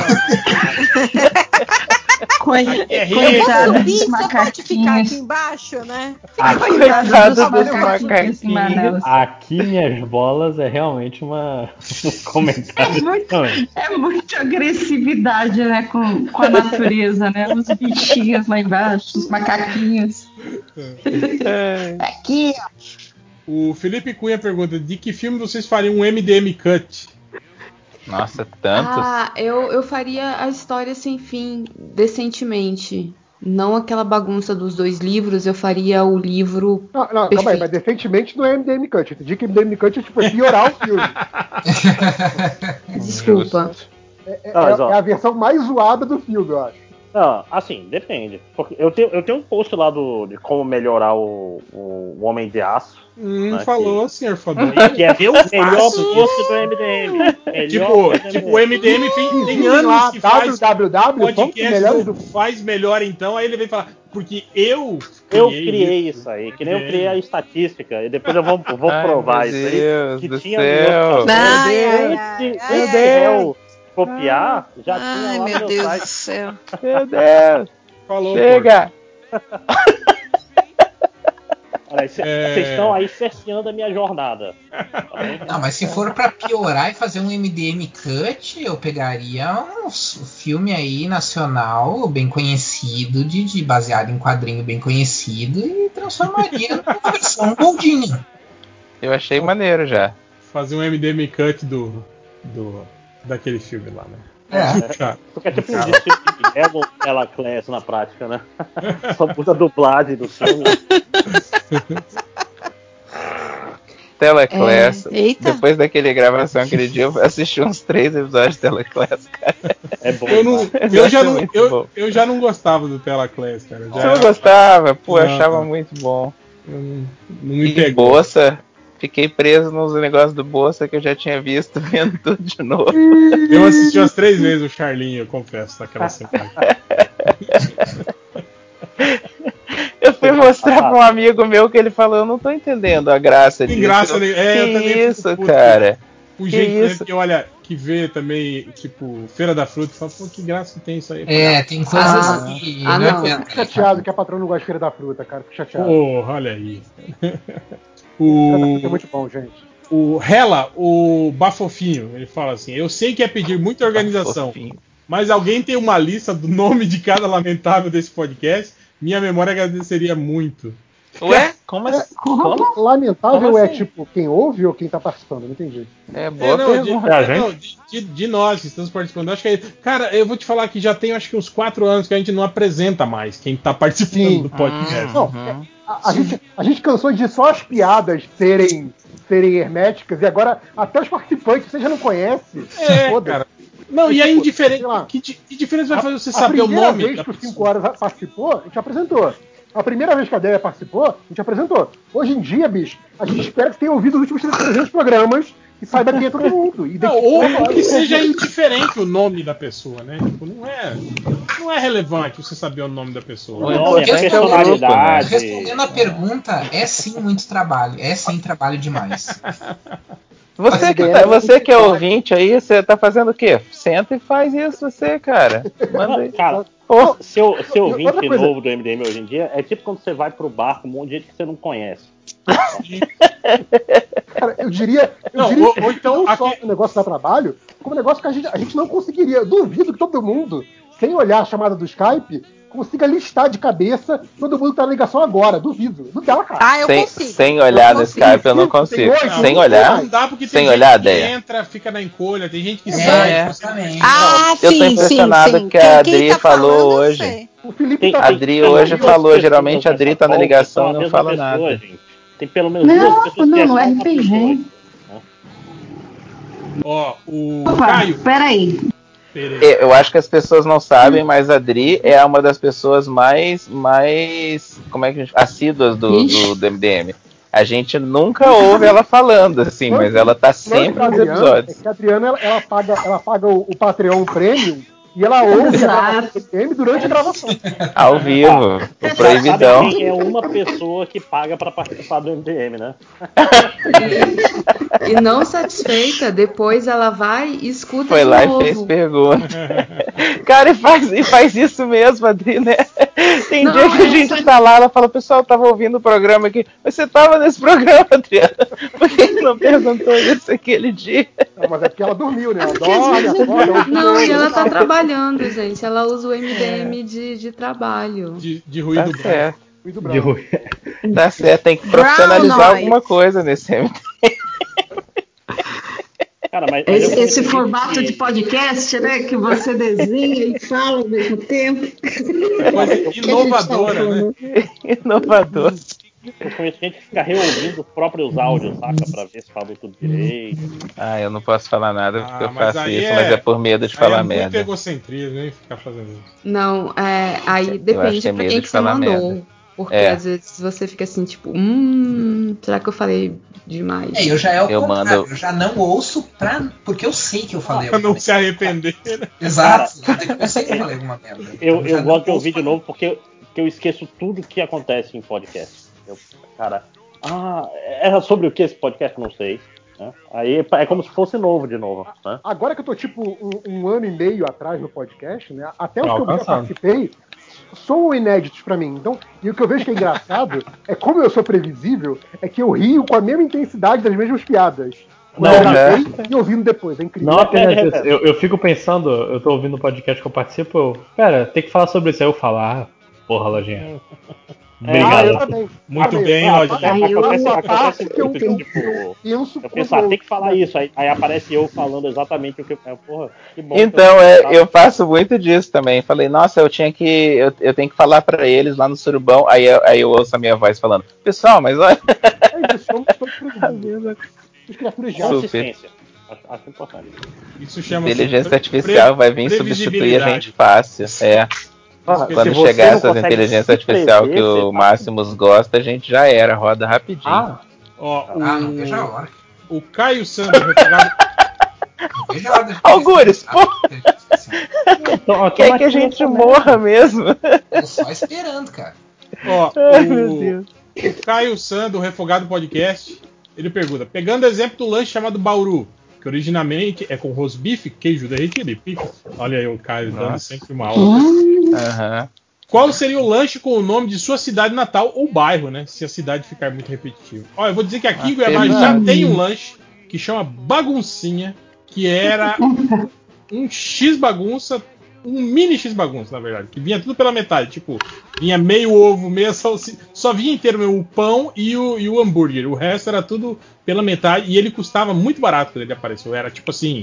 Coitado dos macaquinhos. Aqui embaixo, né? Coitado dos macaquinhos. Aqui minhas bolas é realmente um comentário. É muita agressividade, né? Com a natureza, né? Os bichinhos lá embaixo, os macaquinhos. Aqui, ó. O Felipe Cunha pergunta: de que filme vocês fariam um MDM Cut? Nossa, tantos. Eu faria A História Sem Fim decentemente. Não aquela bagunça dos 2 livros, eu faria o livro. Não, calma aí, mas decentemente não é MDM Cut. Eu entendi que MDM Cut é tipo piorar o filme. Desculpa. É a versão mais zoada do filme, eu acho. Não, assim, depende. Porque eu tenho um post lá de como melhorar o Homem de Aço. Né, falou, senhor Fodão. Que é o melhor post do MDM. Tipo, o MDM tem anos que faz podcast faz melhor então, aí ele vem falar, porque eu criei isso aí, que nem eu criei a estatística, e depois eu vou provar isso aí. Que tinha eu copiar, já tinha lá meu no Deus site. do céu. Meu Deus. Falou, chega. Vocês estão aí cerceando a minha jornada. Não, mas se for pra piorar e fazer um MDM Cut, eu pegaria um filme aí nacional bem conhecido, baseado em quadrinho bem conhecido, e transformaria numa versão goldinha. Eu achei maneiro já. Fazer um MDM Cut daquele filme lá, né? Tu quer tipo um destino de guerra ou Telaclass na prática, né? Só puta dublagem do filme. Teleclass. Depois daquele gravação aquele dia, eu assisti uns 3 episódios de Teleclass, cara. É bom. Eu já não gostava do Teleclass, cara. Você não gostava? Pô, eu achava muito bom. Não me pegou. Bolsa, fiquei preso nos negócios do Bolsa que eu já tinha visto, vendo tudo de novo. Eu assisti umas 3 vezes o Charlinho, eu confesso, naquela semana. Eu fui mostrar pra um amigo meu que ele falou, eu não tô entendendo a graça disso. Tem graça, eu também isso, cara. O jeito que olha, que vê também, tipo, Feira da Fruta, fala, pô, que graça que tem isso aí. Tem coisas que... não. Fico chateado que a patrona não gosta de Feira da Fruta, cara. Fico chateado. Porra, olha aí. Feira da Fruta é muito bom, gente. O Hela, o Bafofinho, ele fala assim, eu sei que é pedir muita organização, mas alguém tem uma lista do nome de cada lamentável desse podcast? Minha memória agradeceria muito. Ué? Como assim? Lamentável é tipo quem ouve ou quem tá participando? Não entendi. Boa pergunta. De nós que estamos participando. Acho que cara, eu vou te falar que já tem acho que uns 4 anos que a gente não apresenta mais quem tá participando do podcast. A gente cansou de só as piadas serem herméticas e agora até os participantes você já não conhece. Cara. Não, e é indiferente. Que diferença vai fazer você saber o nome? A primeira vez que o 5 Horas participou, a gente apresentou. A primeira vez que a Deia participou, a gente apresentou. Hoje em dia, bicho, a gente espera que tenha ouvido os últimos 300 programas e saiba quem é todo mundo. Ou que seja indiferente o nome da pessoa, né? Tipo, não é relevante você saber o nome da pessoa. Respondendo a pergunta, é sim muito trabalho. É sim trabalho demais. Você que é ouvinte aí, você tá fazendo o quê? Senta e faz isso, você, cara. Manda aí. Cara, ser ouvinte novo do MDM hoje em dia é tipo quando você vai pro bar com um monte de gente que você não conhece. Cara, eu diria ou então não só o negócio dá trabalho, como um negócio que a gente não conseguiria. Eu duvido que todo mundo, sem olhar a chamada do Skype, consiga listar de cabeça todo mundo que tá na ligação agora. Duvido. Não dá, cara. Eu consigo. Sem olhar no Skype eu não consigo. Sem olhar? Não dá porque sem tem olhar, gente que entra, fica na encolha, tem gente que sai. Exatamente. Eu tô impressionado que a Adri falou hoje. O Felipe a Adri hoje falou, geralmente a Adri tá na ligação e não fala nada. Gente. Tem pelo menos duas pessoas que não é RPG. O Caio. Peraí. Eu acho que as pessoas não sabem, mas a Adri é uma das pessoas mais como é que a gente, assíduas do MDM. A gente nunca ouve ela falando, assim, mas ela tá sempre nos episódios. É que a Adriana, ela paga o Patreon Premium e ela ouve a MDM durante a gravação. Ao vivo, o proibidão. É uma pessoa que paga pra participar do MDM, né? E não satisfeita, depois ela vai e escuta Foi de lá novo. E fez pergunta. Cara, e faz isso mesmo, Adri, né? Tem dia que a gente tá lá, ela fala, pessoal, eu tava ouvindo o programa aqui. Mas você tava nesse programa, Adriana? Por que não perguntou isso aquele dia? Não, mas é porque ela dormiu, né? Ela dorme, não, e ela tá trabalhando, gente. Ela usa o MDM de trabalho. De ruído branco. De ruído. Dá certo, tem que profissionalizar alguma coisa nesse MDM. Cara, mas esse formato de podcast, né? Que você desenha e fala ao mesmo tempo. Coisa inovadora, né? Inovador. Eu conheço gente que fica reouvindo os próprios áudios, saca? Pra ver se falou tudo direito. Eu não posso falar nada porque eu faço isso, mas é por medo de falar merda. É muito egocentrismo, hein? Ficar fazendo isso. Não, aí depende pra quem que você mandou. Merda. Porque às vezes você fica assim, tipo, será que eu falei demais? Eu já não ouço porque eu sei que eu falei. Pra não se arrepender, né? Exato, eu sei que eu falei alguma merda. Eu gosto de ouvir de novo porque eu esqueço tudo que acontece em podcast. Era sobre o que esse podcast? Não sei. Né? Aí é como se fosse novo de novo. Né? Agora que eu tô tipo um ano e meio atrás no podcast, né? Até os que eu já participei são inéditos pra mim. Então, e o que eu vejo que é engraçado é como eu sou previsível, é que eu rio com a mesma intensidade das mesmas piadas. E ouvindo depois, é incrível. Não apenas isso. Eu fico pensando, eu tô ouvindo o podcast que eu participo, pera, tem que falar sobre isso. Aí eu falo, porra, Lojinha. Eu também. Muito bem, Lodinho. Eu penso, tem que falar isso. Aí aparece eu falando exatamente o que eu. Porra, que bom. Então, eu faço muito disso também. Falei, nossa, eu tenho que falar pra eles lá no Surubão. Aí eu ouço a minha voz falando, pessoal, mas olha. As criaturas de assistência. Acho importante. Isso chama inteligência artificial vai vir substituir a gente fácil. Quando chegar essas inteligências artificiais que o Máximos gosta, a gente já era, roda rapidinho. Não vejo a hora. O Caio Sandro, refogado. Algures, pô! Quer que a gente morra mesmo? Tô só esperando, cara. Meu Deus. O Caio Sandro, Refogado Podcast, ele pergunta: pegando o exemplo do lanche chamado Bauru, que originalmente é com rosbife, queijo derretido e picles. Olha aí o Caio dando sempre uma aula. Qual seria o lanche com o nome de sua cidade natal ou bairro, né? Se a cidade ficar muito repetitiva. Eu vou dizer que aqui em Goiabá já tem um lanche que chama Baguncinha, que era um X-bagunça, um mini X-bagunça, na verdade, que vinha tudo pela metade, tipo, vinha meio ovo, meia salsicha, só vinha inteiro o pão e o hambúrguer, o resto era tudo pela metade, e ele custava muito barato quando ele apareceu, era tipo assim,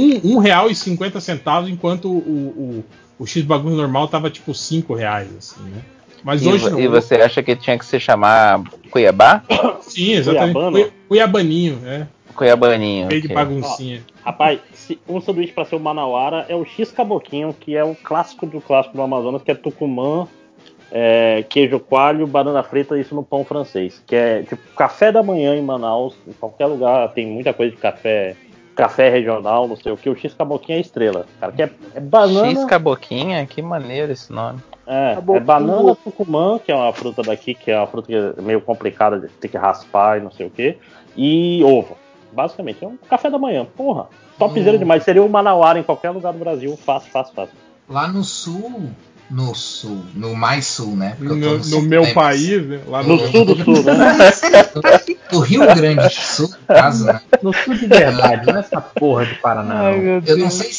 R$1,50, enquanto o X-bagunça normal tava tipo R$5, assim, né? Mas hoje não. E você acha que tinha que se chamar Cuiabá? Sim, exatamente. Cuiabaninho, né? Cuiabaninho. Meio de baguncinha. Rapaz, um sanduíche para ser o manauara é o X-caboquinho, que é o clássico do Amazonas, que é tucumã, queijo coalho, banana frita, isso no pão francês. Que é tipo café da manhã em Manaus, em qualquer lugar tem muita coisa de café regional, não sei o que. O X-caboquinho é a estrela, cara, que é banana... X-caboquinha? Que maneiro esse nome. É banana tucumã, que é uma fruta daqui, que é uma fruta que é meio complicada de ter que raspar e não sei o que, e ovo. Basicamente, é um café da manhã. Porra, topzera demais. Seria o manauara em qualquer lugar do Brasil. Fácil. Lá no sul, no mais sul, né? No meu país, né? Lá no sul do sul, né? Do Rio Grande do Sul, no caso, né? No sul de verdade, não é essa porra de Paraná. Eu não sei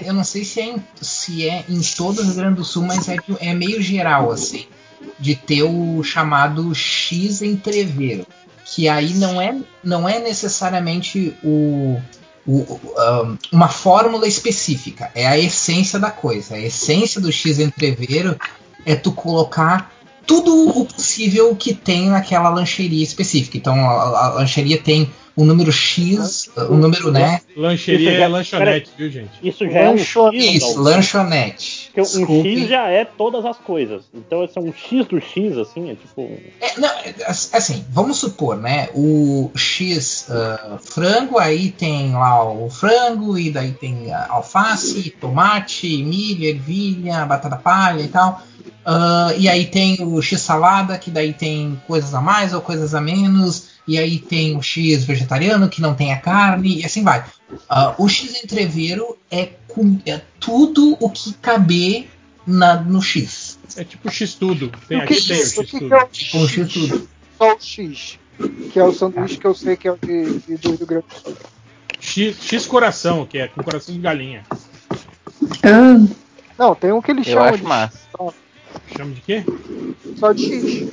se é em todo o Rio Grande do Sul, mas é meio geral, assim, de ter o chamado X entreveiro. Que aí não é necessariamente uma fórmula específica, é a essência da coisa. A essência do X entreveiro é tu colocar tudo o possível que tem naquela lancheria específica. Então a lancheria tem um número X, um número, né? Lancheria é lanchonete, viu, gente? Isso já é um X. Isso, lanchonete. Porque um X já é todas as coisas. Então esse é um X do X, assim, é tipo... assim, vamos supor, né? O X frango, aí tem lá o frango, e daí tem alface, tomate, milho, ervilha, batata palha e tal. E aí tem o X salada, que daí tem coisas a mais ou coisas a menos. E aí tem o X vegetariano, que não tem a carne, e assim vai. O X entreveiro é tudo o que caber no X. É tipo X-tudo. Tem o X-tudo. O X-tudo. Só o X, que é o sanduíche que eu sei que é o do Rio Grande do Sul. X-coração, que é com coração de galinha. Não, tem um que eles chamam de massa. Chama de quê? Só de X.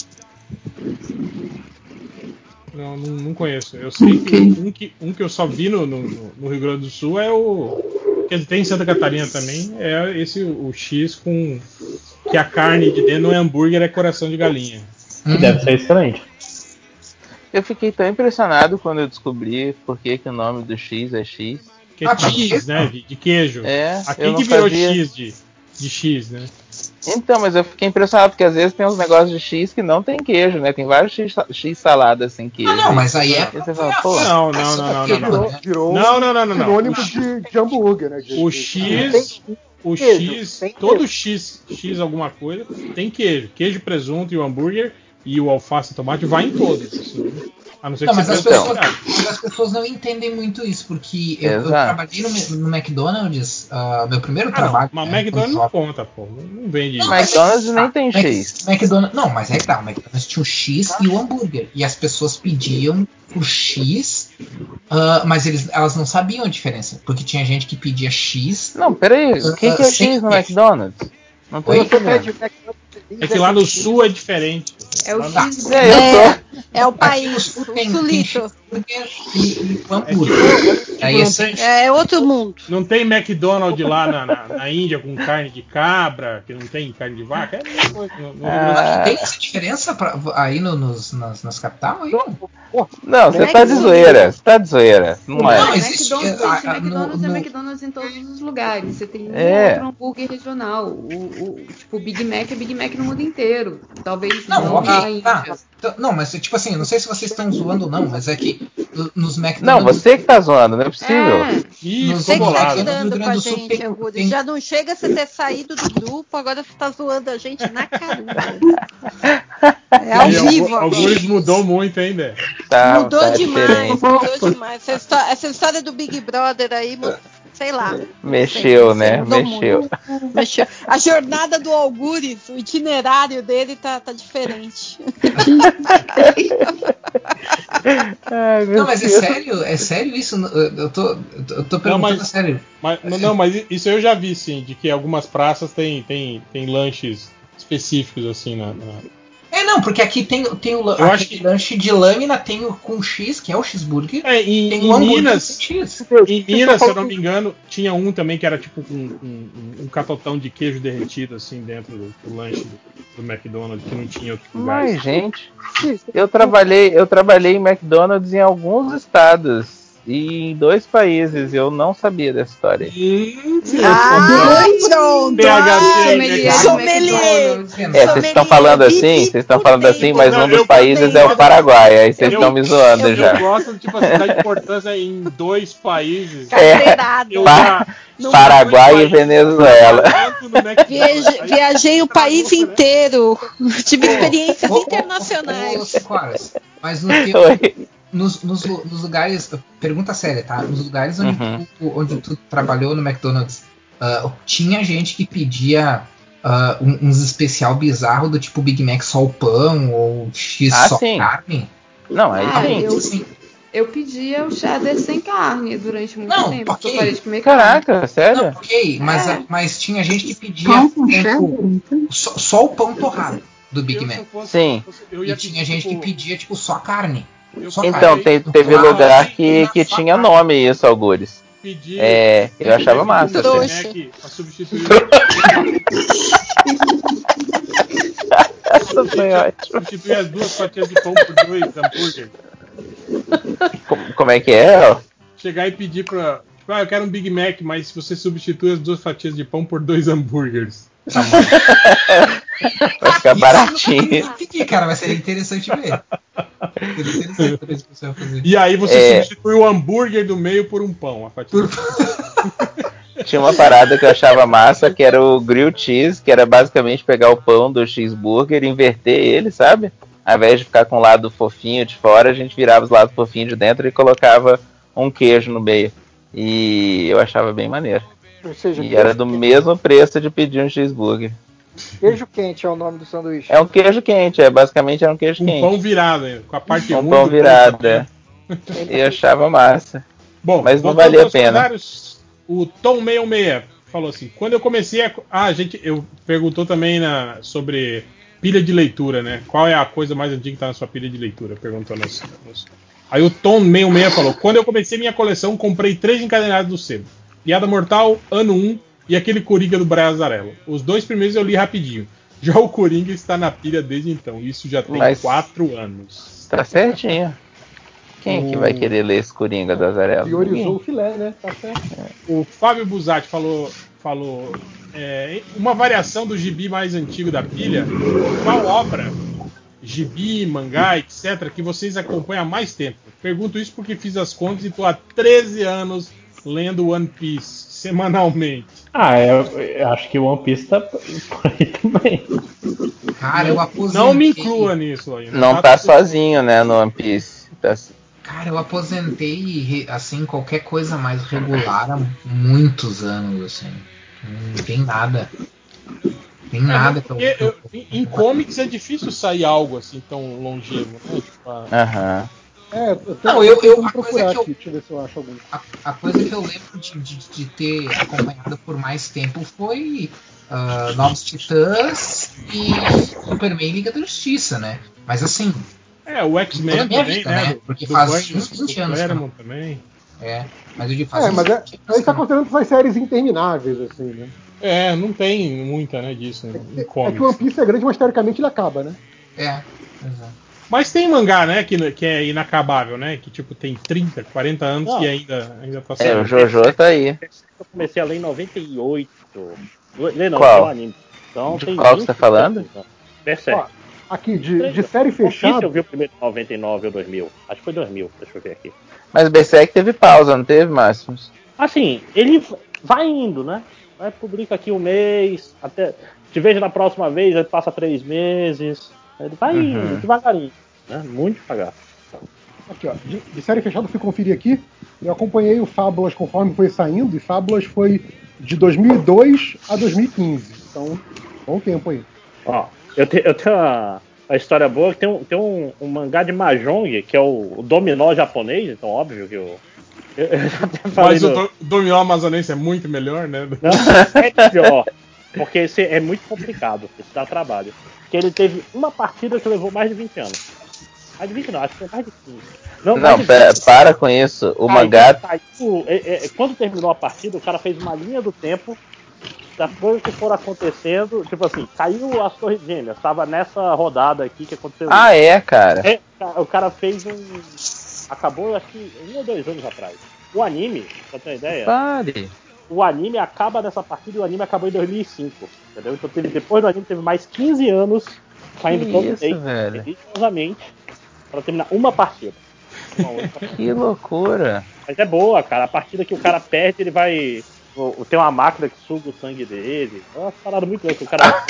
Não conheço. Eu sei que um que eu só vi no Rio Grande do Sul é o... que tem em Santa Catarina também. É o X com... que a carne de dentro não é hambúrguer, é coração de galinha. Deve ser excelente. Eu fiquei tão impressionado quando eu descobri por que o nome do X é X. Que é cheese, né? De queijo. Aqui que virou X de X, né? Então, mas eu fiquei impressionado, porque às vezes tem uns negócios de X que não tem queijo, né? Tem vários X saladas sem queijo. Não, mas aí é... Você fala, pô, não. Virou sinônimo de hambúrguer, né? O X, todo X alguma coisa, tem queijo. Queijo, presunto e o hambúrguer e o alface e tomate vai em todos. Assim. A não ser que mas as pessoas não entendem muito isso, porque eu trabalhei no McDonald's, meu primeiro trabalho. Mas o McDonald's não conta, pô. Não vende isso. McDonald's nem tem X. Mas é que tá, o McDonald's tinha o X e o hambúrguer. E as pessoas pediam o X, mas elas não sabiam a diferença, porque tinha gente que pedia X. Não, peraí, o que é X no McDonald's? Não tô entendendo. É que lá no sul é diferente. É o X. É o país, o sulito. E o hambúrguer. É outro mundo. Não tem McDonald's lá na Índia com carne de cabra, que não tem carne de vaca? É a mesma coisa. Tem essa diferença aí nas capitais? Não, você tá de zoeira. Você tá de zoeira. Não é. Não, existe. McDonald's é McDonald's em todos os lugares. Você tem outro hambúrguer regional. Tipo, o Big Mac é Big Mac no mundo inteiro. Talvez não na Índia. Não, mas tipo assim, não sei se vocês estão zoando ou não, mas é que nos McDonald's... Não, você que tá zoando, não é possível. Você que tá tirando com a gente, Augusto. Já não chega você ter saído do grupo, agora você tá zoando a gente na caramba. É ao vivo. Alguns mudou muito ainda. Mudou demais. Essa história do Big Brother aí, sei lá. Mexeu, né? Mexeu. A jornada do Algures, o itinerário dele tá diferente. Não, mas é sério isso? Eu tô perguntando sério. Mas isso eu já vi, sim, de que algumas praças tem lanches específicos, assim, não, porque aqui tem o lanche de lâmina, tem o com X, que é o cheeseburger. Em Minas, se eu não me engano, tinha um também que era tipo um catotão de queijo derretido, assim, dentro do lanche do McDonald's, que não tinha outro lugar. Mas, gente, eu trabalhei em McDonald's em alguns estados. E em 2 países, eu não sabia dessa história. Pronto! Sommelier! Vocês estão falando assim, mas um dos países é o Paraguai, aí vocês estão me zoando já. Eu gosto, tipo assim, da importância em 2 países. Paraguai e Venezuela. Viajei o país inteiro. Tive experiências internacionais. Mas nos lugares, pergunta séria, tá? Nos lugares onde tu trabalhou no McDonald's, tinha gente que pedia uns especial bizarro do tipo Big Mac só o pão ou X só carne? Não, aí sim. Eu pedia o cheddar sem carne durante muito tempo. Okay. Eu parei de comer Caraca, carne. sério? Não, ok, mas tinha gente que pedia só o pão torrado do Big Mac. Sim. E tinha gente que pedia tipo só carne. Então, teve lugar que tinha nome isso, Algures. Eu achava massa. Essa foi ótima. Substituir as 2 fatias de pão por 2 hambúrgueres. Como é que é? Chegar e pedir pra... Tipo, eu quero um Big Mac, mas se você substitui as 2 fatias de pão por 2 hambúrgueres. Vai ficar baratinho. Cara, vai ser interessante ver. E aí você substitui o hambúrguer do meio por um pão. A fatia. Tinha uma parada que eu achava massa, que era o grilled cheese, que era basicamente pegar o pão do cheeseburger e inverter ele, sabe? Ao invés de ficar com o lado fofinho de fora, a gente virava os lados fofinhos de dentro e colocava um queijo no meio. E eu achava bem maneiro. Ou seja, e era do mesmo preço de pedir um cheeseburger. Queijo quente é o nome do sanduíche. É um queijo quente, basicamente era um queijo quente. Um pão virado, com a parte um pão virado, E eu achava massa. Bom, mas não valia a pena. O Tom 66 falou assim: quando eu comecei a. Eu perguntou também sobre pilha de leitura, né? Qual é a coisa mais antiga que tá na sua pilha de leitura? Perguntou Aí o Tom 66 falou: quando eu comecei minha coleção, comprei 3 encadernados do sebo. Piada Mortal, ano 1 e aquele Coringa do Brian Azzarello. Os 2 primeiros eu li rapidinho. Já o Coringa está na pilha desde então. Isso já tem 4 anos. Tá certinho. Quem que vai querer ler esse Coringa do Azzarello? Priorizou o filé, né? Tá certo. O Fábio Buzatti falou uma variação do gibi mais antigo da pilha. Qual obra, gibi, mangá, etc., que vocês acompanham há mais tempo? Pergunto isso porque fiz as contas e estou há 13 anos lendo One Piece semanalmente. Eu acho que o One Piece tá por aí também. Cara, eu aposentei. Não me inclua nisso aí. Não tá sozinho, né, no One Piece. Cara, eu aposentei, assim, qualquer coisa mais regular há muitos anos, assim. Não tem nada. Tem nada. Em comics é difícil sair algo assim tão longevo, né? Aham. Eu procurar aqui, deixa eu ver se eu acho algum. A coisa que eu lembro de ter acompanhado por mais tempo foi Novos Titãs e Superman e Liga da Justiça, né? Mas assim... o X-Men toda a minha também, vida, né? né? Porque faz uns 20 anos. Também. Mas eu digo, faz uns 20 anos. Aí tá considerando essas séries intermináveis, assim, né? Não tem muita, né, disso em comics. É que o One Piece é grande, mas teoricamente ele acaba, né? Exato. Mas tem mangá, né, que é inacabável, né? Que tipo tem 30, 40 anos e ainda tá saindo. O Jojo tá aí. Eu comecei a ler em 98. Não, qual? o anime. Então, tem qual que você tá falando? Berserk. Aqui, de série fechada... Eu vi o primeiro em 99 ou 2000. Acho que foi 2000, deixa eu ver aqui. Mas o Berserk teve pausa, não teve, Máximos? Assim, ele vai indo, né? Vai, publica aqui um mês, até... Te vejo na próxima vez, ele passa 3 meses... Ele vai indo, devagarinho, né? Muito devagar. Aqui, ó, de série fechada, eu fui conferir aqui. Eu acompanhei o Fábulas conforme foi saindo, e Fábulas foi de 2002 a 2015. Então, bom tempo aí. Ó, eu tenho uma história boa, que tem um mangá de Mahjong, que é o dominó japonês, então óbvio que eu já até falei. Mas o dominó amazonense é muito melhor, né? Não, é pior. Porque esse é muito complicado, isso dá trabalho. Porque ele teve uma partida que levou mais de 20 anos. Mais de 20 não, acho que foi mais de 15. Não, para com isso. O mangá... Quando terminou a partida, o cara fez uma linha do tempo das coisas que foram acontecendo. Tipo assim, caiu as Torres Gêmeas. Tava nessa rodada aqui que aconteceu isso. Cara? O cara fez acabou, acho que 1 ou 2 anos atrás. O anime, pra ter uma ideia... Pare! O anime acaba nessa partida e o anime acabou em 2005, entendeu? Então depois do anime teve mais 15 anos saindo todo mês, religiosamente, pra terminar uma partida. Que loucura! Mas é boa, cara. A partida que o cara perde, ele vai... Tem uma máquina que suga o sangue dele. É uma parada muito louca. O cara...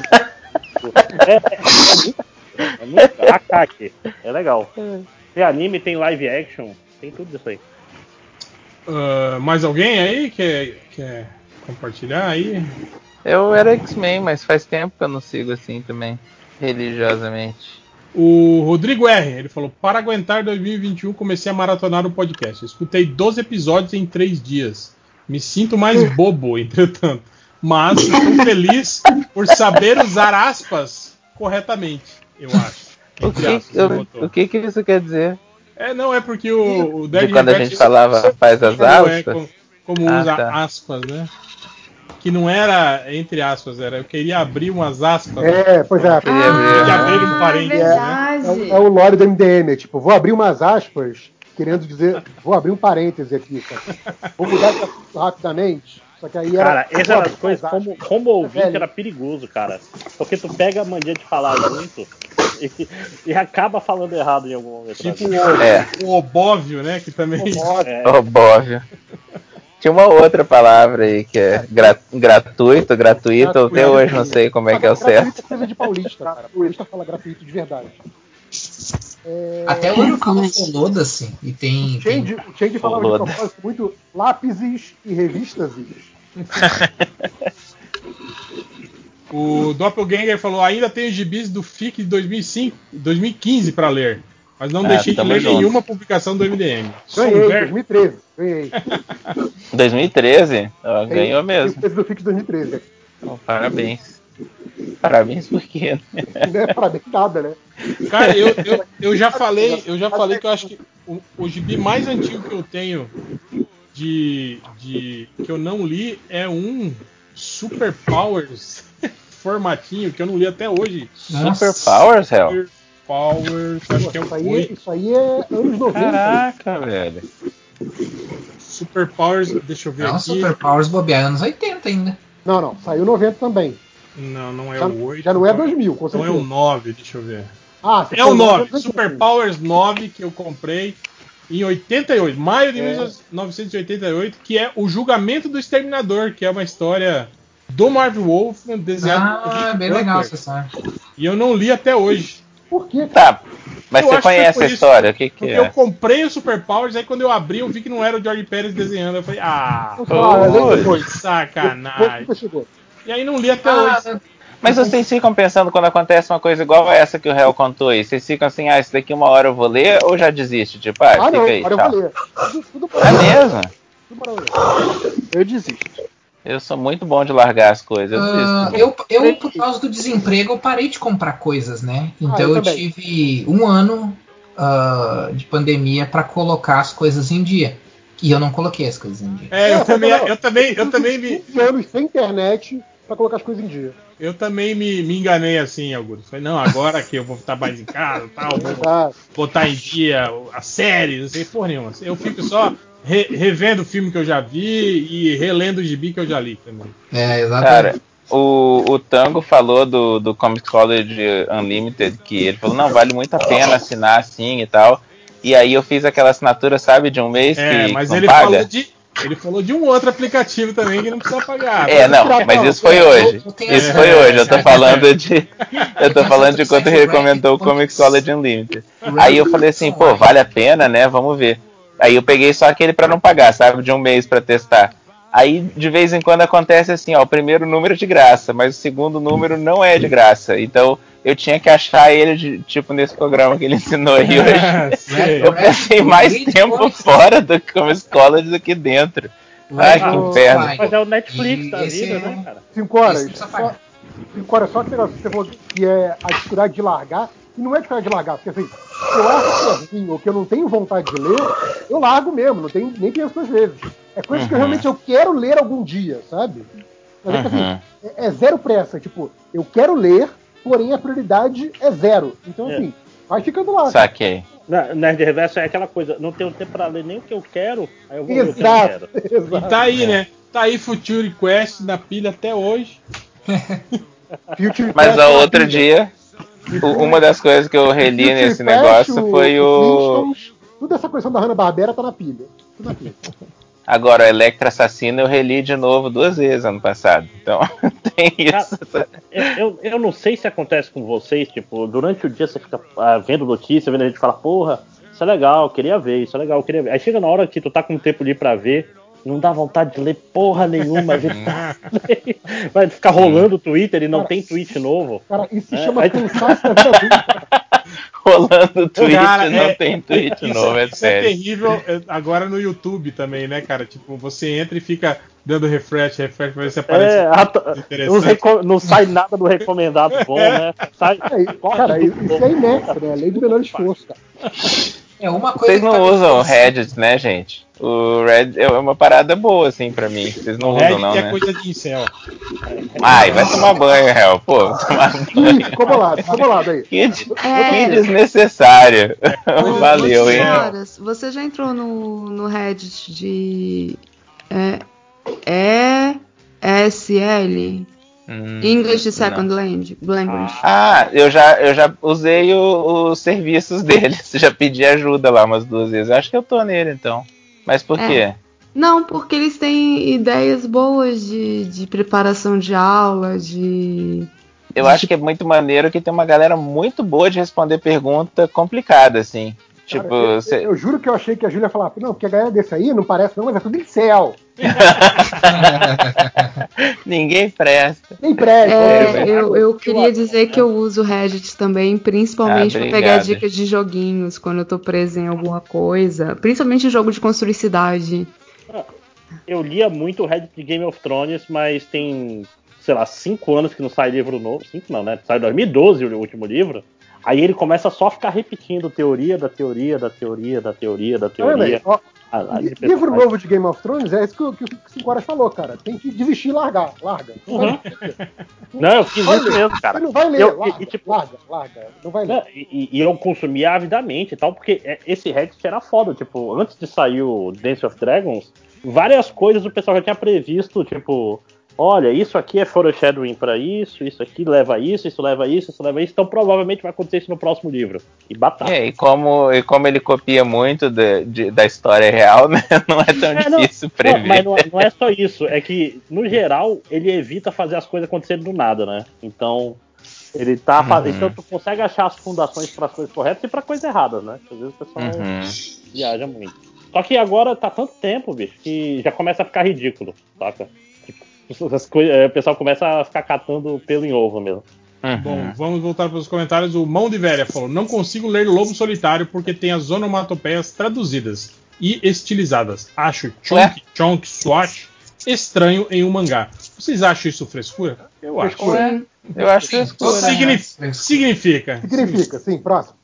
é muito ataque. É legal. Tem anime, tem live action, tem tudo isso aí. Mais alguém aí quer compartilhar aí? Eu era X-Men, mas faz tempo que eu não sigo assim também, religiosamente. O Rodrigo R, ele falou: para aguentar 2021 comecei a maratonar o podcast. Eu escutei 12 episódios em 3 dias. Me sinto mais bobo, entretanto. Mas estou feliz por saber usar aspas corretamente, eu acho. O que isso quer dizer? Não, é porque o Dead quando a gente falava faz as aspas? Como usa aspas, né? Que não era entre aspas, eu queria abrir umas aspas. Pois é. Eu queria abrir um parênteses, né? É o lore do MDM, tipo, vou abrir umas aspas, querendo dizer, vou abrir um parêntese aqui, cara. Vou mudar de assunto rapidamente. Só que aí cara, essa era as coisas, como ouvinte era perigoso, cara. Porque tu pega a mania de falar muito e acaba falando errado em algum momento. Tipo o obóvio, né? Que também. Obóvio. Tinha uma outra palavra aí que é gratuito, até hoje não sei como é que é o certo. Gratuito é coisa de paulista, cara. Paulista fala gratuito de verdade. Até o Euro fala foda-se. E tem. O Change falava de propósito muito lápises e revistas. O Doppelganger falou: ainda tem os gibis do FIC de 2015 para ler, mas não deixei de ler nenhuma publicação do MDM. Ganhei, 2013. Ganhei. 2013? Ganhou mesmo. Do FIC de 2013. Parabéns. Parabéns por quê? Não é parabéns nada, né? Cara, eu já falei que eu acho que o gibi mais antigo que eu tenho que eu não li é um Super Powers formatinho que eu não li até hoje. Super Powers, Hel? Super Powers, acho que é um isso aí é anos 90. Caraca, velho. Super Powers, deixa eu ver aqui. Super Powers bobear anos 80 ainda. Não, saiu 90 também. Não é o 8. Já não é 2000, com certeza. Não é o 9, deixa eu ver. É o 9, Super Powers 9 que eu comprei em 88, maio de 1988, que é O Julgamento do Exterminador, que é uma história do Marv Wolfman, desenhado por bem legal essa história. E eu não li até hoje. Por quê? Tá, mas você conhece a história, o que é? Eu comprei o Super Powers, aí quando eu abri eu vi que não era o George Pérez desenhando, eu falei, sacanagem. E aí não li até hoje. Mas vocês ficam pensando quando acontece uma coisa igual a essa que o Hel contou aí? Vocês ficam assim, isso daqui uma hora eu vou ler, ou já desiste? Tipo, fica não, aí, agora eu vou ler. É mesmo? Eu desisto. Eu sou muito bom de largar as coisas. Eu, por causa do desemprego, eu parei de comprar coisas, né? Então eu tive 1 ano de pandemia para colocar as coisas em dia. E eu não coloquei as coisas em dia. Eu também me... anos sem internet para colocar as coisas em dia. Eu também me enganei assim, Augusto. Falei, não, agora que eu vou estar mais em casa, tal, vou botar em dia a série, não sei porra nenhuma. Eu fico só revendo o filme que eu já vi e relendo o gibi que eu já li também. Exatamente. Cara, o Tango falou do Comics College Unlimited, que ele falou, não, vale muito a pena assinar assim e tal. E aí eu fiz aquela assinatura, sabe, de um mês que mas não ele paga. Ele falou de um outro aplicativo também que não precisa pagar. Mas isso foi hoje. Isso foi hoje. Eu tô falando de quando ele recomendou o Comics College Unlimited. Aí eu falei assim, pô, vale a pena, né? Vamos ver. Aí eu peguei só aquele pra não pagar, sabe? De um mês pra testar. Aí de vez em quando acontece assim, ó, o primeiro número é de graça, mas o segundo número não é de graça. Então eu tinha que achar ele, tipo, nesse programa que ele ensinou aí hoje. Eu passei mais tempo fora do Comics College do que dentro. Ai, que inferno. Mas é o Netflix da vida, né, cara? 5 horas. 5 horas só que negócio que você falou que é a dificuldade de largar. E não é dificuldade de largar, porque assim, se eu acho que é ruim ou que eu não tenho vontade de ler, eu largo mesmo, nem penso 2 vezes. É coisa que realmente eu quero ler algum dia, sabe? Mas é que assim, é zero pressa. Tipo, eu quero ler, porém a prioridade é 0. Então assim, vai ficando lá. Saquei. Nerd Reverso é aquela coisa, não tenho tempo pra ler nem o que eu quero, aí eu vou ler o que eu quero. E tá aí, né? Tá aí Future Quest na pilha até hoje. Mas no outro dia, uma das coisas que eu reli nesse negócio foi o... Toda essa questão da Hanna-Barbera tá na pilha. Tudo na pilha. Agora, o Electra Assassino eu reli de novo 2 vezes ano passado. Então, tem isso. Eu não sei se acontece com vocês, tipo, durante o dia você fica vendo notícia, vendo a gente falar, porra, isso é legal, eu queria ver, isso é legal, eu queria ver. Aí chega na hora que tu tá com tempo ali pra ver, não dá vontade de ler porra nenhuma, a gente vai ficar rolando o Twitter e não tem tweet novo. Cara, isso se chama cansaço da vida adulta. Rolando tweet, não tem tweet novo, é sério. É terrível agora no YouTube também, né, cara? Tipo, você entra e fica dando refresh, pra ver se aparece não sai nada do recomendado bom, né? Sai, cara, isso é inédito, né? A lei do menor esforço, cara. Uma coisa vocês não usam o Reddit, né, gente? O Reddit é uma parada boa, assim, pra mim. Vocês não usam, não, né? É coisa de incel. Ai, vai tomar banho, Hel. Pô, tomar banho. Ficou bolado aí. Que desnecessário. Valeu, hein? Você já entrou no Reddit de ESL? English Second Language. Eu já usei os serviços deles. Já pedi ajuda lá umas 2 vezes. Acho que eu tô nele, então. Mas por quê? Não, porque eles têm ideias boas de preparação de aula, Eu acho que é muito maneiro que tem uma galera muito boa de responder pergunta complicada, assim. Tipo, cara, eu juro que eu achei que a Júlia ia falar, não, porque a galera desse aí não parece não, mas é tudo incel. Ninguém presta. Nem presta. Eu queria dizer que eu uso o Reddit também, principalmente para pegar dicas de joguinhos quando eu tô presa em alguma coisa. Principalmente jogo de construir cidade. Eu lia muito o Reddit de Game of Thrones, mas tem, sei lá, 5 anos que não sai livro novo. 5 não, né? Sai em 2012 o último livro. Aí ele começa só a ficar repetindo teoria da teoria. Livro novo de Game of Thrones é isso que o 5 horas falou, cara. Tem que desistir e larga. Não, eu fiz isso mesmo, cara. Você não vai ler, larga. Não vai ler. E eu consumia avidamente e tal, porque esse Reddit era foda. Tipo, antes de sair o Dance of Dragons, várias coisas o pessoal já tinha previsto, tipo... Olha, isso aqui é foreshadowing pra isso aqui leva a isso leva a isso, então provavelmente vai acontecer isso no próximo livro. E batata. E como ele copia muito da história real, né? Não é tão difícil prever. Mas não é só isso, é que, no geral, ele evita fazer as coisas acontecerem do nada, né? Então, ele tá então tu consegue achar as fundações para as coisas corretas e para coisas erradas, né? Às vezes o pessoal viaja muito. Só que agora tá tanto tempo, bicho, que já começa a ficar ridículo, saca? O pessoal começa a ficar catando pelo em ovo mesmo. Bom, vamos voltar para os comentários. O Mão de Velha falou: não consigo ler Lobo Solitário porque tem as onomatopeias traduzidas e estilizadas. Acho chonk, swash estranho em um mangá. Vocês acham isso frescura? Eu acho. Eu acho frescura. Significa, sim, próximo.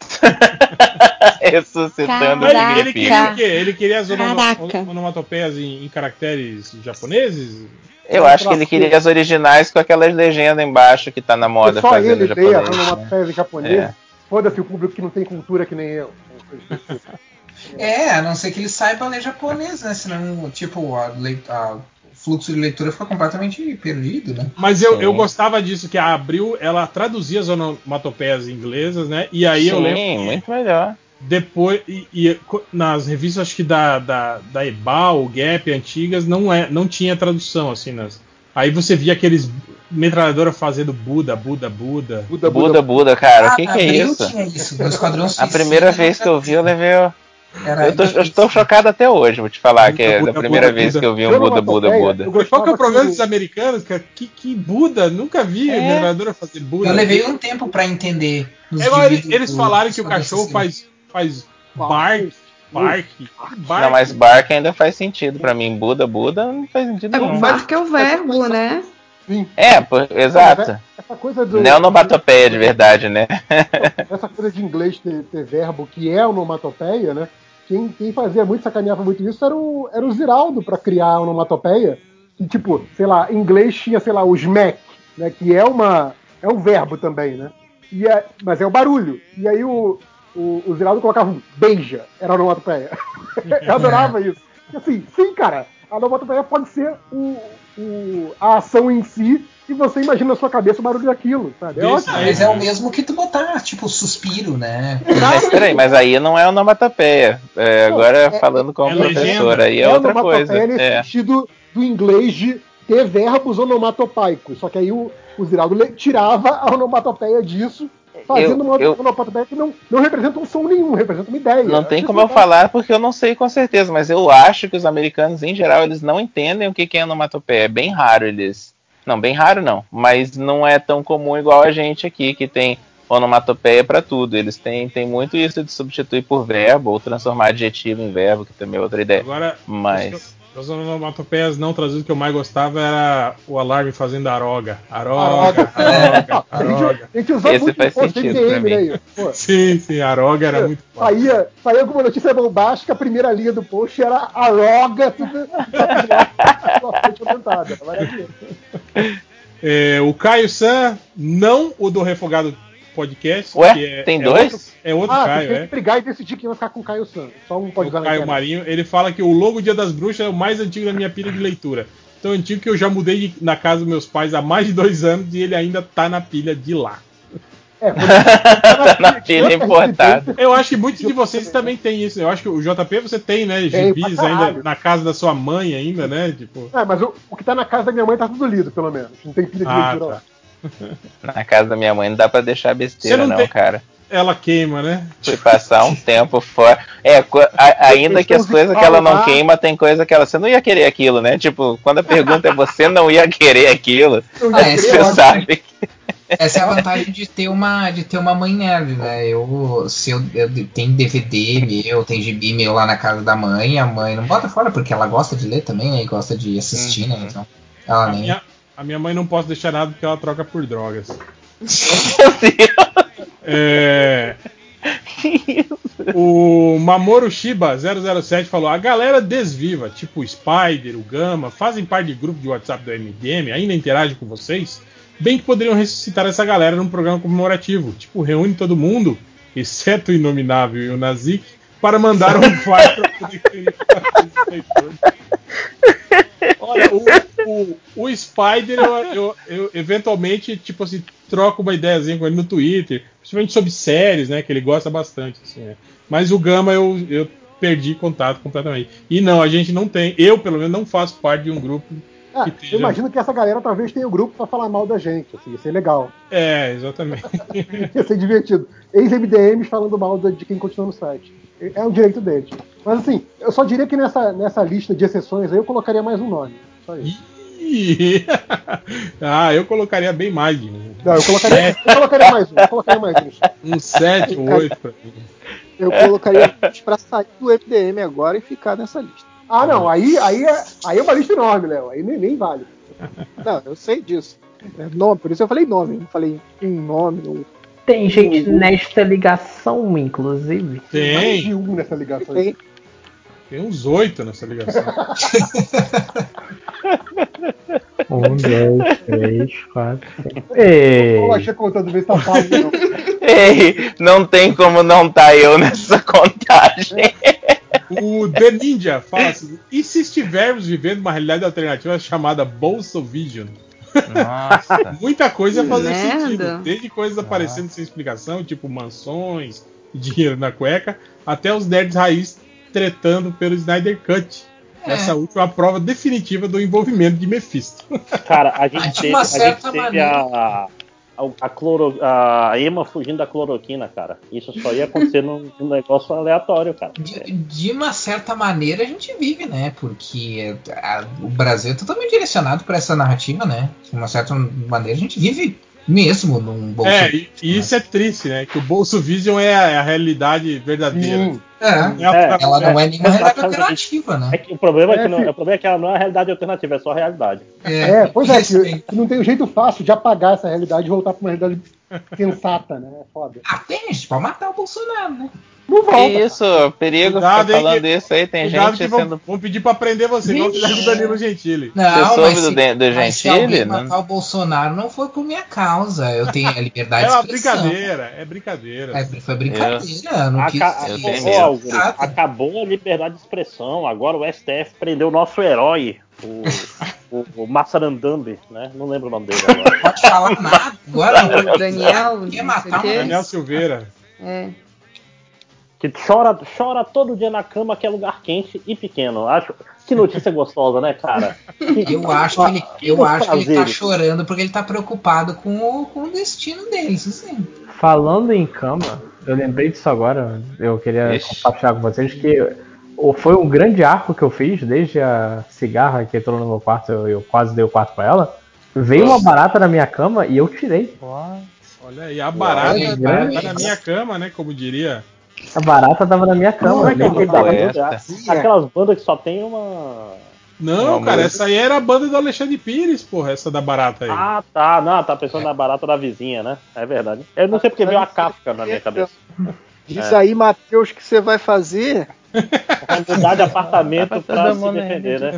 Ressuscitando. Ele queria o quê? Ele queria as onomatopeias em caracteres japoneses? Eu acho que ele queria as originais com aquelas legendas embaixo que tá na moda só fazendo ele japonês. Só ele onomatopeias em japonês. Foda-se o público que não tem cultura que nem eu. A não ser que ele saiba ler japonês, né? Senão, tipo, o fluxo de leitura fica completamente perdido, né? Mas eu gostava disso, que a Abril, ela traduzia as onomatopeias inglesas, né? E aí eu lembro... Sim, muito melhor. Depois, nas revistas, acho que da Ebal, Gap, antigas, não tinha tradução, assim, aí você via aqueles metralhadora fazendo Buda, cara, o que é isso? Tinha isso no Esquadrão Suicida. A primeira vez que eu vi, eu levei... Eu estou chocado até hoje, vou te falar, que é a primeira vez que eu vi um Buda. Qual que é o problema dos americanos? Que Buda? Nunca vi metralhadora fazer Buda. Eu levei um tempo pra entender. Eles falaram que o cachorro faz bark. Não, mas bark ainda faz sentido pra mim. Buda não faz sentido nenhum. Bark é o verbo, né? Sim. Exato. Essa coisa não é onomatopeia de verdade, né? Essa coisa de inglês ter verbo que é onomatopeia, né? Quem fazia muito, sacaneava muito isso era o Ziraldo pra criar a onomatopeia. E tipo, sei lá, em inglês tinha, sei lá, o smack, né? Que é um verbo também, né? Mas é o barulho. E aí o Ziraldo colocava um beija, era a onomatopeia. Eu adorava isso. E assim, sim, cara, a onomatopeia pode ser a ação em si, e você imagina na sua cabeça o barulho daquilo, sabe? Mas é o mesmo que tu botar, tipo, suspiro, né? Mas peraí, mas aí não é onomatopeia. Agora falando como professor, aí é outra coisa. Nesse sentido do inglês de ter verbos onomatopeicos, só que aí o Ziraldo tirava a onomatopeia disso, fazendo uma onomatopeia que não representa um som nenhum, representa uma ideia. Não tem como eu falar porque eu não sei com certeza, mas eu acho que os americanos, em geral, eles não entendem o que é onomatopeia. É bem raro eles... Não, bem raro não, mas não é tão comum igual a gente aqui, que tem onomatopeia para tudo. Eles têm muito isso de substituir por verbo ou transformar adjetivo em verbo, que também é outra ideia. Agora, mas... as onomatopeias não traduzidas que eu mais gostava era o alarme fazendo aroga. Aroga. Esse faz sentido pra mim. Né? Sim, aroga era muito saía alguma notícia bombástica, a primeira linha do post era aroga, tudo maravilhoso. O Caio San, não o do Refogado Podcast. Ué, tem dois? Outro Caio, tem que brigar e decidir quem vai ficar com o Caio San. Só um pode o Caio Marinho, ele fala que o logo Dia das Bruxas é o mais antigo da minha pilha de leitura. Tão antigo que eu já mudei na casa dos meus pais há mais de 2 anos e ele ainda tá na pilha de lá. Na pilha importada. Eu acho que muitos de vocês também têm isso. Eu acho que o JP você tem, né? Gibis ainda na casa da sua mãe ainda, né? Tipo... mas o que tá na casa da minha mãe tá tudo lido, pelo menos. Não tem pilha de leitura lá. Na casa da minha mãe não dá pra deixar besteira, não, cara. Ela queima, né? Fui passar um tempo fora. Ainda que as coisas que ela não queima, tem coisa que ela... Você não ia querer aquilo, né? Tipo, quando a pergunta é você não ia querer aquilo, você sabe que... Essa é a vantagem de ter uma mãe nerd, né? Eu tenho DVD meu, tem gibi meu lá na casa da mãe, a mãe não bota fora, porque ela gosta de ler também, né? E gosta de assistir, né? Então, ela a minha mãe não posso deixar nada porque ela troca por drogas. Meu Deus! O Mamoru Shiba 007 falou: a galera desviva, tipo o Spider, o Gama, fazem parte de grupo de WhatsApp do MDM, ainda interagem com vocês? Bem que poderiam ressuscitar essa galera num programa comemorativo, tipo, reúne todo mundo, exceto o Inominável e o Nazik, para mandar um file para poder comunicar. Olha, o Spider, eu eventualmente, tipo assim, troco uma ideiazinha com ele no Twitter, principalmente sobre séries, né, que ele gosta bastante, assim, né? Mas o Gama eu perdi contato completamente. E não, a gente não tem, eu pelo menos não faço parte de um grupo. Eu imagino que essa galera talvez tenha um grupo pra falar mal da gente, assim, ia ser legal. Exatamente. Ia ser divertido. Ex-MDMs falando mal de quem continua no site. É um direito deles. Mas assim, eu só diria que nessa lista de exceções aí eu colocaria mais um nome. Só isso. Eu colocaria bem mais de um. Não, eu colocaria mais um. Um 7 ou 8 pra mim. Eu colocaria pra sair do MDM agora e ficar nessa lista. Ah, não, aí é uma lista enorme, Léo. Aí nem vale. Não, eu sei disso. Nome, por isso eu falei nome, não falei em nome. Tem gente nesta ligação, inclusive. Tem. Mais de um nessa ligação. Tem uns 8 nessa ligação. 1, 2, 3, 4, 5. Ei! Eu achei contando ver se tá pago, não. Ei, não tem como não tá eu nessa contagem. O The Ninja fala assim: e se estivermos vivendo uma realidade alternativa chamada Bolsovision? Nossa. Muita coisa ia fazer sentido. Desde coisas aparecendo sem explicação, tipo mansões e dinheiro na cueca, até os nerds raiz tretando pelo Snyder Cut. Essa última prova definitiva do envolvimento de Mephisto. Cara, a gente teve a Emma fugindo da cloroquina, cara. Isso só ia acontecer num negócio aleatório, cara. De uma certa maneira a gente vive, né? Porque o Brasil é totalmente direcionado para essa narrativa, né? De uma certa maneira a gente vive mesmo num Bolsovision. E isso é triste, né? Que o Bolsovision é a realidade verdadeira. Ela não é nenhuma realidade alternativa, né? O problema é que ela não é a realidade alternativa, é só a realidade. Pois é, que não tem um jeito fácil de apagar essa realidade e voltar pra uma realidade sensata, né? É foda. Tem gente pra matar o Bolsonaro, né? Não volta. Que isso, perigo Cuidado, ficar falando isso aí, tem gente que sendo... vão pedir pra prender você, igual fizeram com o Danilo Gentili. Não, você soube do Gentili? Se alguém não? matar o Bolsonaro, não foi por minha causa. Eu tenho a liberdade de expressão. É brincadeira. Foi brincadeira. Não quis acabou a liberdade de expressão. Agora o STF prendeu o nosso herói, o Massarandambi, né? Não lembro o nome dele agora. Pode falar nada. Agora o Daniel. Daniel Silveira. Que chora todo dia na cama, que é lugar quente e pequeno. Que notícia gostosa, né, cara? Eu acho que ele tá chorando porque ele tá preocupado com o destino dele, isso sim. Falando em cama, eu lembrei disso agora. Eu queria compartilhar com vocês que foi um grande arco que eu fiz desde a cigarra que entrou no meu quarto. Eu quase dei o quarto pra ela. Veio uma barata na minha cama e eu tirei. Olha aí, a barata tá na minha cama, né? Como diria. A barata tava na minha cama. Aquelas bandas que só tem uma. Não, cara, essa aí era a banda do Alexandre Pires, porra, essa da barata aí. Ah, tá. Não, tá pensando na barata da vizinha, né? É verdade. Eu não sei porque veio a Kafka na minha cabeça. Diz aí, Matheus, que você vai fazer. Vai mudar de apartamento pra se defender, né?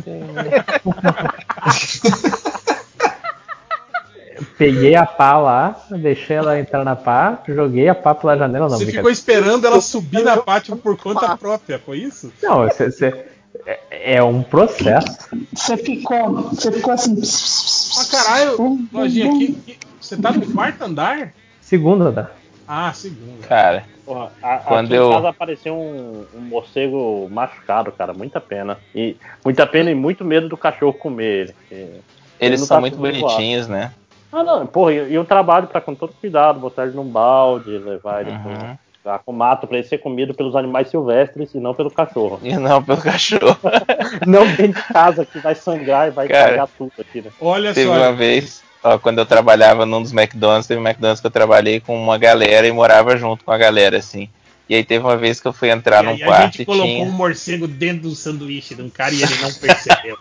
Peguei a pá lá, deixei ela entrar na pá, joguei a pá pela janela. Você ficou esperando ela subir na pá tipo, por conta própria, foi isso? Não, é um processo. Você ficou assim. Mas caralho, lojinha aqui. Você tá no quarto andar? Segundo andar. Ah, segundo. Cara, porra, aqui em casa apareceu um morcego machucado, cara. Muita pena. E muito medo do cachorro comer ele. Eles são muito bonitinhos, né? Ah, não, porra, e eu trabalho com todo cuidado, botar ele num balde, levar ele com mato pra ele ser comido pelos animais silvestres e não pelo cachorro. E não pelo cachorro. Não dentro de casa que vai sangrar e vai cagar tudo aqui, né? Olha teve só. Uma vez, quando eu trabalhava num dos McDonald's, teve um McDonald's que eu trabalhei com uma galera e morava junto com a galera, assim. E aí teve uma vez que eu fui entrar num quarto e a gente colocou um morcego dentro do sanduíche de um cara e ele não percebeu.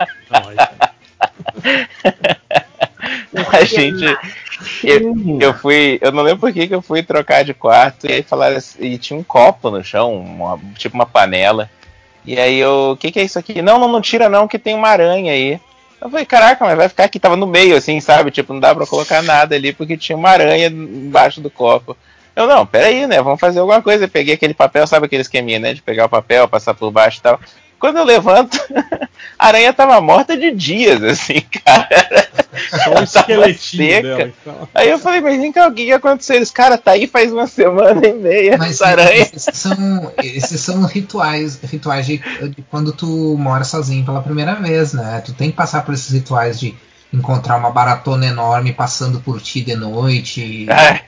A gente. Eu não lembro por que eu fui trocar de quarto e aí falaram assim, e tinha um copo no chão, tipo uma panela. E aí o que é isso aqui? Não tira não, que tem uma aranha aí. Eu falei, caraca, mas vai ficar aqui, tava no meio assim, sabe? Tipo, não dá pra colocar nada ali porque tinha uma aranha embaixo do copo. Não, peraí, né? Vamos fazer alguma coisa. Eu peguei aquele papel, sabe aquele esqueminha, né? De pegar o papel, passar por baixo e tal. Quando eu levanto, a aranha tava morta de dias, assim, cara. Só um esqueletinho dela. Então. Aí eu falei, mas vem cá, o que aconteceu? Eles, cara, tá aí faz 1 semana e meia, mas essa aranha. Esses são rituais de quando tu mora sozinho pela primeira vez, né? Tu tem que passar por esses rituais de encontrar uma baratona enorme passando por ti de noite.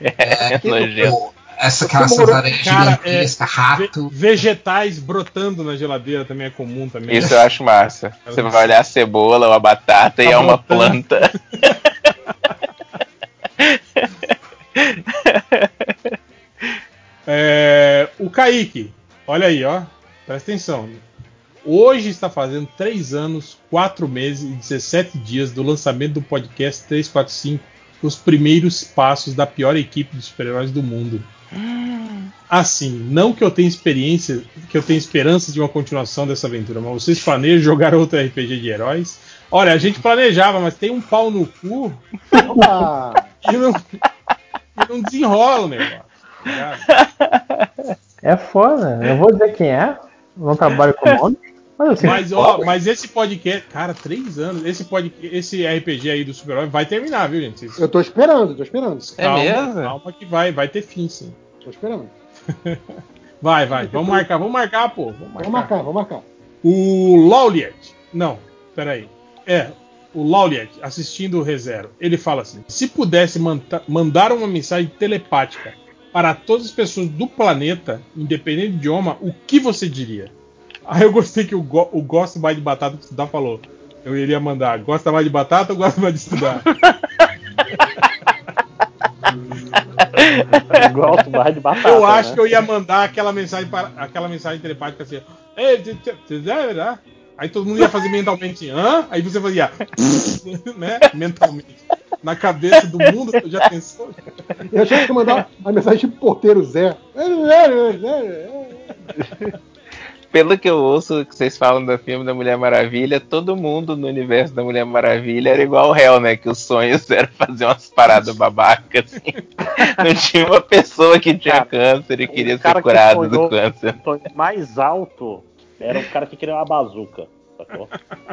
Aquelas aranhas gigantescas, rato. Vegetais brotando na geladeira também é comum também. Isso eu acho massa. Você vai olhar a cebola ou a batata e é uma planta. O Kaique, olha aí, ó. Presta atenção. Hoje está fazendo 3 anos, 4 meses e 17 dias do lançamento do podcast 345, os primeiros passos da pior equipe de super-heróis do mundo. Assim, não que eu tenha experiência, que eu tenha esperança de uma continuação dessa aventura, mas vocês planejam jogar outro RPG de heróis? Olha, a gente planejava, mas tem um pau no cu e não desenrola o negócio. É foda, eu vou dizer quem é, não trabalho com nome. Mas esse podcast, cara, 3 anos, esse RPG aí do super-herói vai terminar, viu, gente? Eu tô esperando. Calma que vai ter fim, sim. Tô esperando. Vai, vamos marcar, pô. Vamos marcar. O Lauliet, não, peraí. O Lauliet, assistindo o ReZero, ele fala assim: se pudesse mandar uma mensagem telepática para todas as pessoas do planeta, independente do idioma, o que você diria? Aí eu gostei que o Gosta Mais de Batata que estudar falou. Eu iria mandar: gosta mais de batata ou gosta mais de estudar? Gosto mais de batata. Eu acho que eu ia mandar aquela mensagem telepática assim. Aí todo mundo ia fazer mentalmente, hã? Aí você fazia, né? Mentalmente. Na cabeça do mundo, tu já pensou? Eu achei que ia mandar a mensagem tipo Porteiro Zé. Pelo que eu ouço que vocês falam do filme da Mulher Maravilha, todo mundo no universo da Mulher Maravilha era igual o Hell, né? Que os sonhos eram fazer umas paradas babacas, assim. Não tinha uma pessoa que tinha câncer e queria ser curado do câncer. O sonho mais alto era um cara que queria uma bazuca, sacou?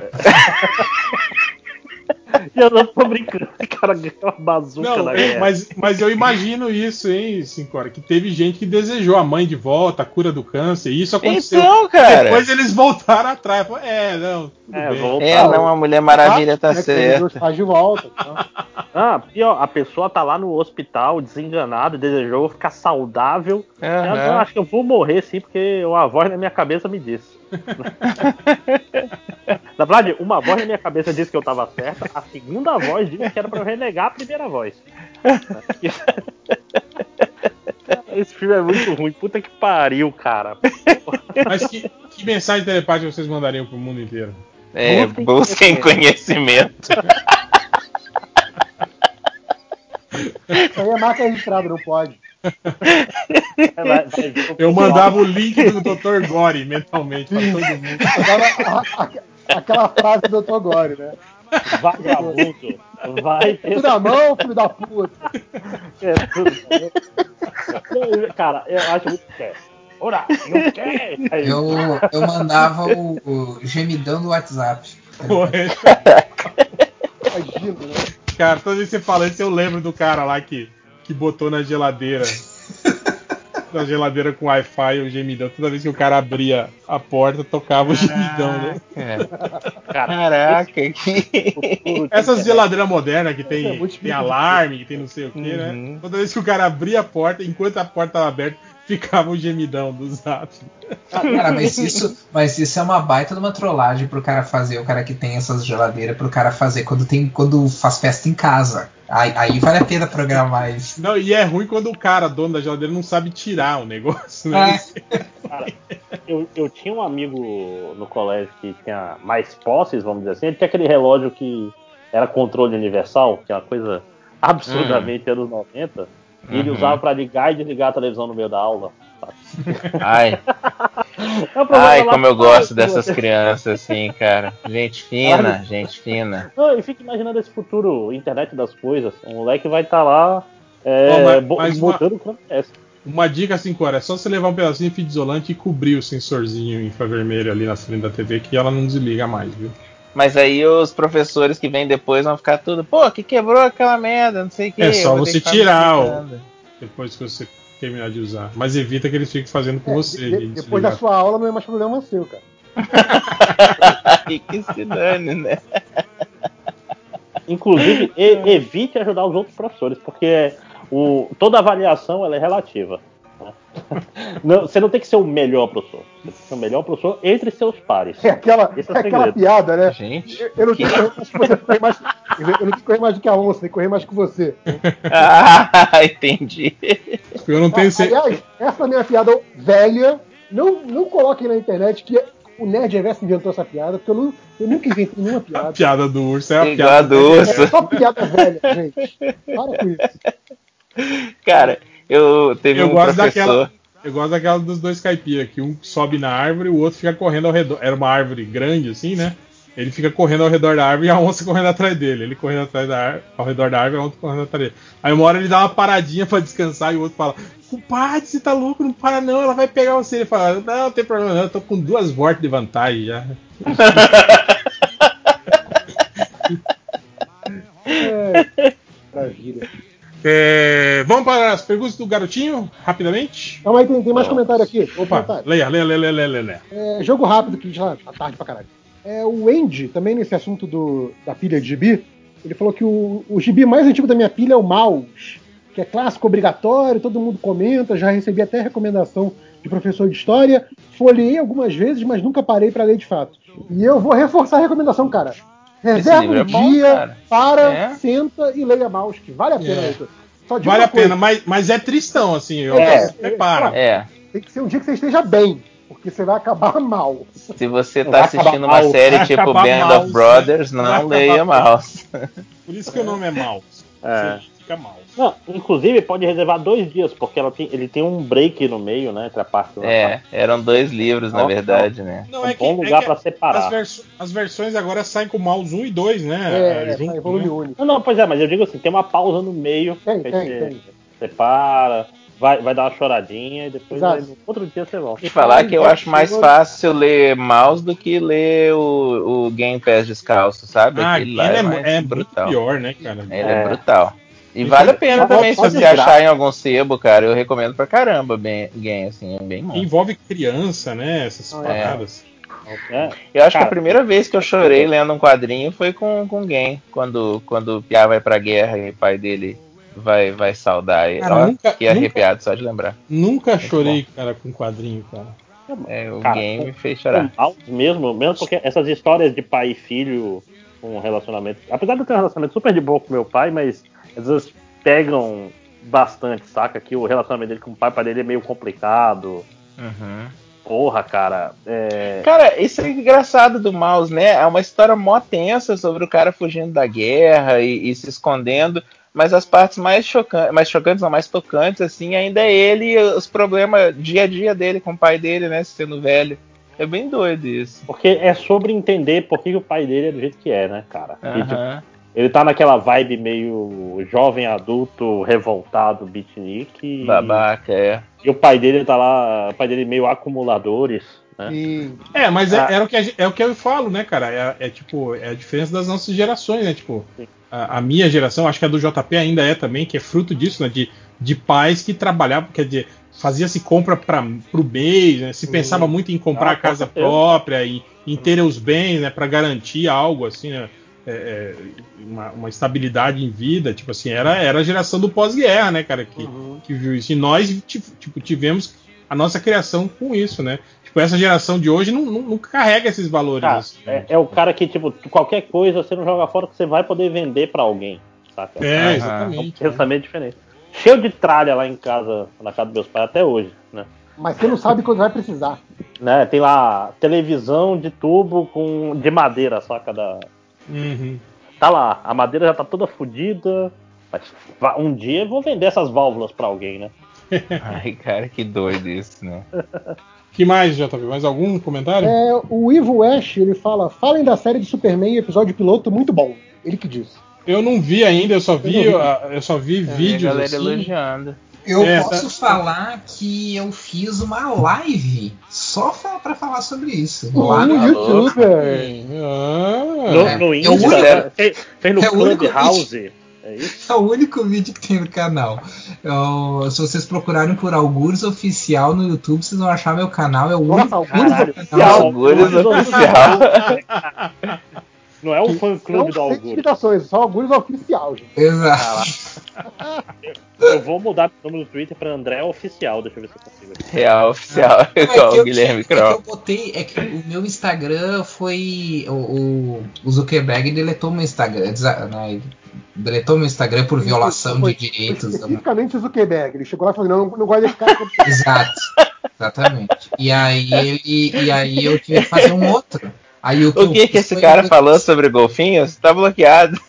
E eu não tô brincando, o cara ganhou uma bazuca na guerra. Mas eu imagino isso, hein, Sincora, que teve gente que desejou a mãe de volta, a cura do câncer, e isso aconteceu. Então, cara. Depois eles voltaram atrás. Tudo bem. A Mulher Maravilha tá certa. Tá de volta. Pior, a pessoa tá lá no hospital, desenganada, desejou ficar saudável. Eu acho que eu vou morrer sim, porque uma voz na minha cabeça me disse. Na verdade, uma voz na minha cabeça disse que eu tava certa, a segunda voz disse que era pra eu renegar a primeira voz. Esse filme é muito ruim, puta que pariu, cara. Mas que mensagem telepática vocês mandariam pro mundo inteiro? Busquem conhecimento. Isso aí é marca registrada, não pode. Eu mandava o link do Dr. Gore mentalmente pra todo mundo. Aquela frase do Dr. Gore, né? Vagabundo. Vai ter. Tudo na mão, filho da puta. Tudo. Cara, eu acho muito sério. Ora, não quer! Eu mandava o gemidão do WhatsApp. Imagina, né? Cara, toda vez que você fala isso, eu lembro do cara lá que botou na geladeira. Na geladeira com Wi-Fi o gemidão. Toda vez que o cara abria a porta, tocava o gemidão, né? Caraca, Essas geladeiras modernas que tem alarme, que tem não sei o que, né? Toda vez que o cara abria a porta, enquanto a porta estava aberta, ficava o gemidão do Zap. Cara, mas isso é uma baita de uma trollagem pro cara fazer, o cara que tem essas geladeiras, pro cara fazer quando faz festa em casa. Aí vale a pena programar isso. Não, e é ruim quando o cara, dono da geladeira, não sabe tirar o negócio, né? Cara, eu tinha um amigo no colégio que tinha mais posses, vamos dizer assim. Ele tinha aquele relógio que era controle universal, que é uma coisa absurdamente anos 90. E ele usava pra ligar e desligar a televisão no meio da aula. Ai, como eu gosto dessas crianças assim, cara. Gente fina. Não, eu fico imaginando esse futuro, internet das coisas. O moleque vai estar lá botando o que acontece. Uma dica assim, Cora, é só você levar um pedacinho de fita isolante e cobrir o sensorzinho infravermelho ali na frente da TV, que ela não desliga mais, viu? Mas aí os professores que vêm depois vão ficar tudo, pô, que quebrou aquela merda, não sei o que. É só você tirar depois que você terminar de usar. Mas evita que eles fiquem fazendo com você. Depois da sua aula não é mais problema seu, cara. E que se dane, né? Inclusive, evite ajudar os outros professores, porque toda avaliação ela é relativa. Não, você não tem que ser o melhor professor. Você tem que ser o melhor professor entre seus pares. É aquela piada, né? Gente, eu não tenho que correr mais do que a onça, tem que correr mais que você. Entendi. Eu não tenho Aliás, essa minha piada velha, não coloquem na internet, que o Nerd Reverso inventou essa piada, porque eu nunca inventei nenhuma piada. A piada do urso é a Igual piada do urso. É só piada velha, gente. Para com isso. Cara, teve um professor... Eu gosto daquela dos dois caipiras, que um sobe na árvore e o outro fica correndo ao redor. Era uma árvore grande, assim, né? Ele fica correndo ao redor da árvore e a onça correndo atrás dele. Ele correndo ao redor da árvore e a onça correndo atrás dele. Aí uma hora ele dá uma paradinha pra descansar e o outro fala: compadre, você tá louco? Não para não, ela vai pegar você. Ele fala: não tem problema não, eu tô com 2 voltas de vantagem já. Maravilha. Vamos para as perguntas do garotinho, rapidamente? Calma aí, tem mais comentário aqui. Opa, leia. Jogo rápido que já tá tarde pra caralho. O Andy, também nesse assunto da pilha de gibi, ele falou que o gibi mais antigo da minha pilha é o Mouse, que é clássico obrigatório, todo mundo comenta, já recebi até recomendação de professor de história, folheei algumas vezes, mas nunca parei pra ler de fato. E eu vou reforçar a recomendação, cara. Reserva um dia, senta e leia Mouse, que vale a pena, leitor. Vale a pena, mas é tristão, assim. Prepara. Tem que ser um dia que você esteja bem, porque você vai acabar mal. Se você tá assistindo uma série tipo Band of Brothers, não leia Mouse. Por isso que o nome é Mouse. Fica Mouse. Não, inclusive pode reservar 2 dias, porque ele tem um break no meio, né? Entre a parte eram 2 livros, na verdade, né? Não, bom lugar pra separar. As versões agora saem com Mouse 1 e 2, né? Sai volume único. Não, pois é, mas eu digo assim, tem uma pausa no meio. Tem. Separa, vai dar uma choradinha e depois no outro dia você volta. E falar que eu acho mais fácil ler Mouse do que ler o Game Pass Descalço, sabe? Aquele lá é brutal. Muito pior, né, cara? Ele é brutal. E vale a pena também, se você achar em algum sebo, cara, eu recomendo pra caramba Game, assim, é bem bom. Envolve criança, né, essas paradas. Eu acho que a primeira vez que eu chorei lendo um quadrinho foi com Game, quando o Pia vai pra guerra e o pai dele vai saudar. Cara, fiquei arrepiado só de lembrar. Nunca chorei, cara, com quadrinho, cara. O Game me fez chorar. Mesmo porque essas histórias de pai e filho com relacionamento, apesar de eu ter um relacionamento super de boa com meu pai, mas às vezes pegam bastante, saca? Que o relacionamento dele com o pai dele é meio complicado. Porra, cara. Cara, isso é engraçado do Mouse, né? É uma história mó tensa sobre o cara fugindo da guerra e se escondendo, mas as partes mais tocantes, assim, ainda é ele e os problemas dia a dia dele com o pai dele, né? Sendo velho. É bem doido isso. Porque é sobre entender por que o pai dele é do jeito que é, né, cara? Ele tá naquela vibe meio jovem adulto, revoltado, beatnik. Babaca, E o pai dele tá lá, o pai dele meio acumuladores, né? Mas é o que eu falo, né, cara? Tipo, é a diferença das nossas gerações, né? Tipo, a minha geração, acho que a do JP ainda é também, que é fruto disso, né? De pais que trabalhavam, quer dizer, fazia-se compra pro mês, né? Se pensava muito em comprar a casa própria e em ter os bens, né? Pra garantir algo, assim, né? Uma estabilidade em vida, tipo assim, era a geração do pós-guerra, né, cara, que viu isso. E nós, tipo, tivemos a nossa criação com isso, né? Tipo, essa geração de hoje não carrega esses valores. Cara, assim, é o cara que, tipo, qualquer coisa você não joga fora que você vai poder vender pra alguém, saca? Exatamente. É um pensamento diferente. Cheio de tralha lá em casa, na casa dos meus pais, até hoje, né? Mas você não sabe quando vai precisar. Né? Tem lá televisão de tubo de madeira, saca? Tá lá, a madeira já tá toda fodida, mas um dia eu vou vender essas válvulas pra alguém, né? Ai, cara, que doido isso, né? Que mais, JP? Mais algum comentário? O Ivo Ash, ele fala: falem da série de Superman, episódio piloto, muito bom. Ele que disse. Eu não vi ainda, eu só vi vídeos. A galera assim, elogiando. Eu posso falar que eu fiz uma live só pra falar sobre isso. Lá no YouTube. No Insta, fez no Clubhouse. É o único vídeo que tem no canal. Se vocês procurarem por Algures Oficial no YouTube, vocês vão achar meu canal. É o único canal. Algures Oficial. Não é o fã-clube do Algures. Só Algures Oficial, gente. Exato. Eu vou mudar o nome do Twitter pra André Oficial. Deixa eu ver se eu consigo. Real Oficial, igual o Guilherme Kroll. Que o meu Instagram foi... O Zuckerberg deletou meu Instagram, né? Deletou meu Instagram por violação de direitos. Especificamente o Zuckerberg. Ele chegou lá e falou: não gosto desse cara. Exato. Exatamente. E aí eu tive que fazer um outro. Aí o que esse cara falou sobre golfinhos? Tá bloqueado.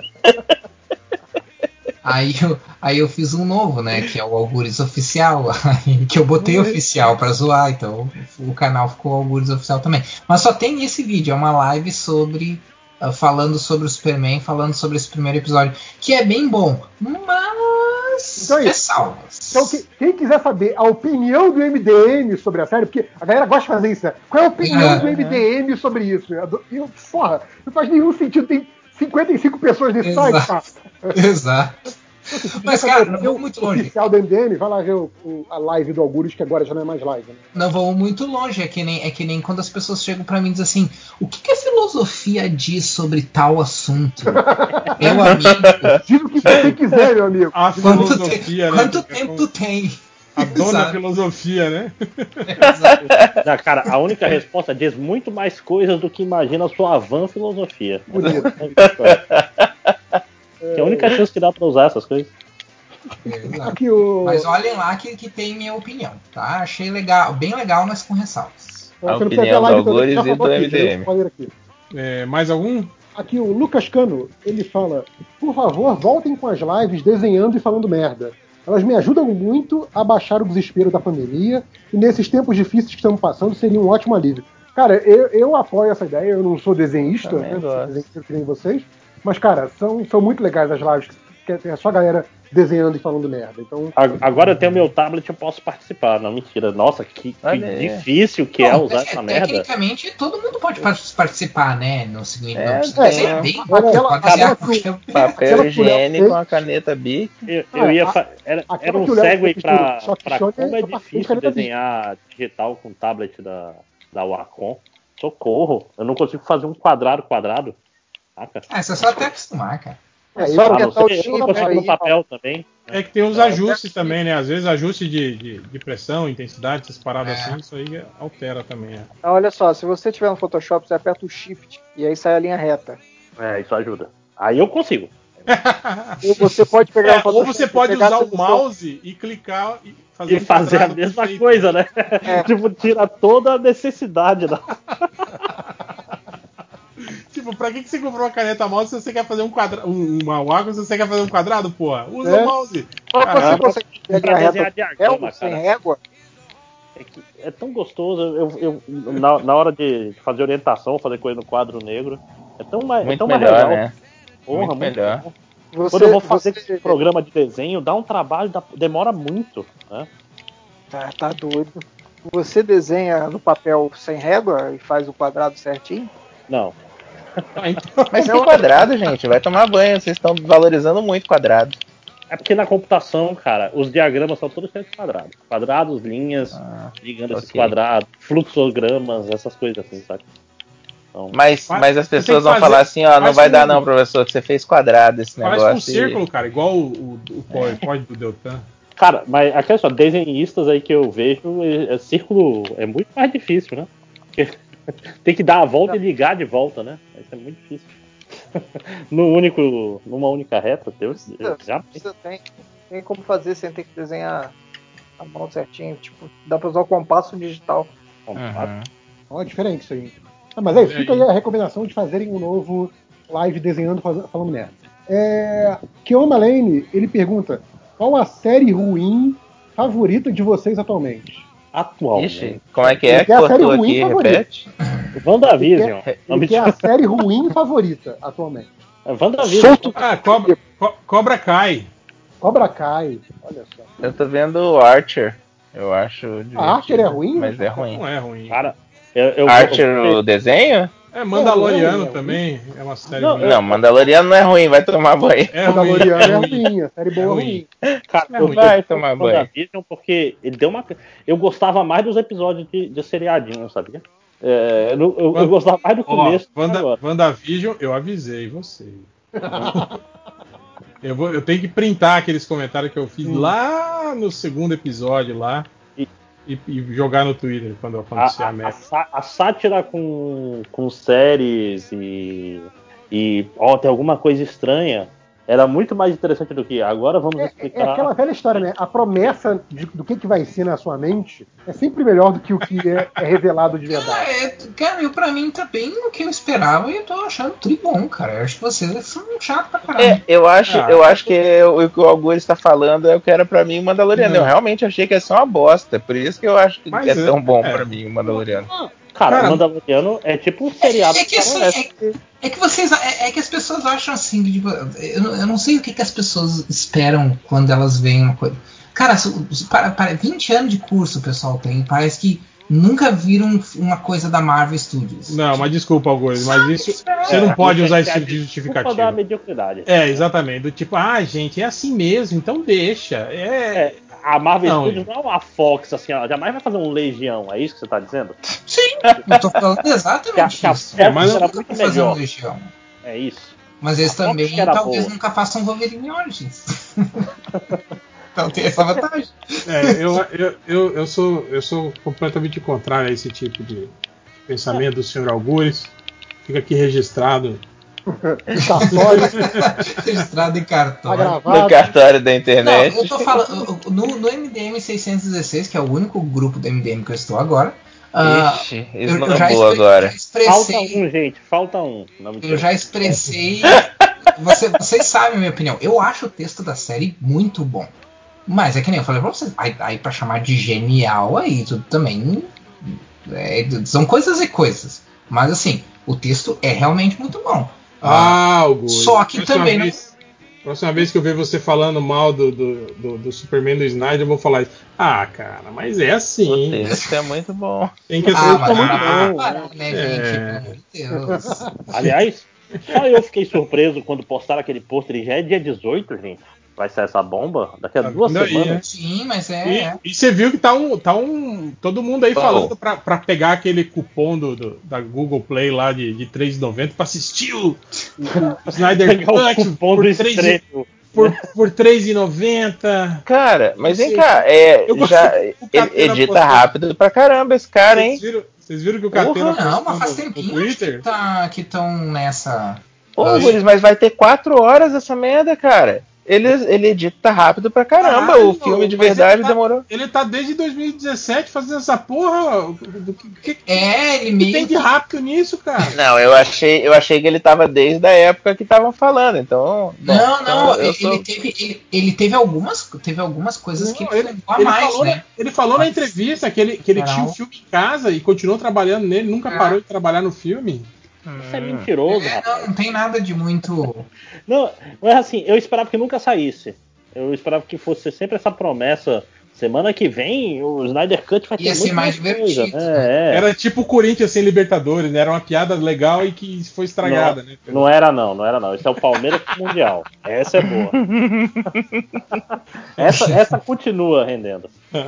Aí eu fiz um novo, né? Que é o Algures Oficial. Que eu botei oficial pra zoar. Então o canal ficou Algures Oficial também. Mas só tem esse vídeo. É uma live sobre... falando sobre o Superman, falando sobre esse primeiro episódio. Que é bem bom. Mas... Então, ressalvas. Então, quem quiser saber a opinião do MDM sobre a série, porque a galera gosta de fazer isso, né? Qual é a opinião do MDM sobre isso? Porra, não faz nenhum sentido. Tem 55 pessoas nesse site, cara. Exato. Mas, cara, não vamos muito longe. O oficial do MDM, vai lá ver a live do Algures, que agora já não é mais live. Né? Não vamos muito longe. É que nem quando as pessoas chegam pra mim e dizem assim: o que a filosofia diz sobre tal assunto? Meu amigo. Diz o que você quiser, meu amigo. A filosofia, né? Quanto tempo tu tem? A dona filosofia, né? Não, cara, a única resposta diz muito mais coisas do que imagina a sua van filosofia. Bonito. Que é a única chance que dá pra usar essas coisas. Aqui Mas olhem lá que tem minha opinião, tá? Achei legal, bem legal, mas com ressalvas. A opinião do Algures e do MDM. Mais algum? Aqui o Lucas Cano, ele fala: por favor, voltem com as lives desenhando e falando merda. Elas me ajudam muito a baixar o desespero da pandemia e nesses tempos difíceis que estamos passando seria um ótimo alívio. Cara, eu apoio essa ideia, eu não sou desenhista, né? Sou desenhista que nem vocês. Mas, cara, são muito legais as lives, que é só a galera desenhando e falando merda. Então... Agora eu tenho meu tablet e eu posso participar. Não, mentira. Nossa, que difícil que é usar essa merda. Tecnicamente, todo mundo pode participar, né? Não significa papel higiênico com a caneta Bic. Era um segue pra como é difícil desenhar digital com tablet da Wacom. Socorro. Eu não consigo fazer um quadrado. Você só até acostumar, cara. Só apertar o shift aí, no papel também. É que tem uns ajustes também, né? Às vezes ajuste de pressão, intensidade, essas paradas assim, isso aí altera também. Olha só, se você tiver no Photoshop, você aperta o shift e aí sai a linha reta. Isso ajuda. Aí eu consigo. Ou você pode pegar ou você pode usar o mouse e clicar e fazer a mesma coisa, né? Tipo, tira toda a necessidade da... Tipo, pra que você comprou uma caneta mouse se você quer fazer um quadrado, uma Wacom, se você quer fazer um quadrado, porra? Usa o mouse. Você consegue pra desenhar diagrama, sem régua? É tão gostoso. Na hora de fazer orientação, fazer coisa no quadro negro, é tão mais melhor, legal. Né? Porra, muito melhor. Quando eu vou fazer esse programa de desenho, dá um trabalho, demora muito, né? Tá doido. Você desenha no papel sem régua e faz o quadrado certinho? Não. Mas que quadrado, gente? Vai tomar banho. Vocês estão valorizando muito quadrado. É porque na computação, cara, os diagramas são todos feitos quadrados. Quadrados, linhas, ligando esses quadrados, fluxogramas, essas coisas assim, sabe? Então, mas as pessoas vão falar assim, não vai dar não, professor, que você fez quadrado esse negócio. Faz um círculo, cara, igual o PowerPoint do Deltan. Cara, mas aqui só, desenhistas aí que eu vejo, círculo é muito mais difícil, né? Tem que dar a volta e ligar de volta, né? Isso é muito difícil. Numa única reta, Deus. Tem como fazer sem ter que desenhar a mão certinho. Tipo, dá pra usar o compasso digital. É diferente isso aí. Mas é isso, fica aí a recomendação de fazerem um novo live desenhando, falando merda. Kioma Lane, ele pergunta: qual a série ruim favorita de vocês atualmente? Atualmente. Ixi, como é que é? Cortou aqui, repete. WandaVision. Que é a série ruim favorita atualmente. WandaVision. Cobra Kai. Cobra Kai, olha só. Eu tô vendo o Archer. Eu acho. A Archer é ruim? Mas é ruim. Não é ruim. Cara, Archer, o desenho? Mandaloriano também. É uma série ruim. Não, Mandaloriano não é ruim, vai tomar banho. Mandaloriano é ruim, a série boa é ruim. Cara, vai tomar banho. Porque ele deu uma. Eu gostava mais dos episódios de seriadinho, sabia? Eu gostava mais do começo. WandaVision, eu avisei você. Eu tenho que printar aqueles comentários que eu fiz lá no segundo episódio lá. E jogar no Twitter quando acontecer a merda. A sátira com séries e tem alguma coisa estranha. era muito mais interessante do que agora vamos explicar. É aquela velha história, né? A promessa do que vai ser na sua mente é sempre melhor do que o que é revelado de verdade. Cara, pra mim tá bem o que eu esperava e eu tô achando tudo bom, cara. Eu acho que vocês são chato pra caralho. Eu acho que o que o Augusto está falando é o que era pra mim o Mandaloriano. Eu realmente achei que ia ser uma bosta. Por isso que eu acho que é tão bom pra mim o Mandaloriano. Cara, o Mandaloriano é tipo um seriado que as pessoas acham assim, tipo, eu não sei o que as pessoas esperam quando elas veem uma coisa. Cara, para 20 anos de curso o pessoal tem, parece que nunca viram uma coisa da Marvel Studios. Não, mas desculpa, Augusto, mas isso você não pode usar isso de justificativo. Da mediocridade. Exatamente, do tipo, gente, é assim mesmo, então deixa. A Marvel Studios não é uma Fox, assim, ela jamais vai fazer um Legião, é isso que você tá dizendo? Sim, eu tô falando exatamente isso. Mas era muito melhor. Um Legião. É isso. Mas eles também talvez nunca façam Wolverine Origins. Então tem essa vantagem. Eu sou completamente contrário a esse tipo de pensamento do Sr. Augusto. Fica aqui registrado. Registrado em cartório. No cartório da internet. Não, eu tô falando no MDM 616, que é o único grupo do MDM que eu estou agora. Ixi, esnobou agora. Falta um, gente, falta um. Eu já expressei. Vocês sabem a minha opinião. Eu acho o texto da série muito bom. Mas é que nem eu falei pra vocês. Aí pra chamar de genial, aí tudo também. São coisas e coisas. Mas assim, o texto é realmente muito bom. Augusto. Só que também. Próxima vez que eu ver você falando mal do Superman do Snyder, eu vou falar isso. Cara, mas é assim. O texto é muito bom. Tem que ser muito bom. Né, gente? Meu Deus. Aliás, só eu fiquei surpreso quando postaram aquele pôster e já é dia 18, gente. Vai sair essa bomba daqui a 2 semanas. Sim, mas E você viu que tá todo mundo aí falando pra pegar aquele cupom da Google Play lá de R$3,90 pra assistir o Snyder Cut por R$3,90. Cara, mas vem cá, ele edita rápido pra caramba esse cara, hein? Vocês viram que o Catena não, mas faz tempinho que estão nessa... Guris, mas vai ter 4 horas essa merda, cara. Ele edita rápido pra caramba. O filme de verdade demorou. Ele tá desde 2017 fazendo essa porra. Ele meio tem de rápido nisso, cara. Não, eu achei que ele tava desde a época que estavam falando. Então. Ele teve algumas coisas que ele levou a mais, né? Ele falou na entrevista que ele tinha um filme em casa e continuou trabalhando nele, nunca parou de trabalhar no filme. Isso é mentiroso, rapaz. Não tem nada de muito. Não, mas assim, eu esperava que nunca saísse. Eu esperava que fosse sempre essa promessa. Semana que vem, o Snyder Cut vai ter muito mais divertido. Coisa, né? Era tipo o Corinthians sem Libertadores, né? Era uma piada legal e que foi estragada, né? Não era não. Esse é o Palmeiras Mundial. Essa é boa. essa continua rendendo.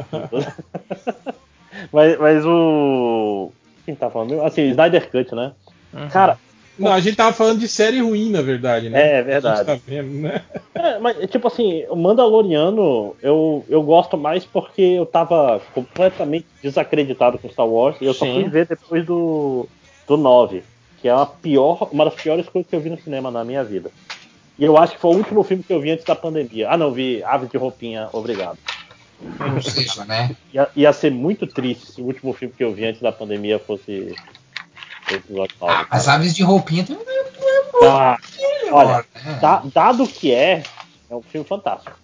mas o... Quem tá falando? Assim, Snyder Cut, né? Cara, não, a gente tava falando de série ruim, na verdade, né? É verdade. A gente tá vendo, né? Mas, tipo assim, o Mandaloriano eu gosto mais porque eu tava completamente desacreditado com Star Wars e eu só fui ver depois do 9, que é uma das piores coisas que eu vi no cinema na minha vida. E eu acho que foi o último filme que eu vi antes da pandemia. Não, vi Aves de Roupinha, obrigado. Ou seja, né? Ia ser muito triste se o último filme que eu vi antes da pandemia fosse... As Aves de Roupinha também olha, dado que é um filme fantástico.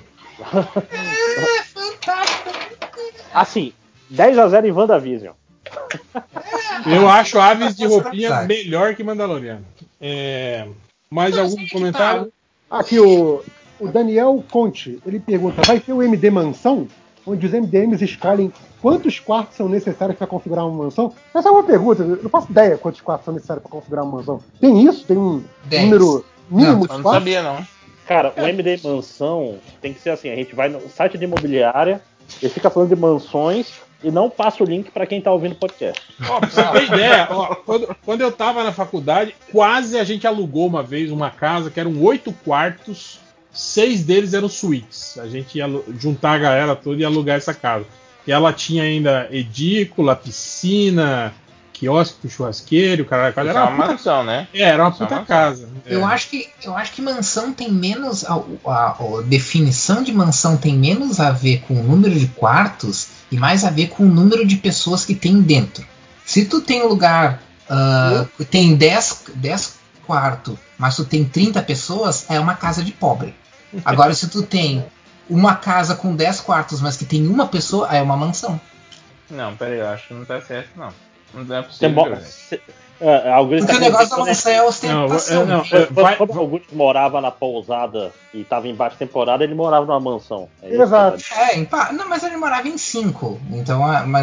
Fantástico. Assim, 10-0 em WandaVision. Eu acho Aves de Roupinha melhor que Mandaloriano. Mais algum comentário? Aqui o Daniel Conte, ele pergunta, vai ter o MD Mansão? Onde os MDMs escolhem quantos quartos são necessários para configurar uma mansão? Essa é uma pergunta, eu não faço ideia quantos quartos são necessários para configurar uma mansão. Tem isso? Tem um número mínimo de quartos? Não sabia, não. Cara, o MD Mansão tem que ser assim, a gente vai no site de imobiliária e fica falando de mansões e não passa o link para quem tá ouvindo o podcast. Pra você ter ideia, quando eu tava na faculdade, quase a gente alugou uma vez uma casa que eram 8 quartos, 6 deles eram suítes. A gente ia juntar a galera toda e alugar essa casa. E ela tinha ainda edícula, piscina, quiosque com churrasqueiro, o cara era uma mansão, né? Era uma puta casa. Eu acho que mansão tem menos. A definição de mansão tem menos a ver com o número de quartos e mais a ver com o número de pessoas que tem dentro. Se tu tem um lugar. Tem 10 quartos, mas tu tem 30 pessoas, é uma casa de pobre. Agora, se tu tem uma casa com 10 quartos, mas que tem uma pessoa, é uma mansão. Não, peraí, eu acho que não tá certo, não. Não é possível. Porque o negócio da mansão é a ostentação. Quando o Augusto morava na pousada e estava em baixa temporada, ele morava numa mansão. Exato. Não, mas ele morava em 5. Então,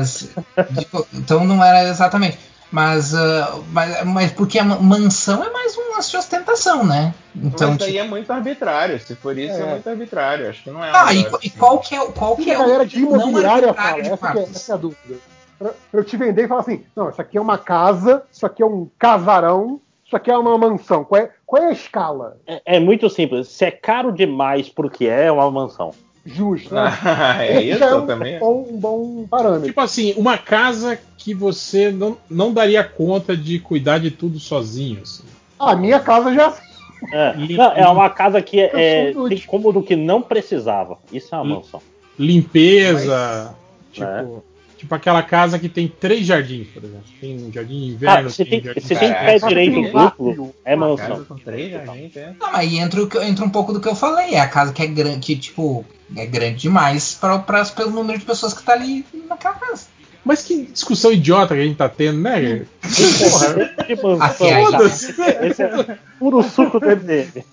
então não era exatamente. Mas porque a mansão é mais um lance de ostentação, né? Então, mas daí é muito arbitrário. Se for isso, é muito arbitrário. Acho que não é. E qual que é a galera de imobiliária fala? Essa é a dúvida. Pra eu te vender e falar assim, não, isso aqui é uma casa, isso aqui é um casarão, isso aqui é uma mansão. Qual é a escala? É muito simples. Se é caro demais pro que é uma mansão. Justo. Isso já é também. Um bom parâmetro. Tipo assim, uma casa que você não daria conta de cuidar de tudo sozinho. Assim. A minha casa já é uma casa que tem cômodo que não precisava. Isso é uma mansão. Limpeza, tipo aquela casa que tem 3 jardins, por exemplo. Tem um jardim de inverno. Se tem pé direito duplo, é mansão. Com 3 jardins, Não, aí entra um pouco do que eu falei. É a casa que é grande, que tipo é grande demais pelo número de pessoas que tá ali naquela casa. Mas que discussão idiota que a gente tá tendo, né? Porra, que mansão. Esse é puro suco do MDM.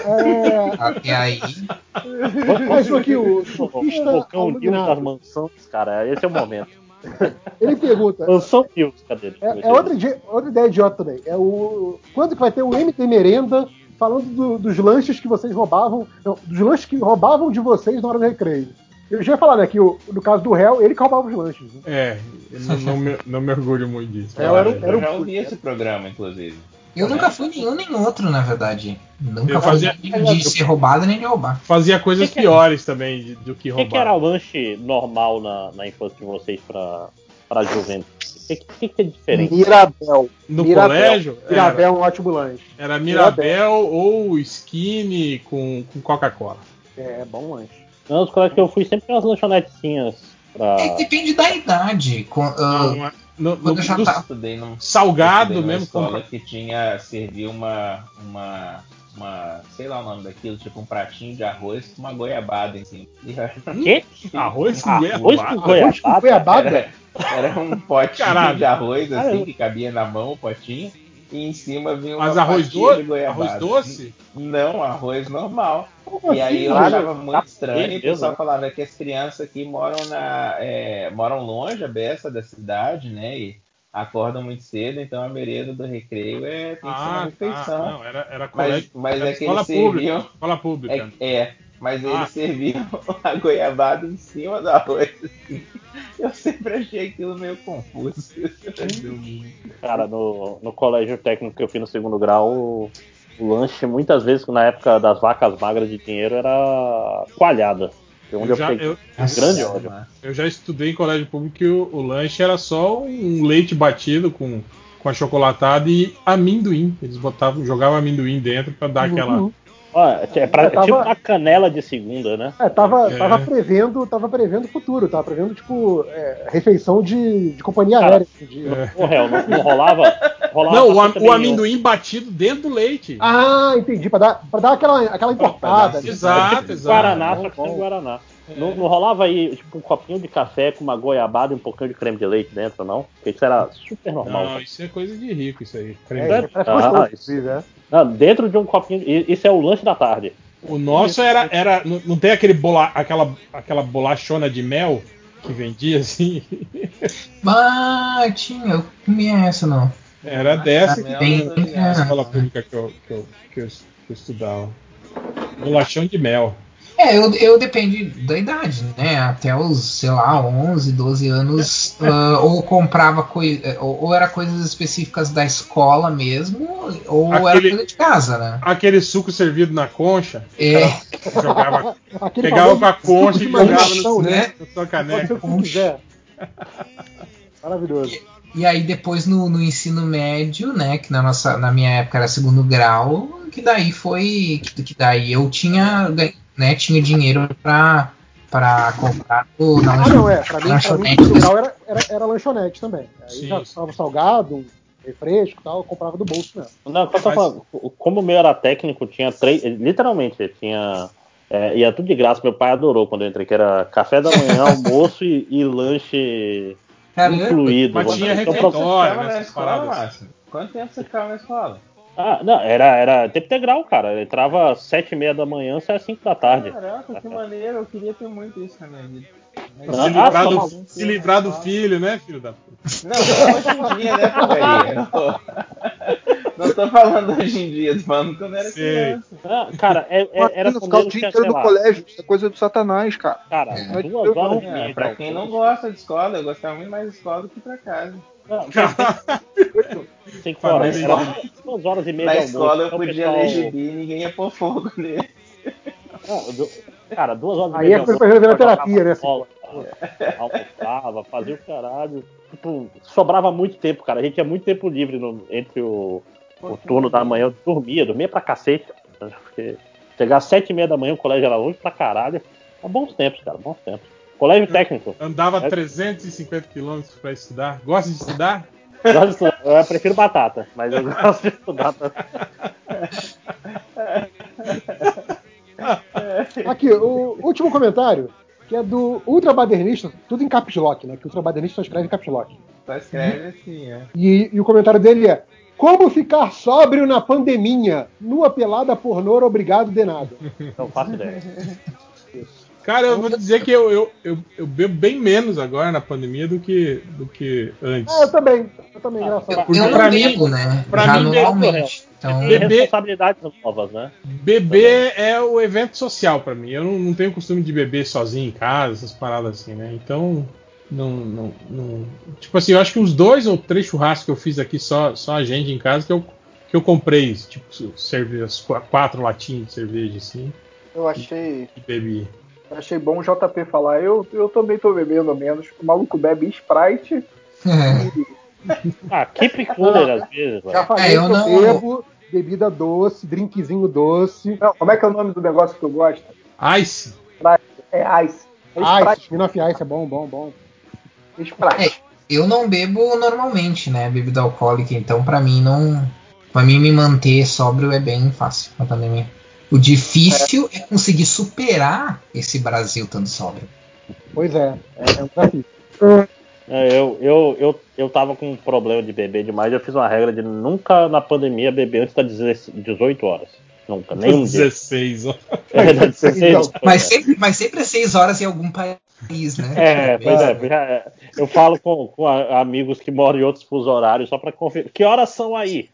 Até aí. Mas aqui o Focão News das mansões, cara. Esse é o momento. Ele pergunta. Mansão News, cadê? Outra ideia idiota também. Quando que vai ter o MT Merenda falando dos lanches que vocês roubavam. Não, dos lanches que roubavam de vocês na hora do recreio. Eu já ia falar, né, que no caso do réu, ele que roubava os lanches. Né? Não me orgulho muito disso. Eu já ouvi esse programa, inclusive. Eu nunca fui nenhum nem outro, na verdade. Nunca fazia nem de ser roubado nem de roubar. Fazia coisas piores também do que roubar. O que era o lanche normal na infância de vocês para a juventude? O que é diferente? Mirabel. Colégio? Mirabel é um ótimo lanche. Era Mirabel ou Skinny com Coca-Cola. É bom lanche. Nos colégios que eu fui sempre umas lanchonetezinhas. Depende da idade. Eu já estudei salgado numa mesmo. Escola que servia uma sei lá o nome daquilo, tipo um pratinho de arroz com uma goiabada em cima. Quê? Arroz com goiabada? Era um potinho de arroz assim que cabia na mão, o potinho. E em cima vinha uma arroz doce? De goiabada. Arroz doce? Não, arroz normal. E aí eu achava muito estranho e o pessoal falava que as crianças aqui moram longe a beça da cidade, né? E acordam muito cedo, então a merenda do recreio tem que ser uma refeição. Não, era colégio, mas era é que eles serviam. Escola pública. Mas eles serviam a goiabada em cima do arroz. Assim. Eu sempre achei aquilo meio confuso. Cara, no colégio técnico que eu fiz no 2º grau, o lanche, muitas vezes, na época das vacas magras de dinheiro, era coalhada. Onde eu peguei grande ódio. Eu já estudei em colégio público que o lanche era só um leite batido com achocolatado e amendoim. Eles jogavam amendoim dentro pra dar aquela... tipo uma canela de segunda, né? Tava prevendo o futuro, tava prevendo, tipo, refeição de companhia aérea. Não rolava. Não, o amendoim batido dentro do leite. Ah, entendi. Pra dar aquela entortada. Exato. Guaraná, só que sem Guaraná. Não rolava aí, tipo, um copinho de café com uma goiabada e um pouquinho de creme de leite dentro, não? Porque isso era super normal. Não, isso é coisa de rico, isso aí. Dentro de um copinho. Isso é o lanche da tarde. O nosso era não tem aquela bolachona de mel que vendia assim? Tinha, eu comia essa não. Era dessa que tem na escola pública que eu estudava. Bolachão de mel. Eu depende da idade, né? Até os, sei lá, 11, 12 anos, ou comprava ou era coisas específicas da escola mesmo, ou era coisa de casa, né? Aquele suco servido na concha. Jogava, Aquele pegava com a concha e jogava no na sua caneca. Maravilhoso. E aí depois no ensino médio, né, que na minha época era segundo grau, que daí eu tinha, né, tinha dinheiro pra comprar pra mim segundo grau era lanchonete também. Aí já estava salgado, um refresco e tal, eu comprava do bolso mesmo. Não, eu tô falando, como o meu era técnico, tinha 3, literalmente, tinha... ia tudo de graça, meu pai adorou quando eu entrei, que era café da manhã, almoço e lanche incluído. Mas tinha refeitório nessas paradas. Quanto tempo você ficava na escola? Não, era tempo integral, cara. Eu entrava às 7h30 da manhã, saia às 5 da tarde. Caraca, que maneiro, eu queria ter muito isso na minha vida. Se livrar do filho, né, filho da puta? Não hoje em dia, né, porcaria? Não tô falando hoje em dia, tô falando quando era criança. Cara, era ficar o dia inteiro no colégio, isso é coisa do satanás, cara. Cara, 2 horas e meia. Pra quem não gosta de escola, eu gostava muito mais de escola do que pra casa. Tem que horas, era 2 horas e meia na de almoço. Escola eu podia ler gibi e ninguém ia pôr fogo nele. Cara, 2 horas e aí meia de almoço. Aí é pra terapia, né? Almoçava, fazia o caralho. Tipo, sobrava muito tempo, cara. A gente tinha muito tempo livre entre o turno da manhã. Eu dormia pra cacete. Porque chegar às 7h30 da manhã, o colégio era longe pra caralho. Bons tempos, cara, bons tempos. Colégio técnico. Andava 350 km pra estudar. Gosta de estudar? Gosto de estudar. Eu prefiro batata, mas eu gosto de estudar. Aqui, o último comentário, que é do Ultrabadernista, tudo em caps lock, né? Que o Ultrabadernista só escreve em caps lock. Só escreve assim, E o comentário dele é: como ficar sóbrio na pandemia? Nua pelada pornô, obrigado de nada. Não faço ideia. Cara, eu vou dizer que eu bebo bem menos agora na pandemia do que antes. Eu também, engraçado. Eu não bebo, né? Pra mim, normalmente. Então... responsabilidades novas, né? Beber é o evento social pra mim. Eu não tenho costume de beber sozinho em casa, essas paradas assim, né? Então, não. Tipo assim, eu acho que uns 2 ou 3 churrascos que eu fiz aqui só a gente em casa que eu comprei, tipo, cerveja, 4 latinhas de cerveja assim. Eu achei. E bebi. Achei bom o JP falar. Eu também tô bebendo menos. O maluco bebe Sprite. Keep cooler às vezes. Já falei que eu bebo bebida doce, drinkzinho doce. Não, como é que é o nome do negócio que tu gosta? Ice. É Ice. Ice, Smirnoff Ice é bom. Sprite. Eu não bebo normalmente, né? Bebida alcoólica, então pra mim me manter sóbrio é bem fácil na pandemia. O difícil é conseguir superar esse Brasil tanto sóbrio. Pois é um desafio. Eu tava com um problema de beber demais. Eu fiz uma regra de nunca na pandemia beber antes das 18 horas. Nunca, nem um 16 horas. 16 horas. Mas sempre é 6 horas em algum país, né? Pois é. Eu falo com amigos que moram em outros fusos horários só pra conferir. Que horas são aí?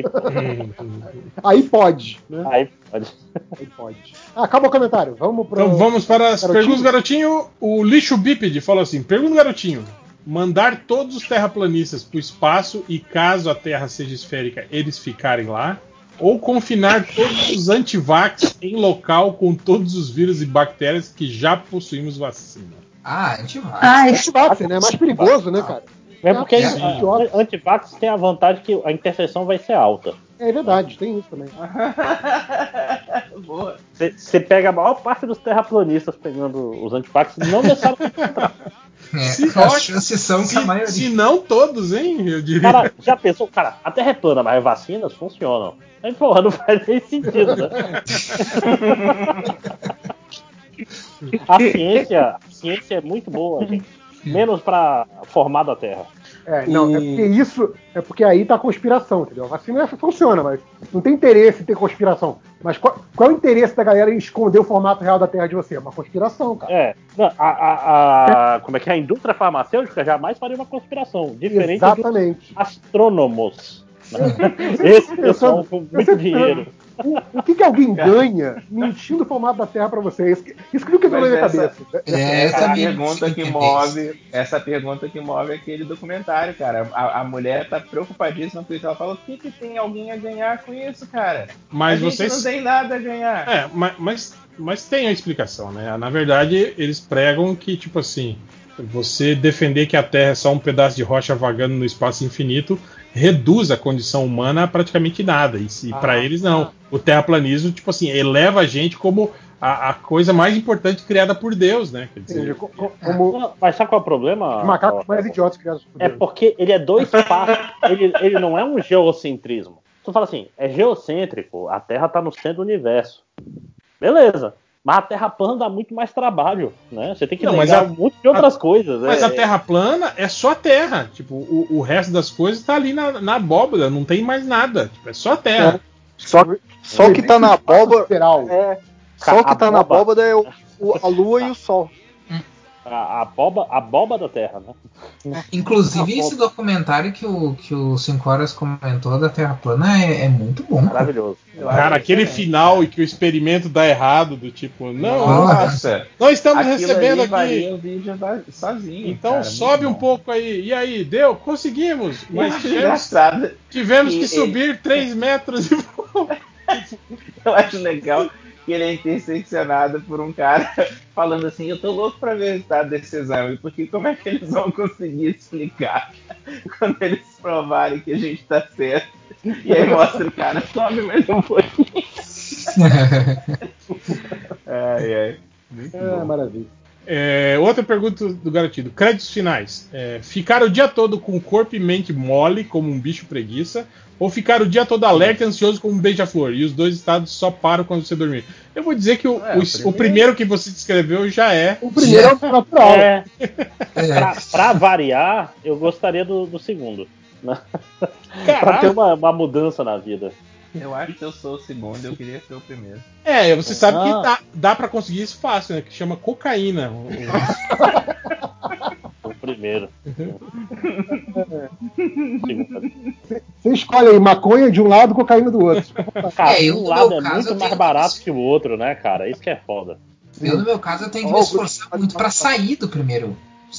Aí pode, né? Aí pode. Acabou o comentário. Então vamos para as perguntas, garotinho. O Lixo Bípede falou assim: pergunta, garotinho. Mandar todos os terraplanistas para o espaço e, caso a Terra seja esférica, eles ficarem lá? Ou confinar todos os antivax em local com todos os vírus e bactérias que já possuímos vacina? Antivax, né? É mais perigoso, né, cara? É porque antivax tem a vantagem que a interseção vai ser alta. É verdade, tem isso também. Boa. Você pega a maior parte dos terraplanistas pegando os antivax, não necessariamente. As chances são que a maioria. Se não todos, hein? Eu diria. Cara, já pensou? Cara, a Terra é plana, mas as vacinas funcionam. Aí, porra, não faz nem sentido, né? A ciência é muito boa, gente. Menos pra formar da Terra. É porque aí tá a conspiração, entendeu? A vacina funciona, mas não tem interesse em ter conspiração. Mas qual é o interesse da galera em esconder o formato real da Terra de você? É uma conspiração, cara. Como é que é? A indústria farmacêutica jamais faria uma conspiração. Diferente Exatamente. Dos astrônomos. Esse pessoal com muito dinheiro. O que alguém ganha mentindo o formato da Terra pra você? Isso que nunca entrou na minha cabeça. Essa pergunta que move aquele documentário, cara. A mulher tá preocupadíssima com isso. Ela fala: o que tem alguém a ganhar com isso, cara? Mas a gente não tem nada a ganhar. Mas tem a explicação, né? Na verdade, eles pregam que, tipo assim, você defender que a Terra é só um pedaço de rocha vagando no espaço infinito reduz a condição humana a praticamente nada. E para eles não. O terraplanismo, tipo assim, eleva a gente como a coisa mais importante criada por Deus, né? Quer dizer, Mas sabe qual é o problema? Os macacos mais idiotas criados por Deus. É porque ele é dois passos. ele não é um geocentrismo. Tu fala assim, é geocêntrico, a Terra tá no centro do universo. Beleza. Mas a Terra plana dá muito mais trabalho, né? Você tem que negar um monte de outras coisas. Mas a Terra plana é só a Terra. Tipo, o resto das coisas tá ali na abóbora, não tem mais nada. Tipo, é só a Terra. Só que tá na abóbora. Só que tá na abóbora é a Lua e o Sol. A abóbora da Terra, né? Inclusive, esse documentário que o 5 Horas comentou da Terra plana é muito bom. Maravilhoso. Cara, aquele final e que o experimento dá errado, do tipo, nossa, nós estamos recebendo aqui. O vídeo sozinho. Então cara, sobe um pouco aí. E aí, deu? Conseguimos. Mas tivemos que subir 3 metros e Eu acho legal que ele é interseccionado por um cara falando assim, eu tô louco pra ver o resultado desse exame, porque como é que eles vão conseguir explicar quando eles provarem que a gente tá certo? E aí mostra o cara, sobe mais um pouquinho. Ai. Muito bom. Maravilha. Outra pergunta do Garotinho. Créditos finais. Ficar o dia todo com o corpo e mente mole, como um bicho preguiça, ou ficar o dia todo alerta e ansioso como um beija-flor? E os dois estados só param quando você dormir. Eu vou dizer que o primeiro que você descreveu já é. O primeiro é o natural. Pra variar, eu gostaria do segundo. Pra ter uma mudança na vida. Eu acho que eu sou o segundo, eu queria ser o primeiro. Você sabe que dá pra conseguir isso fácil, né? Que chama cocaína. O primeiro. Você escolhe aí maconha de um lado, cocaína do outro. Cara, um lado é muito mais barato que o outro, né, cara? Isso que é foda. No meu caso, eu tenho que me esforçar muito pra sair do primeiro.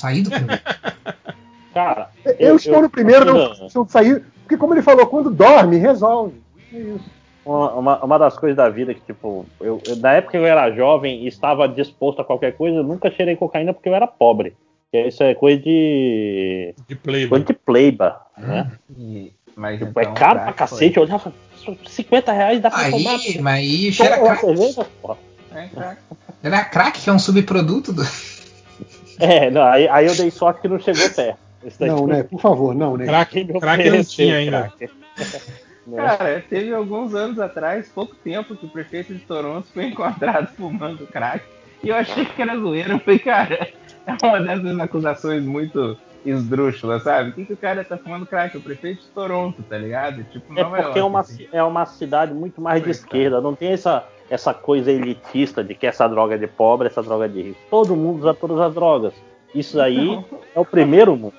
Cara, eu estou no primeiro, não sair, porque como ele falou, quando dorme, resolve. É isso. Uma das coisas da vida que, tipo, eu na época que eu era jovem e estava disposto a qualquer coisa, eu nunca cheirei cocaína porque eu era pobre. Isso é coisa de pleiba. Coisa de pleiba, né? Mas tipo, é caro pra cacete, eu olhava, R$50 dá pra tomar. Mas aí cheira crack. Cerveja, porra. Era crack, que é um subproduto do... Não, aí eu dei sorte que não chegou perto. Não, né? Por favor, não, né? Crack não tinha ainda. Cara, teve alguns anos atrás, pouco tempo, que o prefeito de Toronto foi encontrado fumando crack. E eu achei que era zoeira. Eu falei, cara, é uma dessas acusações muito esdrúxulas, sabe? O que o cara tá fumando crack? O prefeito de Toronto, tá ligado? Tipo, Nova porque York, é uma cidade muito mais de esquerda. Não tem essa coisa elitista de que essa droga é de pobre, essa droga é de rico. Todo mundo usa todas as drogas. Isso aí é o primeiro mundo.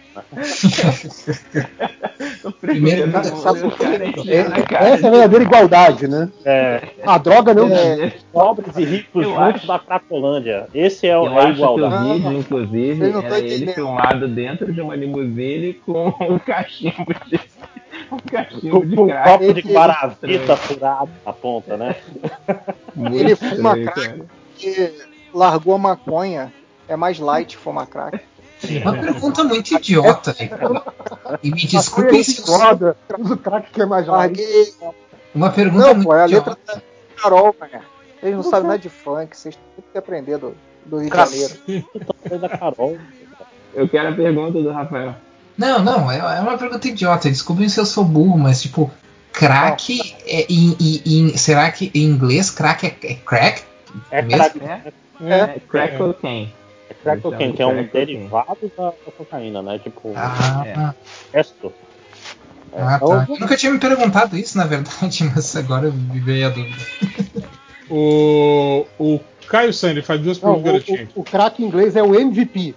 O primeiro mundo. Essa é a verdadeira igualdade, né? A droga não pobres e ricos juntos da Cracolândia. Esse é a igualdade. O vídeo, inclusive, era ele filmado dentro de uma limusine com um cachimbo de crack. Um copo de Guaravita furado na ponta, né? Ele fuma crack porque largou a maconha. É mais light fumar crack. Uma pergunta muito idiota. E me desculpem se usa o crack que é mais light. Uma pergunta muito idiota. A letra da Carol, cara. Vocês não sabem nada de funk, vocês têm que aprender do Rio de Janeiro. Da Carol. Eu quero a pergunta do Rafael. Não, é uma pergunta idiota. Desculpem se eu sou burro, mas tipo, crack será que em inglês crack é crack? Crack cocaine. Crack cocaine, que é um derivado da cocaína, né? Tipo, resto. Tá. Eu nunca tinha me perguntado isso, na verdade, mas agora me veio a dúvida. O Caio Sandri faz duas perguntas garotinhas. O crack em inglês é o MVP.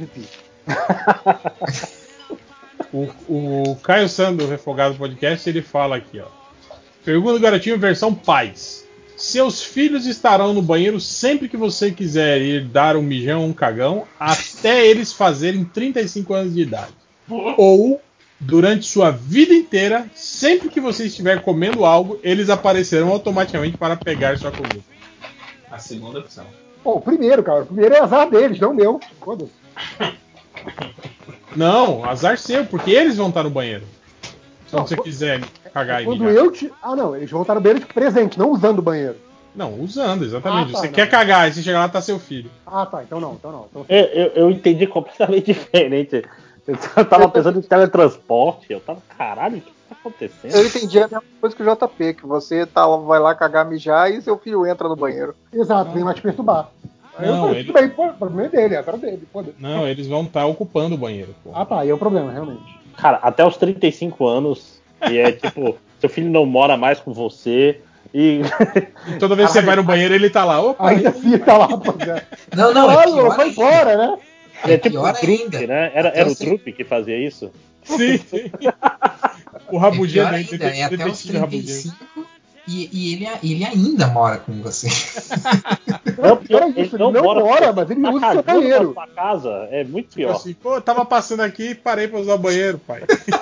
O Caio Sandro, do Refogado Podcast, ele fala aqui, ó. Pergunta do garotinho, versão pais. Seus filhos estarão no banheiro sempre que você quiser ir dar um mijão ou um cagão, até eles fazerem 35 anos de idade. Ou, durante sua vida inteira, sempre que você estiver comendo algo, eles aparecerão automaticamente para pegar sua comida. A segunda opção. O primeiro, cara. O primeiro é azar deles, não meu. Foda-se. Não, azar seu, porque eles vão estar no banheiro. Se você quiser cagar e mijar. Não, eles vão estar no banheiro de presente, não usando o banheiro. Não, usando, exatamente. Você quer cagar, e se chegar lá tá seu filho. Ah, tá, então não. Eu entendi completamente diferente. Eu tava pensando em teletransporte, eu tava, caralho, o que tá acontecendo? Eu entendi a mesma coisa que o JP, que você vai lá cagar, mijar e seu filho entra no banheiro. Exato, vem lá te perturbar. Não, tudo bem, o problema é dele, azar dele. Não, eles vão estar ocupando o banheiro. Pô. Ah, tá, aí é o problema, realmente. Cara, até os 35 anos, e é tipo, seu filho não mora mais com você, e toda vez que você vai no banheiro, ele tá lá. Opa, ainda assim tá lá, rapaziada. Não, é pior vai embora, né? É tipo o Trupe, né? Era o Trupe que fazia isso? Sim. O Rabugento ainda tem até os 35 e ele ainda mora com você. Não, pior é isso, ele não mora, mas ele usa o seu banheiro. Na sua casa, é muito pior. Assim, pô, eu tava passando aqui e parei pra usar o banheiro, pai.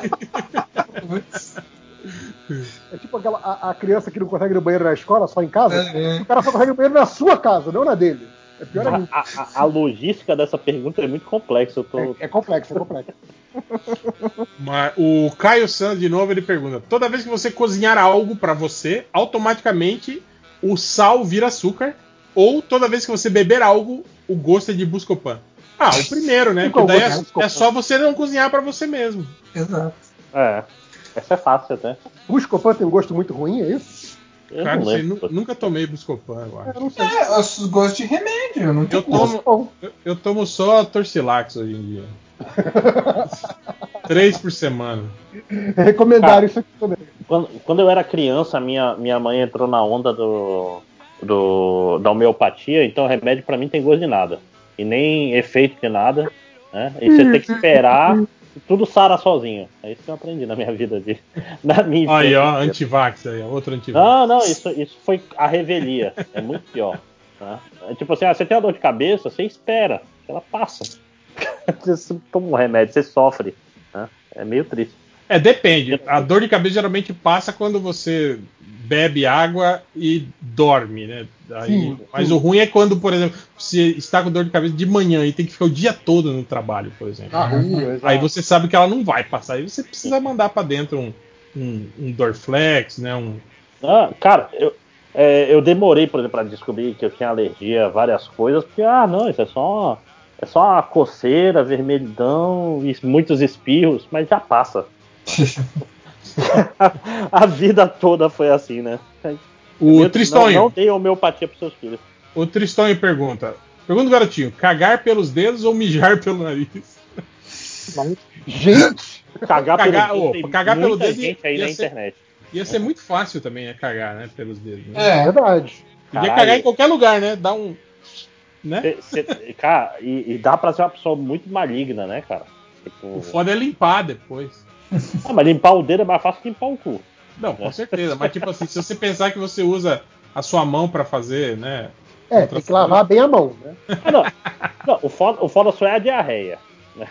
É tipo a criança que não consegue ir no banheiro na escola, só em casa. O cara só consegue ir no banheiro na sua casa, não na dele. É pior ainda. A logística dessa pergunta é muito complexa. É complexo. Mas o Caio Santos, de novo, ele pergunta: toda vez que você cozinhar algo pra você, automaticamente o sal vira açúcar? Ou toda vez que você beber algo, o gosto é de Buscopan? Ah, o primeiro, né? Porque daí é só você não cozinhar pra você mesmo. Exato. Essa é fácil até. Buscopan tem um gosto muito ruim, é isso? Cara, nunca tomei Buscopan, eu acho. Eu não sei. Os gostos de remédio, eu não tenho eu tomo só Torcilax hoje em dia. 3 por semana. Recomendaram isso aqui também. Quando eu era criança, minha mãe entrou na onda da homeopatia, então remédio pra mim tem gosto de nada. E nem efeito de nada. Né? E você tem que esperar e tudo sara sozinho. É isso que eu aprendi na minha vida. Na minha aí, ó, antivax aí, outro antivax. Não, isso foi a revelia. É muito pior. Né? É tipo assim, você tem uma dor de cabeça, você espera, ela passa. Você toma um remédio, você sofre. Né? É meio triste. Depende. A dor de cabeça geralmente passa quando você bebe água e dorme, né? Sim. Mas o ruim é quando, por exemplo, você está com dor de cabeça de manhã e tem que ficar o dia todo no trabalho, por exemplo. Aí você sabe que ela não vai passar. Aí você precisa mandar para dentro um Dorflex, né? Cara, eu demorei, por exemplo, para descobrir que eu tinha alergia a várias coisas, porque, isso é só uma coceira, vermelhidão e muitos espirros, mas já passa. A vida toda foi assim, né? O Tristonho. Não dei homeopatia pros seus filhos. O Tristonho pergunta, garotinho, cagar pelos dedos ou mijar pelo nariz? Gente! Cagar pelo dedo gente aí na internet. Ia ser muito fácil também, né? Cagar, né? Pelos dedos. Né? É verdade. Podia cagar em qualquer lugar, né? Dá um... Né? Cara, e dá pra ser uma pessoa muito maligna, né, cara? Tipo... O foda é limpar depois. Mas limpar o dedo é mais fácil que limpar o cu. Não, com certeza. Mas tipo assim, se você pensar que você usa a sua mão pra fazer, né? Tem que lavar bem a mão, né? Não, o foda só é a diarreia. Né?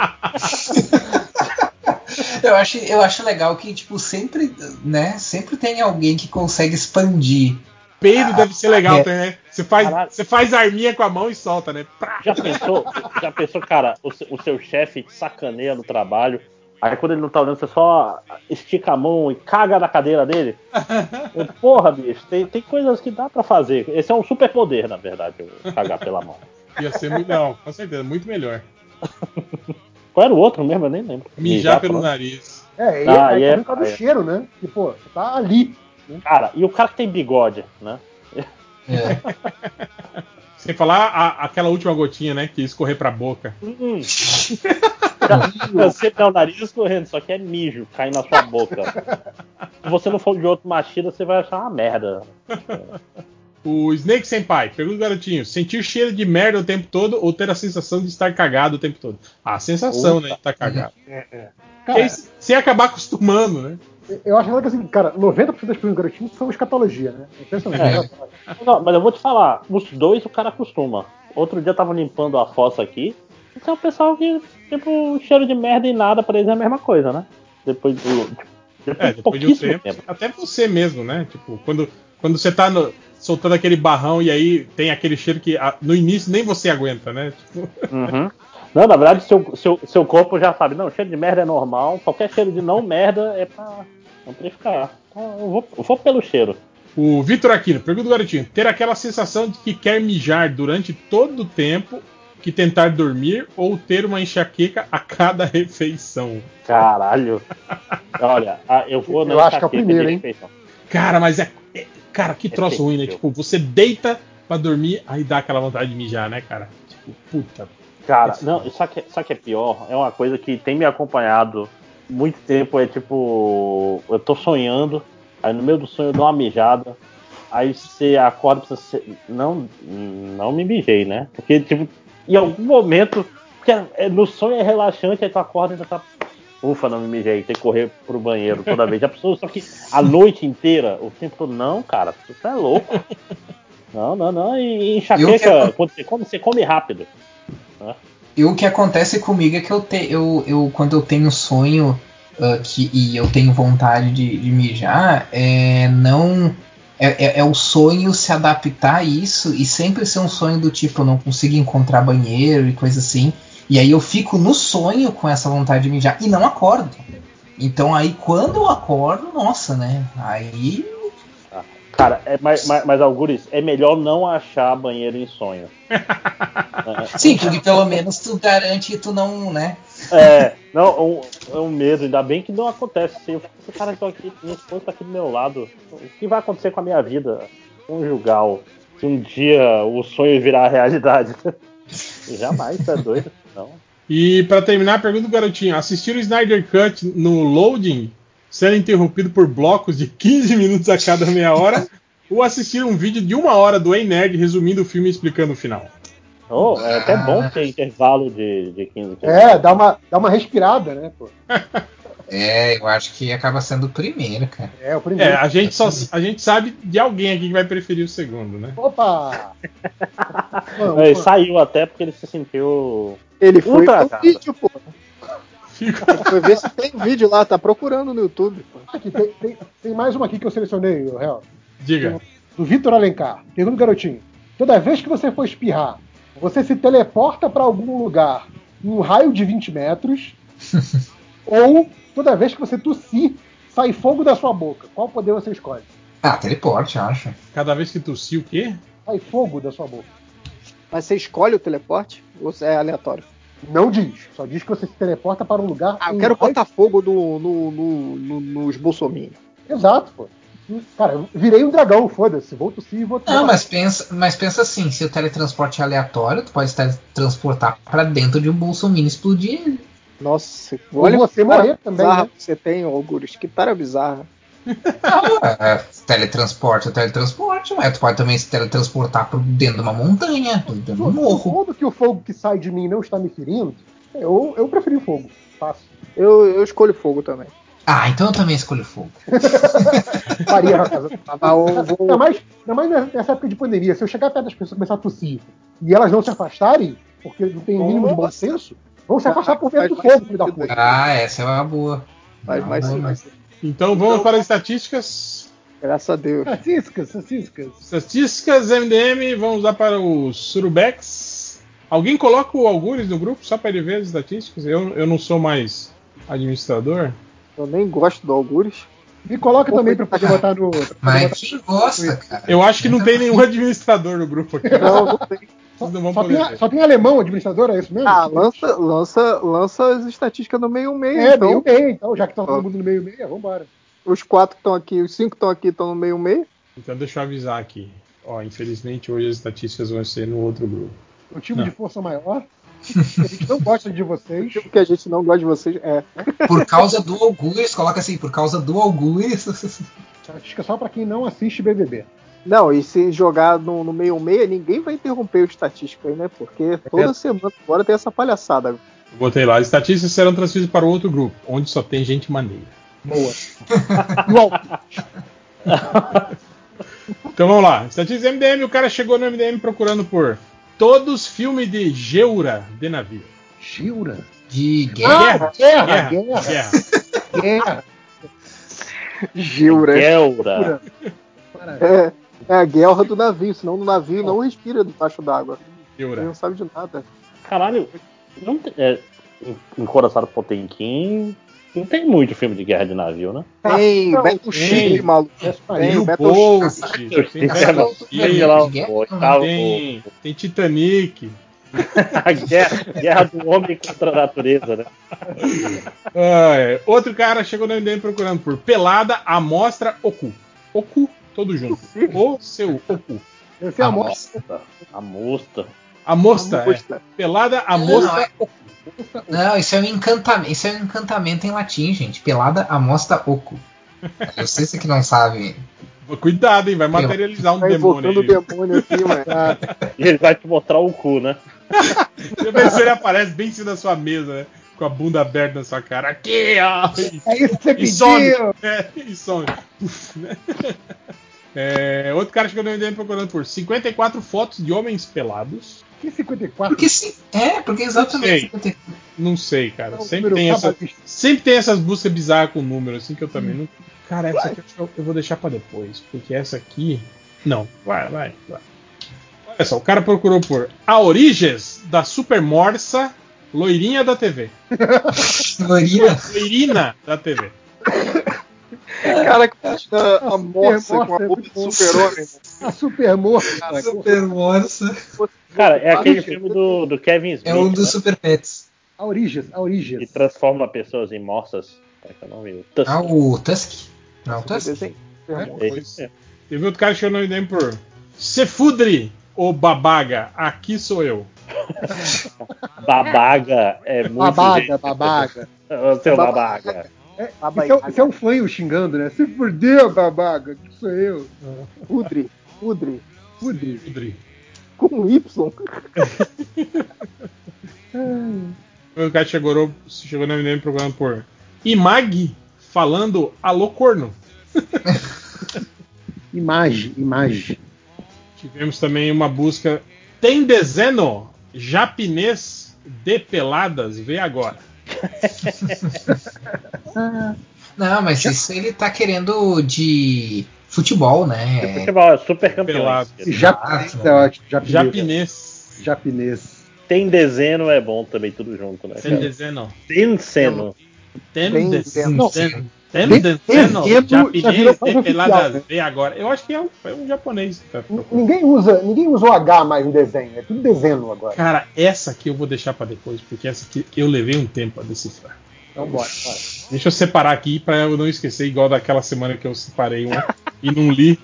Eu acho legal que, tipo, sempre tem alguém que consegue expandir. Peido deve ser legal também, né? Você faz arminha com a mão e solta, né? Já pensou, cara, o seu chefe te sacaneia no trabalho, aí quando ele não tá olhando, você só estica a mão e caga na cadeira dele? Porra, bicho, tem coisas que dá pra fazer. Esse é um superpoder, na verdade, cagar pela mão. Ia ser muito, não, com certeza, muito melhor. Qual era o outro mesmo? Eu nem lembro. Mijar pelo nariz. Aí por causa do cheiro, né? Que, pô, você tá ali. Cara, e o cara que tem bigode, né? Sem falar aquela última gotinha, né? Que ia escorrer pra boca. Você tem o nariz escorrendo, só que é mijo, cai na sua boca. Se você não for de outro machida, você vai achar uma merda. O Snake Senpai, pergunta o garotinho: sentir cheiro de merda o tempo todo ou ter a sensação de estar cagado o tempo todo? A sensação, né? De estar cagado. Cara, sem acabar acostumando, né? Eu acho que assim, cara, 90% das pessoas do garotinho são escatologia, né? Não, mas eu vou te falar, os dois o cara acostuma. Outro dia eu tava limpando a fossa aqui, então o pessoal que, tipo, cheiro de merda e nada pra eles é a mesma coisa, né? Depois de um tempo. Até você mesmo, né? Tipo, quando você tá soltando aquele barrão e aí tem aquele cheiro que no início nem você aguenta, né? Tipo... Não, na verdade, seu corpo já sabe. Não, cheiro de merda é normal. Qualquer cheiro de não merda é pra amplificar. Então, eu vou pelo cheiro. O Vitor Aquino, pergunta do garotinho. Ter aquela sensação de que quer mijar durante todo o tempo que tentar dormir ou ter uma enxaqueca a cada refeição? Caralho. Olha, eu vou na eu acho que é o primeiro, hein? Refeição. Cara, mas cara, que troço ruim, né? Tipo, você deita pra dormir, aí dá aquela vontade de mijar, né, cara? Tipo, puta. Cara, não, sabe que é pior? É uma coisa que tem me acompanhado muito tempo, é tipo, eu tô sonhando, aí no meio do sonho eu dou uma mijada, aí você acorda e você, não me mijei, né? Porque, tipo, em algum momento, porque no sonho é relaxante, aí tu acorda e ainda tá, ufa, não me mijei, tem que correr pro banheiro toda vez. Já pensou, só que a noite inteira, o tempo todo, não, cara, você é louco. Não, e enxaqueca, quando você come rápido. Né? E o que acontece comigo é que eu quando eu tenho sonho e eu tenho vontade de mijar, é o sonho se adaptar a isso e sempre ser um sonho do tipo, eu não consigo encontrar banheiro e coisa assim. E aí eu fico no sonho com essa vontade de mijar e não acordo. Então aí quando eu acordo, nossa, né? Aí... Cara, mas Algures, é melhor não achar banheiro em sonho. Sim, porque pelo menos tu garante que tu não, né? Não, é um medo, ainda bem que não acontece. Eu fico, cara, tô aqui, minha esposa tá aqui do meu lado. O que vai acontecer com a minha vida conjugal se um dia o sonho virar realidade? Jamais, tá doido? Não. E pra terminar, a pergunta do garotinho: assistir o Snyder Cut no loading, sendo interrompido por blocos de 15 minutos a cada meia hora, ou assistir um vídeo de 1 hora do Ei Nerd resumindo o filme e explicando o final? É até bom ter intervalo de 15 minutos. Dá uma respirada, né, pô? Eu acho que acaba sendo o primeiro, cara. O primeiro. A gente sabe de alguém aqui que vai preferir o segundo, né? Opa! Ele saiu até porque ele se sentiu... Ele foi pro vídeo, pô. Foi ver se tem vídeo lá, tá procurando no YouTube. Pô. Aqui, tem mais uma aqui que eu selecionei, Real. Diga. Do Vitor Alencar. Pergunta do garotinho. Toda vez que você for espirrar, você se teleporta pra algum lugar em um raio de 20 metros ou toda vez que você tossir, sai fogo da sua boca. Qual poder você escolhe? Teleporte, eu acho. Cada vez que tossir, o quê? Sai fogo da sua boca. Mas você escolhe o teleporte ou é aleatório? Não diz. Só diz que você se teleporta para um lugar... eu quero botar fogo nos bolsominions. Exato, pô. Cara, eu virei um dragão, foda-se. Vou tossir e vou... Não, mas pensa assim, se o teletransporte é aleatório, tu pode teletransportar pra dentro de um bolsominion e explodir ele. Nossa, olha você morrer também, né? Que você tem, Augusto. Que tara bizarra. Teletransporte, mas tu pode também se teletransportar por dentro de uma montanha, dentro de um morro. Tudo que o fogo que sai de mim não está me ferindo, eu preferi o fogo. Fácil. Eu escolho fogo também. Então eu também escolho fogo. Faria na casa. Ainda mais nessa época de pandemia, se eu chegar perto das pessoas e começar a tossir e elas não se afastarem, porque não tem o mínimo de bom senso, vão se afastar por dentro do fogo, filho da puta. Essa é uma boa. Mas então vamos para as estatísticas. Graças a Deus. Estatísticas MDM, vamos lá para os Surubex. Alguém coloca o Algures no grupo só para ele ver as estatísticas? Eu não sou mais administrador. Eu nem gosto do Algures. Me coloca também para poder botar no... Mas quem gosta, cara? Eu acho que não tem nenhum administrador no grupo aqui. Não tem. Só tem alemão administrador, é isso mesmo? Lança as estatísticas no meio-meio. Então. Meio-meio, então, já que tá todo mundo no meio-meio, vambora. Os 4 que estão aqui, os 5 que estão aqui estão no meio-meio. Então deixa eu avisar aqui. Infelizmente hoje as estatísticas vão ser no outro grupo. Motivo de força maior. A gente não gosta de vocês. Porque a gente não gosta de vocês. Por causa do Algures, coloca assim, por causa do Algures. Estatística só pra quem não assiste BBB. Não, e se jogar no meio-meio, ninguém vai interromper o estatístico aí, né? Porque toda semana agora tem essa palhaçada. Eu botei lá, as estatísticas serão transferidas para o outro grupo, onde só tem gente maneira. Boa. Então vamos lá. Estatística MDM, o cara chegou no MDM procurando por todos filmes de Geura de navio. Geura? De guerra. Guerra. Geura. É a guerra do navio, senão no navio não respira debaixo d'água. Ele não sabe de nada. Caralho, Não em Coraçado Potemkin não tem muito filme de guerra de navio, né? Tem Battleship, maluco. Tem o tem Titanic. A guerra do homem contra a natureza, né? Outro cara chegou no MDM procurando por pelada, amostra, ocu. Ocu, todo junto. O seu ocu. Esse é a mostra. A mostra. A mostra. Pelada, amostra, ocu. Não, isso é um encantamento. Isso é um encantamento em latim, gente. Pelada, amostra, ocu. Eu sei se que não sabe. Cuidado, hein? Vai materializar um demônio. Vai voltando o demônio aqui, mano. E ele vai te mostrar o cu, né? Você vê se ele aparece bem em cima da sua mesa, né? Com a bunda aberta na sua cara. Aqui, ó! É isso que você pediu! E some. Outro cara chegou no MDM procurando por 54 fotos de homens pelados. Que 54? Porque exatamente. Não sei, cara. Sempre tem essas buscas bizarras com número, assim, que eu também não. Cara, essa aqui eu vou deixar pra depois. Porque essa aqui. Não. Vai. Olha só, o cara procurou por A Origens da Super Morsa, loirinha da TV. Loirina da TV. Cara que a morsa com a roupa de super-homem. A Super Morsa, cara. Super Morsa. Cara, é aquele filme do Kevin Smith. É um dos Super Pets. A Origens. Que transforma pessoas em morsas. Como é que é o nome? Tusk. O Tusk? Não, o Tusk? Teve outro cara que chegou no MDM por Cefudre, ô babaga, aqui sou eu. Babaga é muito. Babaga. O seu babaga. Isso é um fanho xingando, né? Se fudeu, babaga, que sou eu. Pudre. Com Y. O cara chegou no MDM procurando por Imag falando alô corno. Imagem. Tivemos também uma busca. Tem dezeno japonês de peladas? Vê agora. Não, mas isso ele tá querendo de futebol, né? De futebol, super campeão. Japonês. Tem dezeno é bom também, tudo junto, né? Tem dezeno. Japonês de peladas, vê agora. Eu acho que é um japonês. Ninguém usa o H mais em desenho, é tudo dezeno agora. Cara, essa aqui eu vou deixar pra depois, porque essa aqui eu levei um tempo a decifrar. Então bora. Deixa eu separar aqui pra eu não esquecer, igual daquela semana que eu separei uma e não li.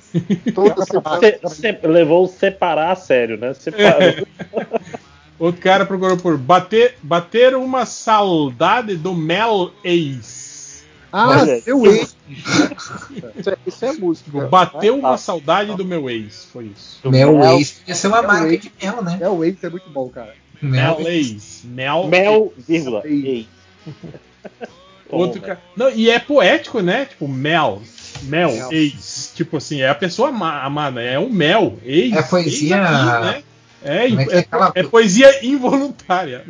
Você levou o separar a sério, né? Outro cara procurou por bater uma saudade do Mel Ex. Meu ex. Isso é música. Bateu uma saudade do meu ex, foi isso. Meu ex ia ser uma marca de mel, né? Meu ex é muito bom, cara. Mel ex. Mel, vírgula, ex. Outro cara. Não, e é poético, né? Tipo, Mel, ex. Tipo assim, é a pessoa amada, é o Mel, ex. É poesia. Ex aqui, né? É poesia involuntária.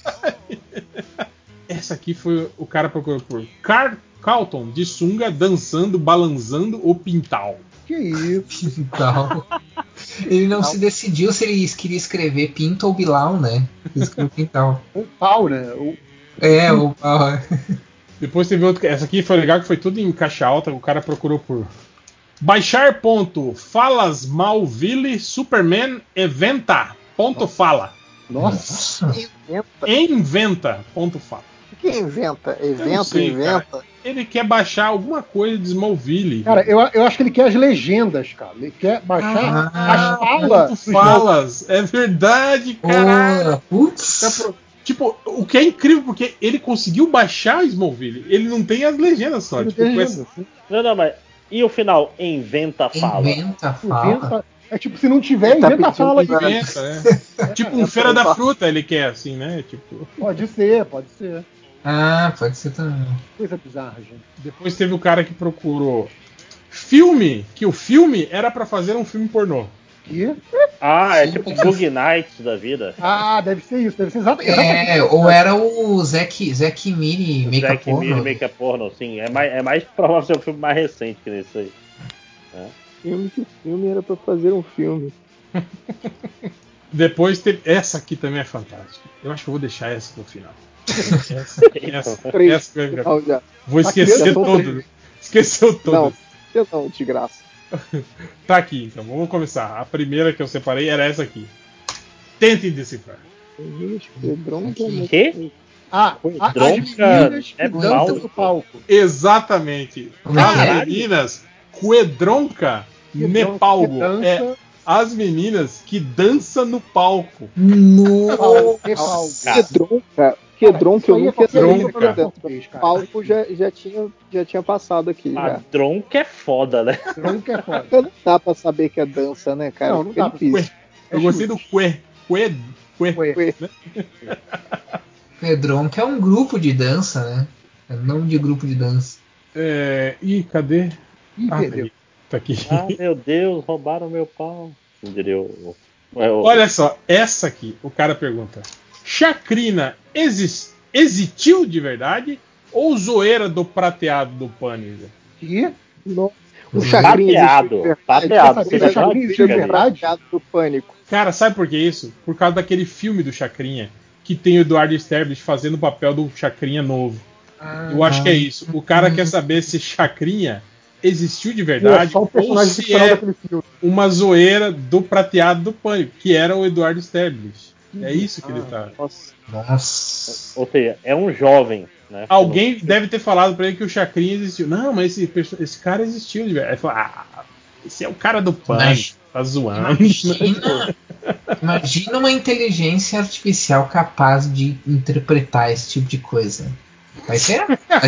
Essa aqui foi o cara procurou por Carlton de sunga dançando, balançando o pintal. Que isso? Pintal. Ele não se decidiu se ele queria escrever Pinto ou Bilal, né? Ele escreveu Pintal. O pau, né? O pau. Depois teve outro. Essa aqui foi legal, que foi tudo em caixa alta. O cara procurou por baixar ponto, falas Malville, Superman, eventa, ponto fala. Nossa. Inventa, ponto fala. O que inventa? Inventa? Cara. Ele quer baixar alguma coisa de Smallville. Cara, eu acho que ele quer as legendas, cara. Ele quer baixar as falas. É verdade, caralho. Tipo, o que é incrível, porque ele conseguiu baixar Smallville. Ele não tem as legendas só. Tipo, Não, mas... E o final? Inventa fala. Inventa fala. É tipo, se não tiver, inventa fala. Tipo um Feira da Fruta ele quer, assim, né? Tipo... Pode ser. Pode ser também. Coisa bizarra, gente. Depois teve o cara que procurou filme, que o filme era pra fazer um filme pornô. Que? É tipo Bug Nights da vida. Deve ser isso, deve ser exatamente. Ou era o Zack Mini Make-up Porno. Zack Mini Make-up Porno, sim. É mais provável ser um filme mais recente que esse aí. Filme era pra fazer um filme. Depois teve. Essa aqui também é fantástica. Eu acho que eu vou deixar essa no final. Essa vou esquecer todo. Esqueceu todo. Não, de graça. Tá aqui, então. Vamos começar. A primeira que eu separei era essa aqui. Tentem decifrar. Que? As meninas que dançam no palco. Exatamente. As meninas Quedronca Nepalgo. As meninas que dançam no palco. Quedronca, eu nunca sei. Palco já tinha passado aqui. Dronca é foda, né? Dronca é foda. Não dá pra saber que é dança, né, cara? Não dá pra saber. Eu gostei do Quê. Quedronca é um grupo de dança, né? É nome de grupo de dança. Cadê? Perdeu. Tá aqui. Meu Deus, roubaram meu pau. Olha só, essa aqui, o cara pergunta: Chacrina existiu de verdade ou zoeira do prateado do Pânico? O Chacrinha existiu de verdade do Pânico. Cara, sabe por que isso? Por causa daquele filme do Chacrinha que tem o Eduardo Sterblich fazendo o papel do Chacrinha novo. Eu acho que é isso. O cara quer saber se Chacrinha existiu de verdade ou se é uma zoeira do prateado do Pânico, que era o Eduardo Sterblich. É isso que ele tá. Nossa. Ou seja, é um jovem, né? Alguém deve ter falado pra ele que o Chacrinha existiu. Não, mas esse cara existiu de verdade. Ele falou: esse é o cara do Pânico. Tá zoando. Imagina uma inteligência artificial capaz de interpretar esse tipo de coisa. Vai ser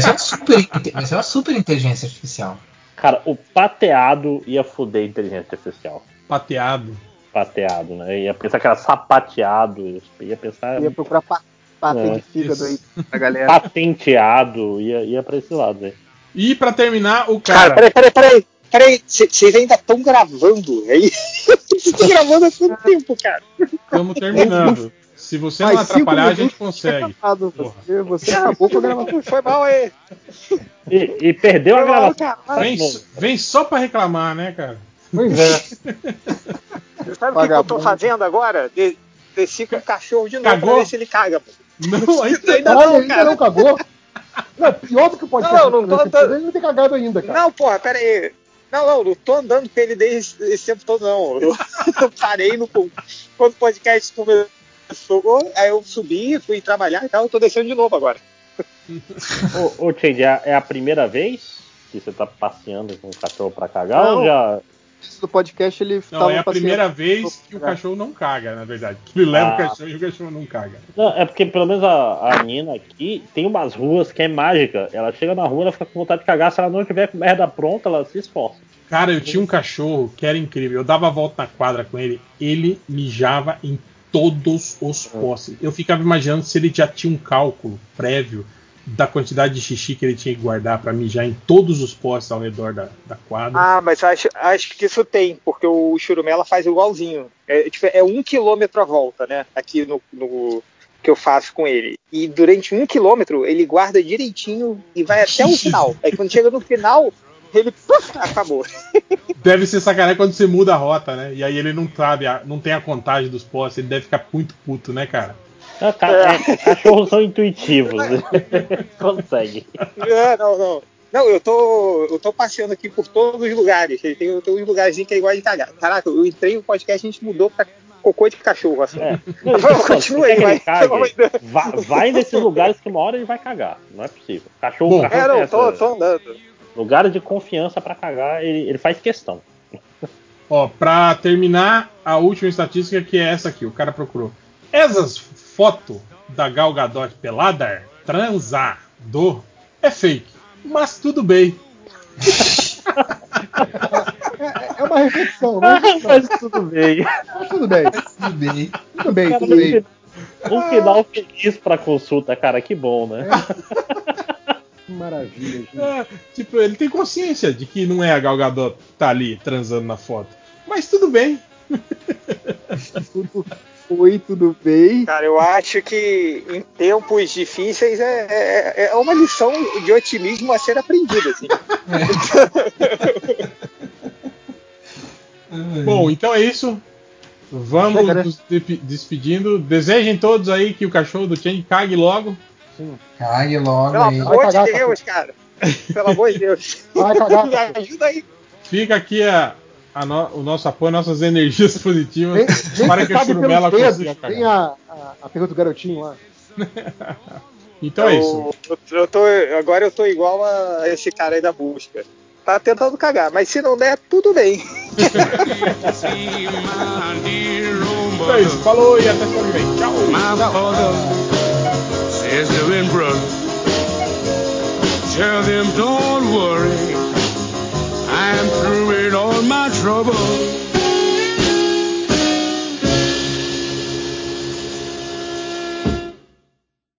uma super inteligência artificial. Cara, o pateado ia foder a inteligência artificial. Pateado, né? Ia pensar que era sapateado. Ia procurar patente de fígado aí pra galera. Patenteado. Ia pra esse lado aí. E pra terminar, o cara. Peraí, vocês ainda estão gravando aí? Vocês estão gravando há quanto tempo, cara? Estamos terminando. Se você não atrapalhar, a gente consegue. Você acabou com a gravação. Foi mal aí. E perdeu a gravação. Vem só pra reclamar, né, cara? Pois é. Sabe o que eu tô fazendo agora? Desci com o cachorro de novo. Cagou? Pra ver se ele caga. Não, ainda não cagou. Não, pior do que pode ser. Não tem cagado ainda, cara. Não, porra, pera aí. Não tô andando com ele desde esse tempo todo, não. Eu parei quando o podcast começou, aí eu subi, fui trabalhar e tal, eu tô descendo de novo agora. Ô, Change, é a primeira vez que você tá passeando com o cachorro pra cagar ou já... Do podcast ele não, é a primeira vez que o cachorro não caga, na verdade. Que ele leva o cachorro e o cachorro não caga. Não, é porque pelo menos a Nina aqui tem umas ruas que é mágica. Ela chega na rua, ela fica com vontade de cagar. Se ela não tiver com merda pronta, ela se esforça. Cara, eu tinha um cachorro que era incrível. Eu dava a volta na quadra com ele mijava em todos os postes. Eu ficava imaginando se ele já tinha um cálculo prévio da quantidade de xixi que ele tinha que guardar pra mijar em todos os postes ao redor da quadra. Mas acho que isso tem, porque o Churumela faz igualzinho. É 1 quilômetro a volta, né? Aqui no que eu faço com ele. E durante 1 quilômetro ele guarda direitinho e vai até o final. Aí quando chega no final, ele acabou. Deve ser sacanagem quando você muda a rota, né? E aí ele não sabe, não tem a contagem dos postes, ele deve ficar muito puto, né, cara? Cachorros são intuitivos. Consegue. Não, eu tô passeando aqui por todos os lugares. Tem uns lugares que ele gosta de cagar. Caraca, eu entrei no podcast e a gente mudou pra cocô de cachorro, assim. Continua aí, vai nesses lugares que uma hora ele vai cagar. Não é possível. Cachorro tô andando. Lugares de confiança pra cagar, ele faz questão. Ó, pra terminar, a última estatística que é essa aqui. O cara procurou. Essas fotos da Gal Gadot pelada, transado, é fake. Mas tudo bem. É uma reflexão, mas tudo bem. Tudo bem. Um final feliz pra consulta, cara, que bom, né? Que maravilha, gente. Tipo, ele tem consciência de que não é a Gal Gadot que tá ali transando na foto. Mas tudo bem. Tudo bem. Cara, eu acho que em tempos difíceis é uma lição de otimismo a ser aprendida, assim. Bom, então é isso. Vamos nos despedindo. Desejem todos aí que o cachorro do Chang cague logo. Sim. Cague logo aí. Pelo amor de Deus, cara. Pelo amor de Deus. Vai cagar. Me ajuda aí. Fica aqui o nosso apoio, nossas energias positivas para que a Churumela consiga cagar. Tem a pergunta do garotinho lá. Então é isso. Agora eu tô igual a esse cara aí da busca. Tá tentando cagar, mas se não der, tudo bem. Então é isso. Falou e até semana que vem. Tchau. Tell them don't worry, I'm through with all my trouble.